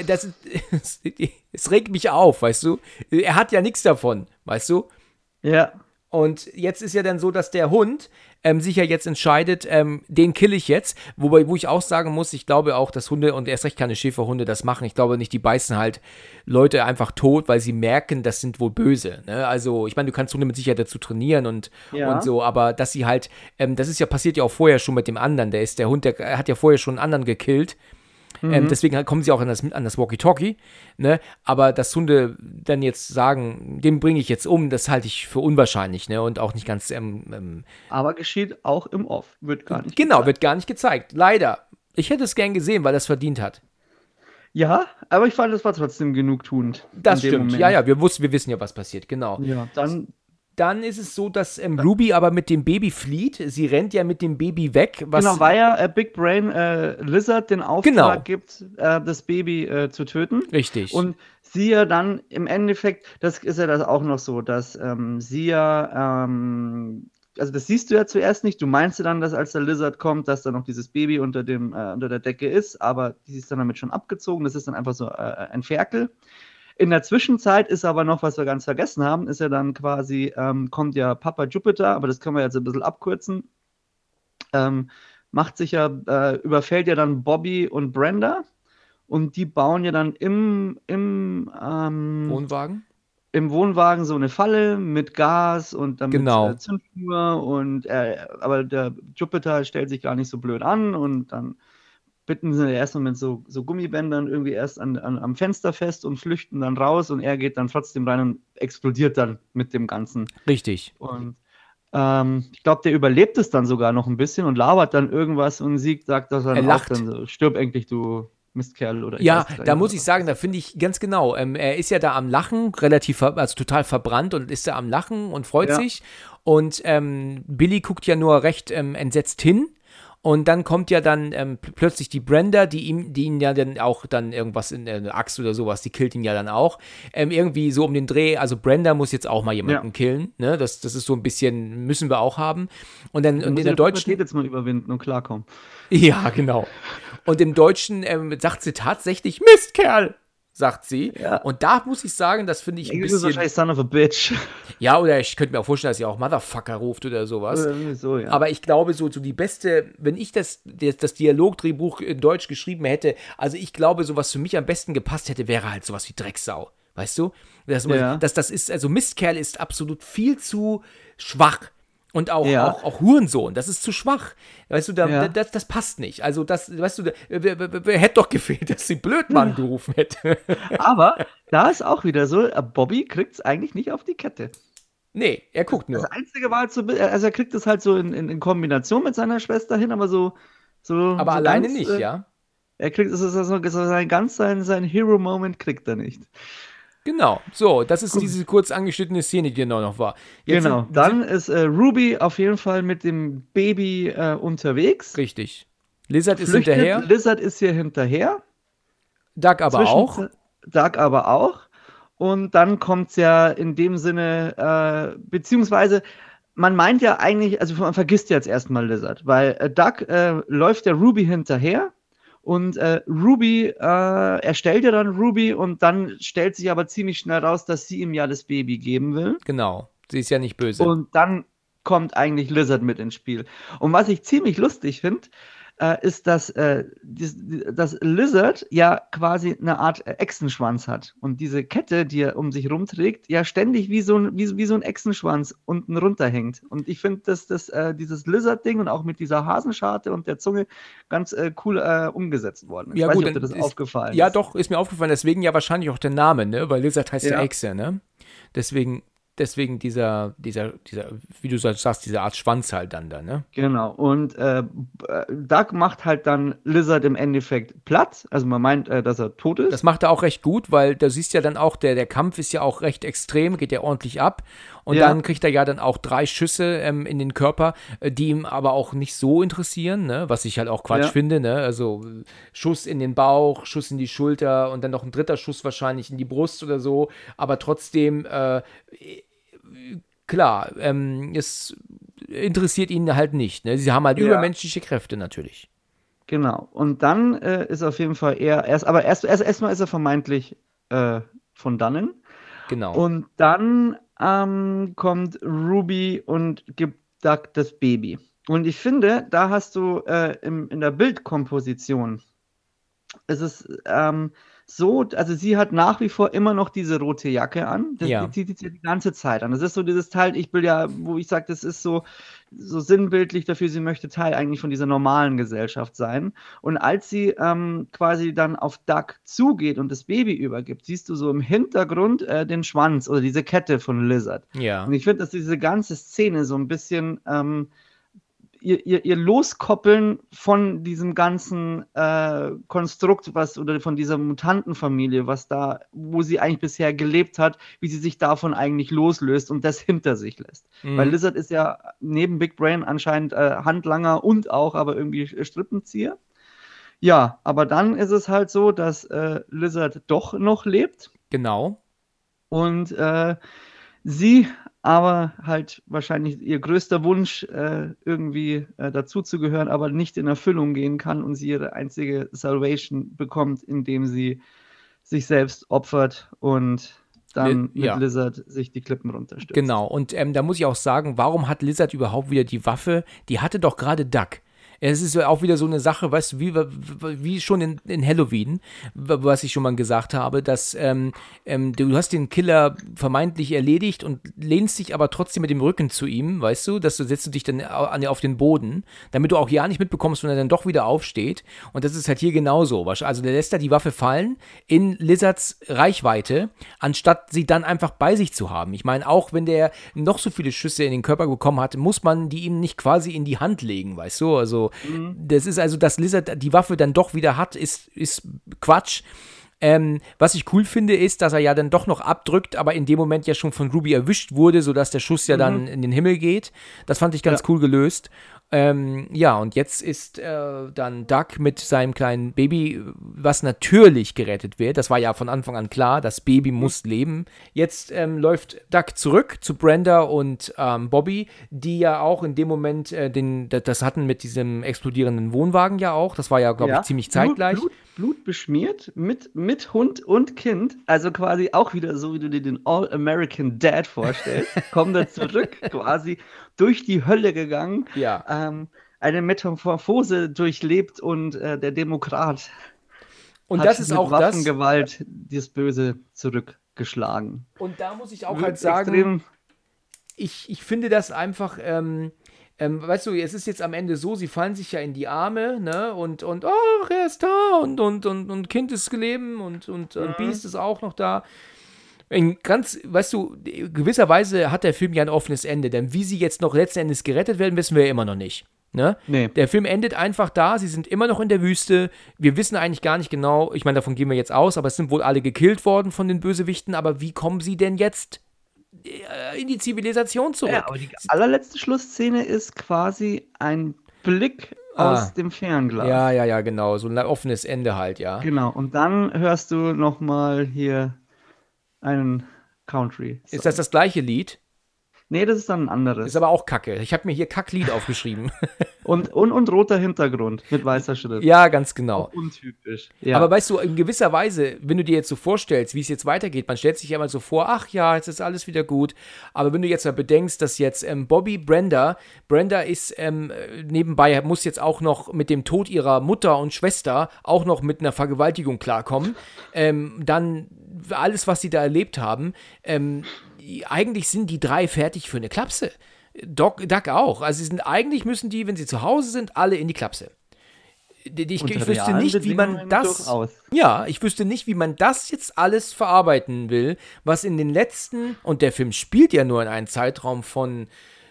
es regt mich auf, weißt du? Er hat ja nichts davon, weißt du? Ja. Und jetzt ist ja dann so, dass der Hund sich ja jetzt entscheidet, den kill ich jetzt. Wo ich auch sagen muss, ich glaube auch, dass Hunde, und erst recht keine Schäferhunde, das machen. Ich glaube nicht, die beißen halt Leute einfach tot, weil sie merken, das sind wohl böse. Ne? Also, ich meine, du kannst Hunde mit Sicherheit dazu trainieren und so, aber dass sie halt, das ist ja passiert ja auch vorher schon mit dem anderen. Der Hund, der hat ja vorher schon einen anderen gekillt. Deswegen kommen sie auch an das Walkie-Talkie. Ne? Aber dass Hunde dann jetzt sagen, den bringe ich jetzt um, das halte ich für unwahrscheinlich, ne? Und auch nicht ganz. Aber geschieht auch im Off. Wird gar nicht Genau, gezeigt. wird gar nicht gezeigt. Leider. Ich hätte es gern gesehen, weil das verdient hat. Ja, aber ich fand, das war trotzdem genugtuend. Das in dem stimmt. Moment. Ja, wir wissen ja, was passiert, genau. Ja, Dann ist es so, dass Ruby aber mit dem Baby flieht. Sie rennt ja mit dem Baby weg. genau, weil ja Big Brain Lizard den Auftrag gibt, das Baby zu töten. Richtig. Und sie ja dann im Endeffekt, das ist ja das auch noch so, dass sie ja, also das siehst du ja zuerst nicht, du meinst ja dann, dass als der Lizard kommt, dass da noch dieses Baby unter der Decke ist, aber die ist dann damit schon abgezogen, das ist dann einfach so ein Ferkel. In der Zwischenzeit ist aber noch, was wir ganz vergessen haben, ist ja dann quasi, kommt ja Papa Jupiter, aber das können wir jetzt ein bisschen abkürzen, überfällt ja dann Bobby und Brenda und die bauen ja dann im Wohnwagen? Im Wohnwagen so eine Falle mit Gas und dann mit Zündschnur und aber der Jupiter stellt sich gar nicht so blöd an und dann bitten sie erstmal mit so Gummibändern irgendwie erst am Fenster fest und flüchten dann raus und er geht dann trotzdem rein und explodiert dann mit dem Ganzen. Richtig. Und ich glaube, der überlebt es dann sogar noch ein bisschen und labert dann irgendwas und Sieg sagt, dass er lacht. Dann so, stirb endlich, du Mistkerl. Oder ja, da muss ich sagen, da finde ich ganz genau, er ist ja da am Lachen, also total verbrannt und ist da am Lachen und freut sich und Billy guckt ja nur recht entsetzt hin. Und dann kommt ja dann plötzlich die Brenda, die ihn ja dann auch dann irgendwas in eine Axt oder sowas, die killt ihn ja dann auch. Irgendwie so um den Dreh, also Brenda muss jetzt auch mal jemanden killen, ne? Das ist so ein bisschen, müssen wir auch haben. Und dann und in der deutschen jetzt mal überwinden und klarkommen. Ja, genau. Und im Deutschen sagt sie tatsächlich Mistkerl, sagt sie. Ja. Und da muss ich sagen, das finde ich ein bisschen... Das ist wahrscheinlich Son of a Bitch. Ja, oder ich könnte mir auch vorstellen, dass sie auch Motherfucker ruft oder sowas. Oder so, ja. Aber ich glaube, so die beste, wenn ich das Dialogdrehbuch in Deutsch geschrieben hätte, also ich glaube, so was für mich am besten gepasst hätte, wäre halt sowas wie Drecksau. Weißt du? Das ist, also Mistkerl ist absolut viel zu schwach. Und auch Hurensohn, das ist zu schwach. Weißt du, das passt nicht. Also, weißt du, wer hätte doch gefehlt, dass sie Blödmann gerufen hätte. Aber da ist auch wieder so, Bobby kriegt es eigentlich nicht auf die Kette. Nee, er guckt nur. Das Einzige war halt so, also er kriegt es halt so in Kombination mit seiner Schwester hin, aber so aber so alleine ganz, nicht, ja? Er kriegt, sein Hero-Moment kriegt er nicht. Genau, so, das ist diese kurz angeschnittene Szene, die noch war. Jetzt dann ist Ruby auf jeden Fall mit dem Baby unterwegs. Richtig. Lizard ist hinterher. Lizard ist hier hinterher. Doug aber auch. Und dann kommt es ja in dem Sinne, beziehungsweise man meint ja eigentlich, also man vergisst jetzt erstmal Lizard, weil Doug läuft der Ruby hinterher. Und Ruby, er stellt ja dann Ruby und dann stellt sich aber ziemlich schnell raus, dass sie ihm ja das Baby geben will. Genau, sie ist ja nicht böse. Und dann kommt eigentlich Lizard mit ins Spiel. Und was ich ziemlich lustig finde, ist, dass Lizard ja quasi eine Art Echsenschwanz hat. Und diese Kette, die er um sich rumträgt, ja ständig wie so ein Echsenschwanz unten runterhängt. Und ich finde, dass dieses Lizard-Ding und auch mit dieser Hasenscharte und der Zunge ganz cool umgesetzt worden ist. Ja, ich weiß gut, nicht, ob dir das aufgefallen ist. Ja, doch, ist mir aufgefallen. Deswegen ja wahrscheinlich auch der Name, ne? Weil Lizard heißt ja Echse, ne? Deswegen dieser, wie du sagst, diese Art Schwanz halt dann da, ne? Genau. Und Doug macht halt dann Lizard im Endeffekt platt. Also man meint, dass er tot ist. Das macht er auch recht gut, weil da siehst ja dann auch, der Kampf ist ja auch recht extrem, geht ja ordentlich ab. Und dann kriegt er ja dann auch 3 Schüsse in den Körper, die ihm aber auch nicht so interessieren, ne? Was ich halt auch Quatsch finde, ne? Also Schuss in den Bauch, Schuss in die Schulter und dann noch ein 3. Schuss wahrscheinlich in die Brust oder so. Aber trotzdem klar, es interessiert ihn halt nicht. Ne? Sie haben halt übermenschliche Kräfte natürlich. Genau. Und dann ist auf jeden Fall erstmal ist er vermeintlich von dannen. Genau. Und dann kommt Ruby und gibt Doug das Baby. Und ich finde, da hast du in der Bildkomposition, es ist so, also sie hat nach wie vor immer noch diese rote Jacke an. Ja. Die zieht sie die ganze Zeit an. Das ist so dieses Teil, ich will ja, wo ich sage, das ist so sinnbildlich dafür, sie möchte Teil eigentlich von dieser normalen Gesellschaft sein. Und als sie quasi dann auf Duck zugeht und das Baby übergibt, siehst du so im Hintergrund den Schwanz oder diese Kette von Lizard. Ja. Und ich finde, dass diese ganze Szene so ein bisschen ihr Loskoppeln von diesem ganzen Konstrukt, oder von dieser Mutantenfamilie, wo sie eigentlich bisher gelebt hat, wie sie sich davon eigentlich loslöst und das hinter sich lässt. Weil Lizard ist ja neben Big Brain anscheinend Handlanger und auch aber irgendwie Strippenzieher. Ja, aber dann ist es halt so, dass Lizard doch noch lebt. Genau. Und sie aber halt wahrscheinlich ihr größter Wunsch, irgendwie dazuzugehören, aber nicht in Erfüllung gehen kann und sie ihre einzige Salvation bekommt, indem sie sich selbst opfert und dann mit Lizard sich die Klippen runterstürzt. Genau, und da muss ich auch sagen, warum hat Lizard überhaupt wieder die Waffe? Die hatte doch gerade Duck. Es ist auch wieder so eine Sache, weißt du, wie schon in Halloween, was ich schon mal gesagt habe, dass du hast den Killer vermeintlich erledigt und lehnst dich aber trotzdem mit dem Rücken zu ihm, weißt du, setzt du dich dann auf den Boden, damit du auch ja nicht mitbekommst, wenn er dann doch wieder aufsteht. Und das ist halt hier genauso. Also der lässt da die Waffe fallen in Lizards Reichweite, anstatt sie dann einfach bei sich zu haben. Ich meine, auch wenn der noch so viele Schüsse in den Körper bekommen hat, muss man die ihm nicht quasi in die Hand legen, weißt du, also das ist also, dass Lizard die Waffe dann doch wieder hat, ist Quatsch. Was ich cool finde, ist, dass er ja dann doch noch abdrückt, aber in dem Moment ja schon von Ruby erwischt wurde, sodass der Schuss ja dann in den Himmel geht. Das fand ich ganz cool gelöst. Und jetzt ist dann Duck mit seinem kleinen Baby, was natürlich gerettet wird. Das war ja von Anfang an klar, das Baby muss leben. Jetzt läuft Duck zurück zu Brenda und Bobby, die ja auch in dem Moment das hatten mit diesem explodierenden Wohnwagen ja auch. Das war ja, glaube ich, ziemlich zeitgleich. Blut beschmiert mit Hund und Kind, also quasi auch wieder so, wie du dir den All-American Dad vorstellst, kommt er zurück, quasi durch die Hölle gegangen, eine Metamorphose durchlebt und der Demokrat und hat das ist mit auch Waffengewalt das Böse zurückgeschlagen. Und da muss ich auch halt sagen, ich finde das einfach weißt du, es ist jetzt am Ende so, sie fallen sich ja in die Arme, ne, und ach, er ist da und Kind ist geleben und Beast ist auch noch da. Weißt du, gewisserweise hat der Film ja ein offenes Ende, denn wie sie jetzt noch letzten Endes gerettet werden, wissen wir ja immer noch nicht. Ne? Nee. Der Film endet einfach da, sie sind immer noch in der Wüste, wir wissen eigentlich gar nicht genau, ich meine, davon gehen wir jetzt aus, aber es sind wohl alle gekillt worden von den Bösewichten, aber wie kommen sie denn jetzt in die Zivilisation zurück? Ja, aber die allerletzte Schlussszene ist quasi ein Blick aus dem Fernglas. Ja, genau, so ein offenes Ende halt, ja. Genau, und dann hörst du nochmal hier einen Country. Ist das gleiche Lied? Nee, das ist dann ein anderes. Ist aber auch Kacke. Ich habe mir hier Kacklied aufgeschrieben. Und roter Hintergrund mit weißer Schrift. Ja, ganz genau. Auch untypisch. Ja. Aber weißt du, in gewisser Weise, wenn du dir jetzt so vorstellst, wie es jetzt weitergeht, man stellt sich ja mal so vor, ach ja, jetzt ist alles wieder gut. Aber wenn du jetzt mal bedenkst, dass jetzt Brenda ist nebenbei, muss jetzt auch noch mit dem Tod ihrer Mutter und Schwester auch noch mit einer Vergewaltigung klarkommen. Dann alles, was sie da erlebt haben, eigentlich sind die drei fertig für eine Klapse. Duck auch. Also eigentlich müssen die, wenn sie zu Hause sind, alle in die Klapse. Ich wüsste nicht, wie man das. Ja, ich wüsste nicht, wie man das jetzt alles verarbeiten will, was in den letzten, und der Film spielt ja nur in einem Zeitraum von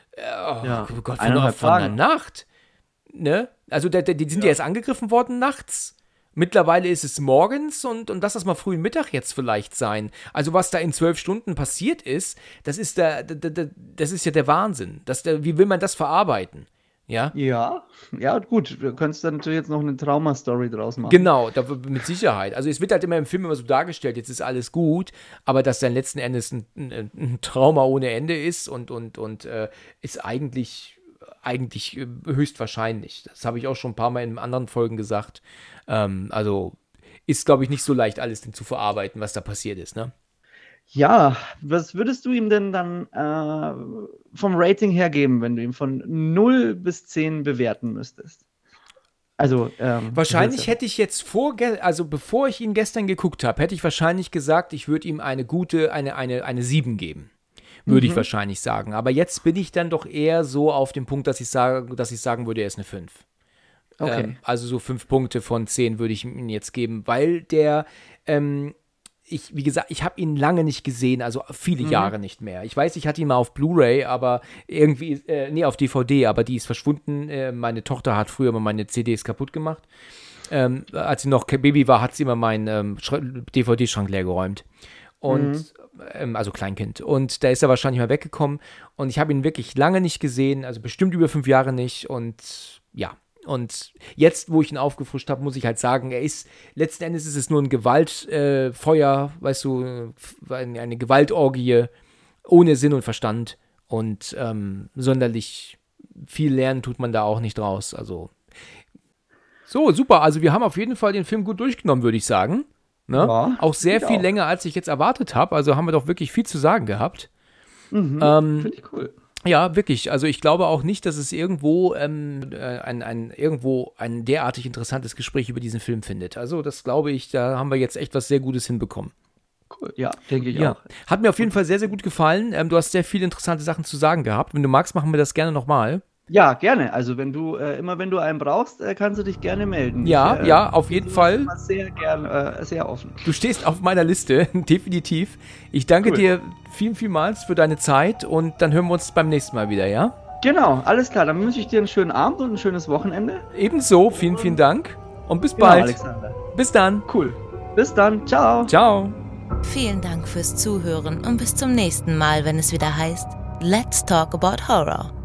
von der Nacht. Ne? Also die sind ja erst angegriffen worden nachts. Mittlerweile ist es morgens und lass das mal frühen Mittag jetzt vielleicht sein. Also was da in 12 Stunden passiert ist, das ist ja der Wahnsinn. Wie will man das verarbeiten? Ja? Ja, gut. Du könntest dann natürlich jetzt noch eine Trauma-Story draus machen. Genau, mit Sicherheit. Also es wird halt immer im Film immer so dargestellt, jetzt ist alles gut, aber dass dann letzten Endes ein Trauma ohne Ende ist und ist eigentlich höchstwahrscheinlich. Das habe ich auch schon ein paar Mal in anderen Folgen gesagt. Also ist, glaube ich, nicht so leicht, alles denn zu verarbeiten, was da passiert ist, ne? Ja, was würdest du ihm denn dann vom Rating her geben, wenn du ihn von 0 bis 10 bewerten müsstest? Also, wahrscheinlich hätte ich jetzt bevor ich ihn gestern geguckt habe, hätte ich wahrscheinlich gesagt, ich würde ihm eine gute, eine 7 geben. Würde ich wahrscheinlich sagen. Aber jetzt bin ich dann doch eher so auf dem Punkt, dass ich sagen würde, er ist eine 5. Okay. Also so 5 Punkte von 10 würde ich ihm jetzt geben, weil wie gesagt, ich habe ihn lange nicht gesehen, also viele Jahre nicht mehr. Ich weiß, ich hatte ihn mal auf Blu-ray, aber irgendwie, auf DVD, aber die ist verschwunden. Meine Tochter hat früher immer meine CDs kaputt gemacht. Als sie noch Baby war, hat sie immer meinen DVD-Schrank leer geräumt. Und, also Kleinkind. Und da ist er wahrscheinlich mal weggekommen. Und ich habe ihn wirklich lange nicht gesehen, also bestimmt über 5 Jahre nicht. Und ja. Und jetzt, wo ich ihn aufgefrischt habe, muss ich halt sagen, letzten Endes ist es nur ein Gewaltfeuer, weißt du, eine Gewaltorgie ohne Sinn und Verstand. Und sonderlich viel lernen tut man da auch nicht draus. Also, so, super. Also wir haben auf jeden Fall den Film gut durchgenommen, würde ich sagen. Ne? Ja, auch sehr viel länger, als ich jetzt erwartet habe. Also haben wir doch wirklich viel zu sagen gehabt. Finde ich cool. Ja, wirklich. Also ich glaube auch nicht, dass es irgendwo irgendwo ein derartig interessantes Gespräch über diesen Film findet. Also das glaube ich, da haben wir jetzt echt was sehr Gutes hinbekommen. Cool, ja, denke ich auch. Hat mir auf jeden Fall sehr, sehr gut gefallen. Du hast sehr viele interessante Sachen zu sagen gehabt. Wenn du magst, machen wir das gerne nochmal. Ja, gerne. Also wenn du einen brauchst, kannst du dich gerne melden. Ja, auf jeden Fall. Sehr gern, sehr offen. Du stehst auf meiner Liste, definitiv. Ich danke dir vielmals für deine Zeit und dann hören wir uns beim nächsten Mal wieder, ja? Genau, alles klar. Dann wünsche ich dir einen schönen Abend und ein schönes Wochenende. Ebenso, vielen Dank und bis bald. Alexander. Bis dann. Cool. Bis dann. Ciao. Ciao. Vielen Dank fürs Zuhören und bis zum nächsten Mal, wenn es wieder heißt Let's Talk About Horror.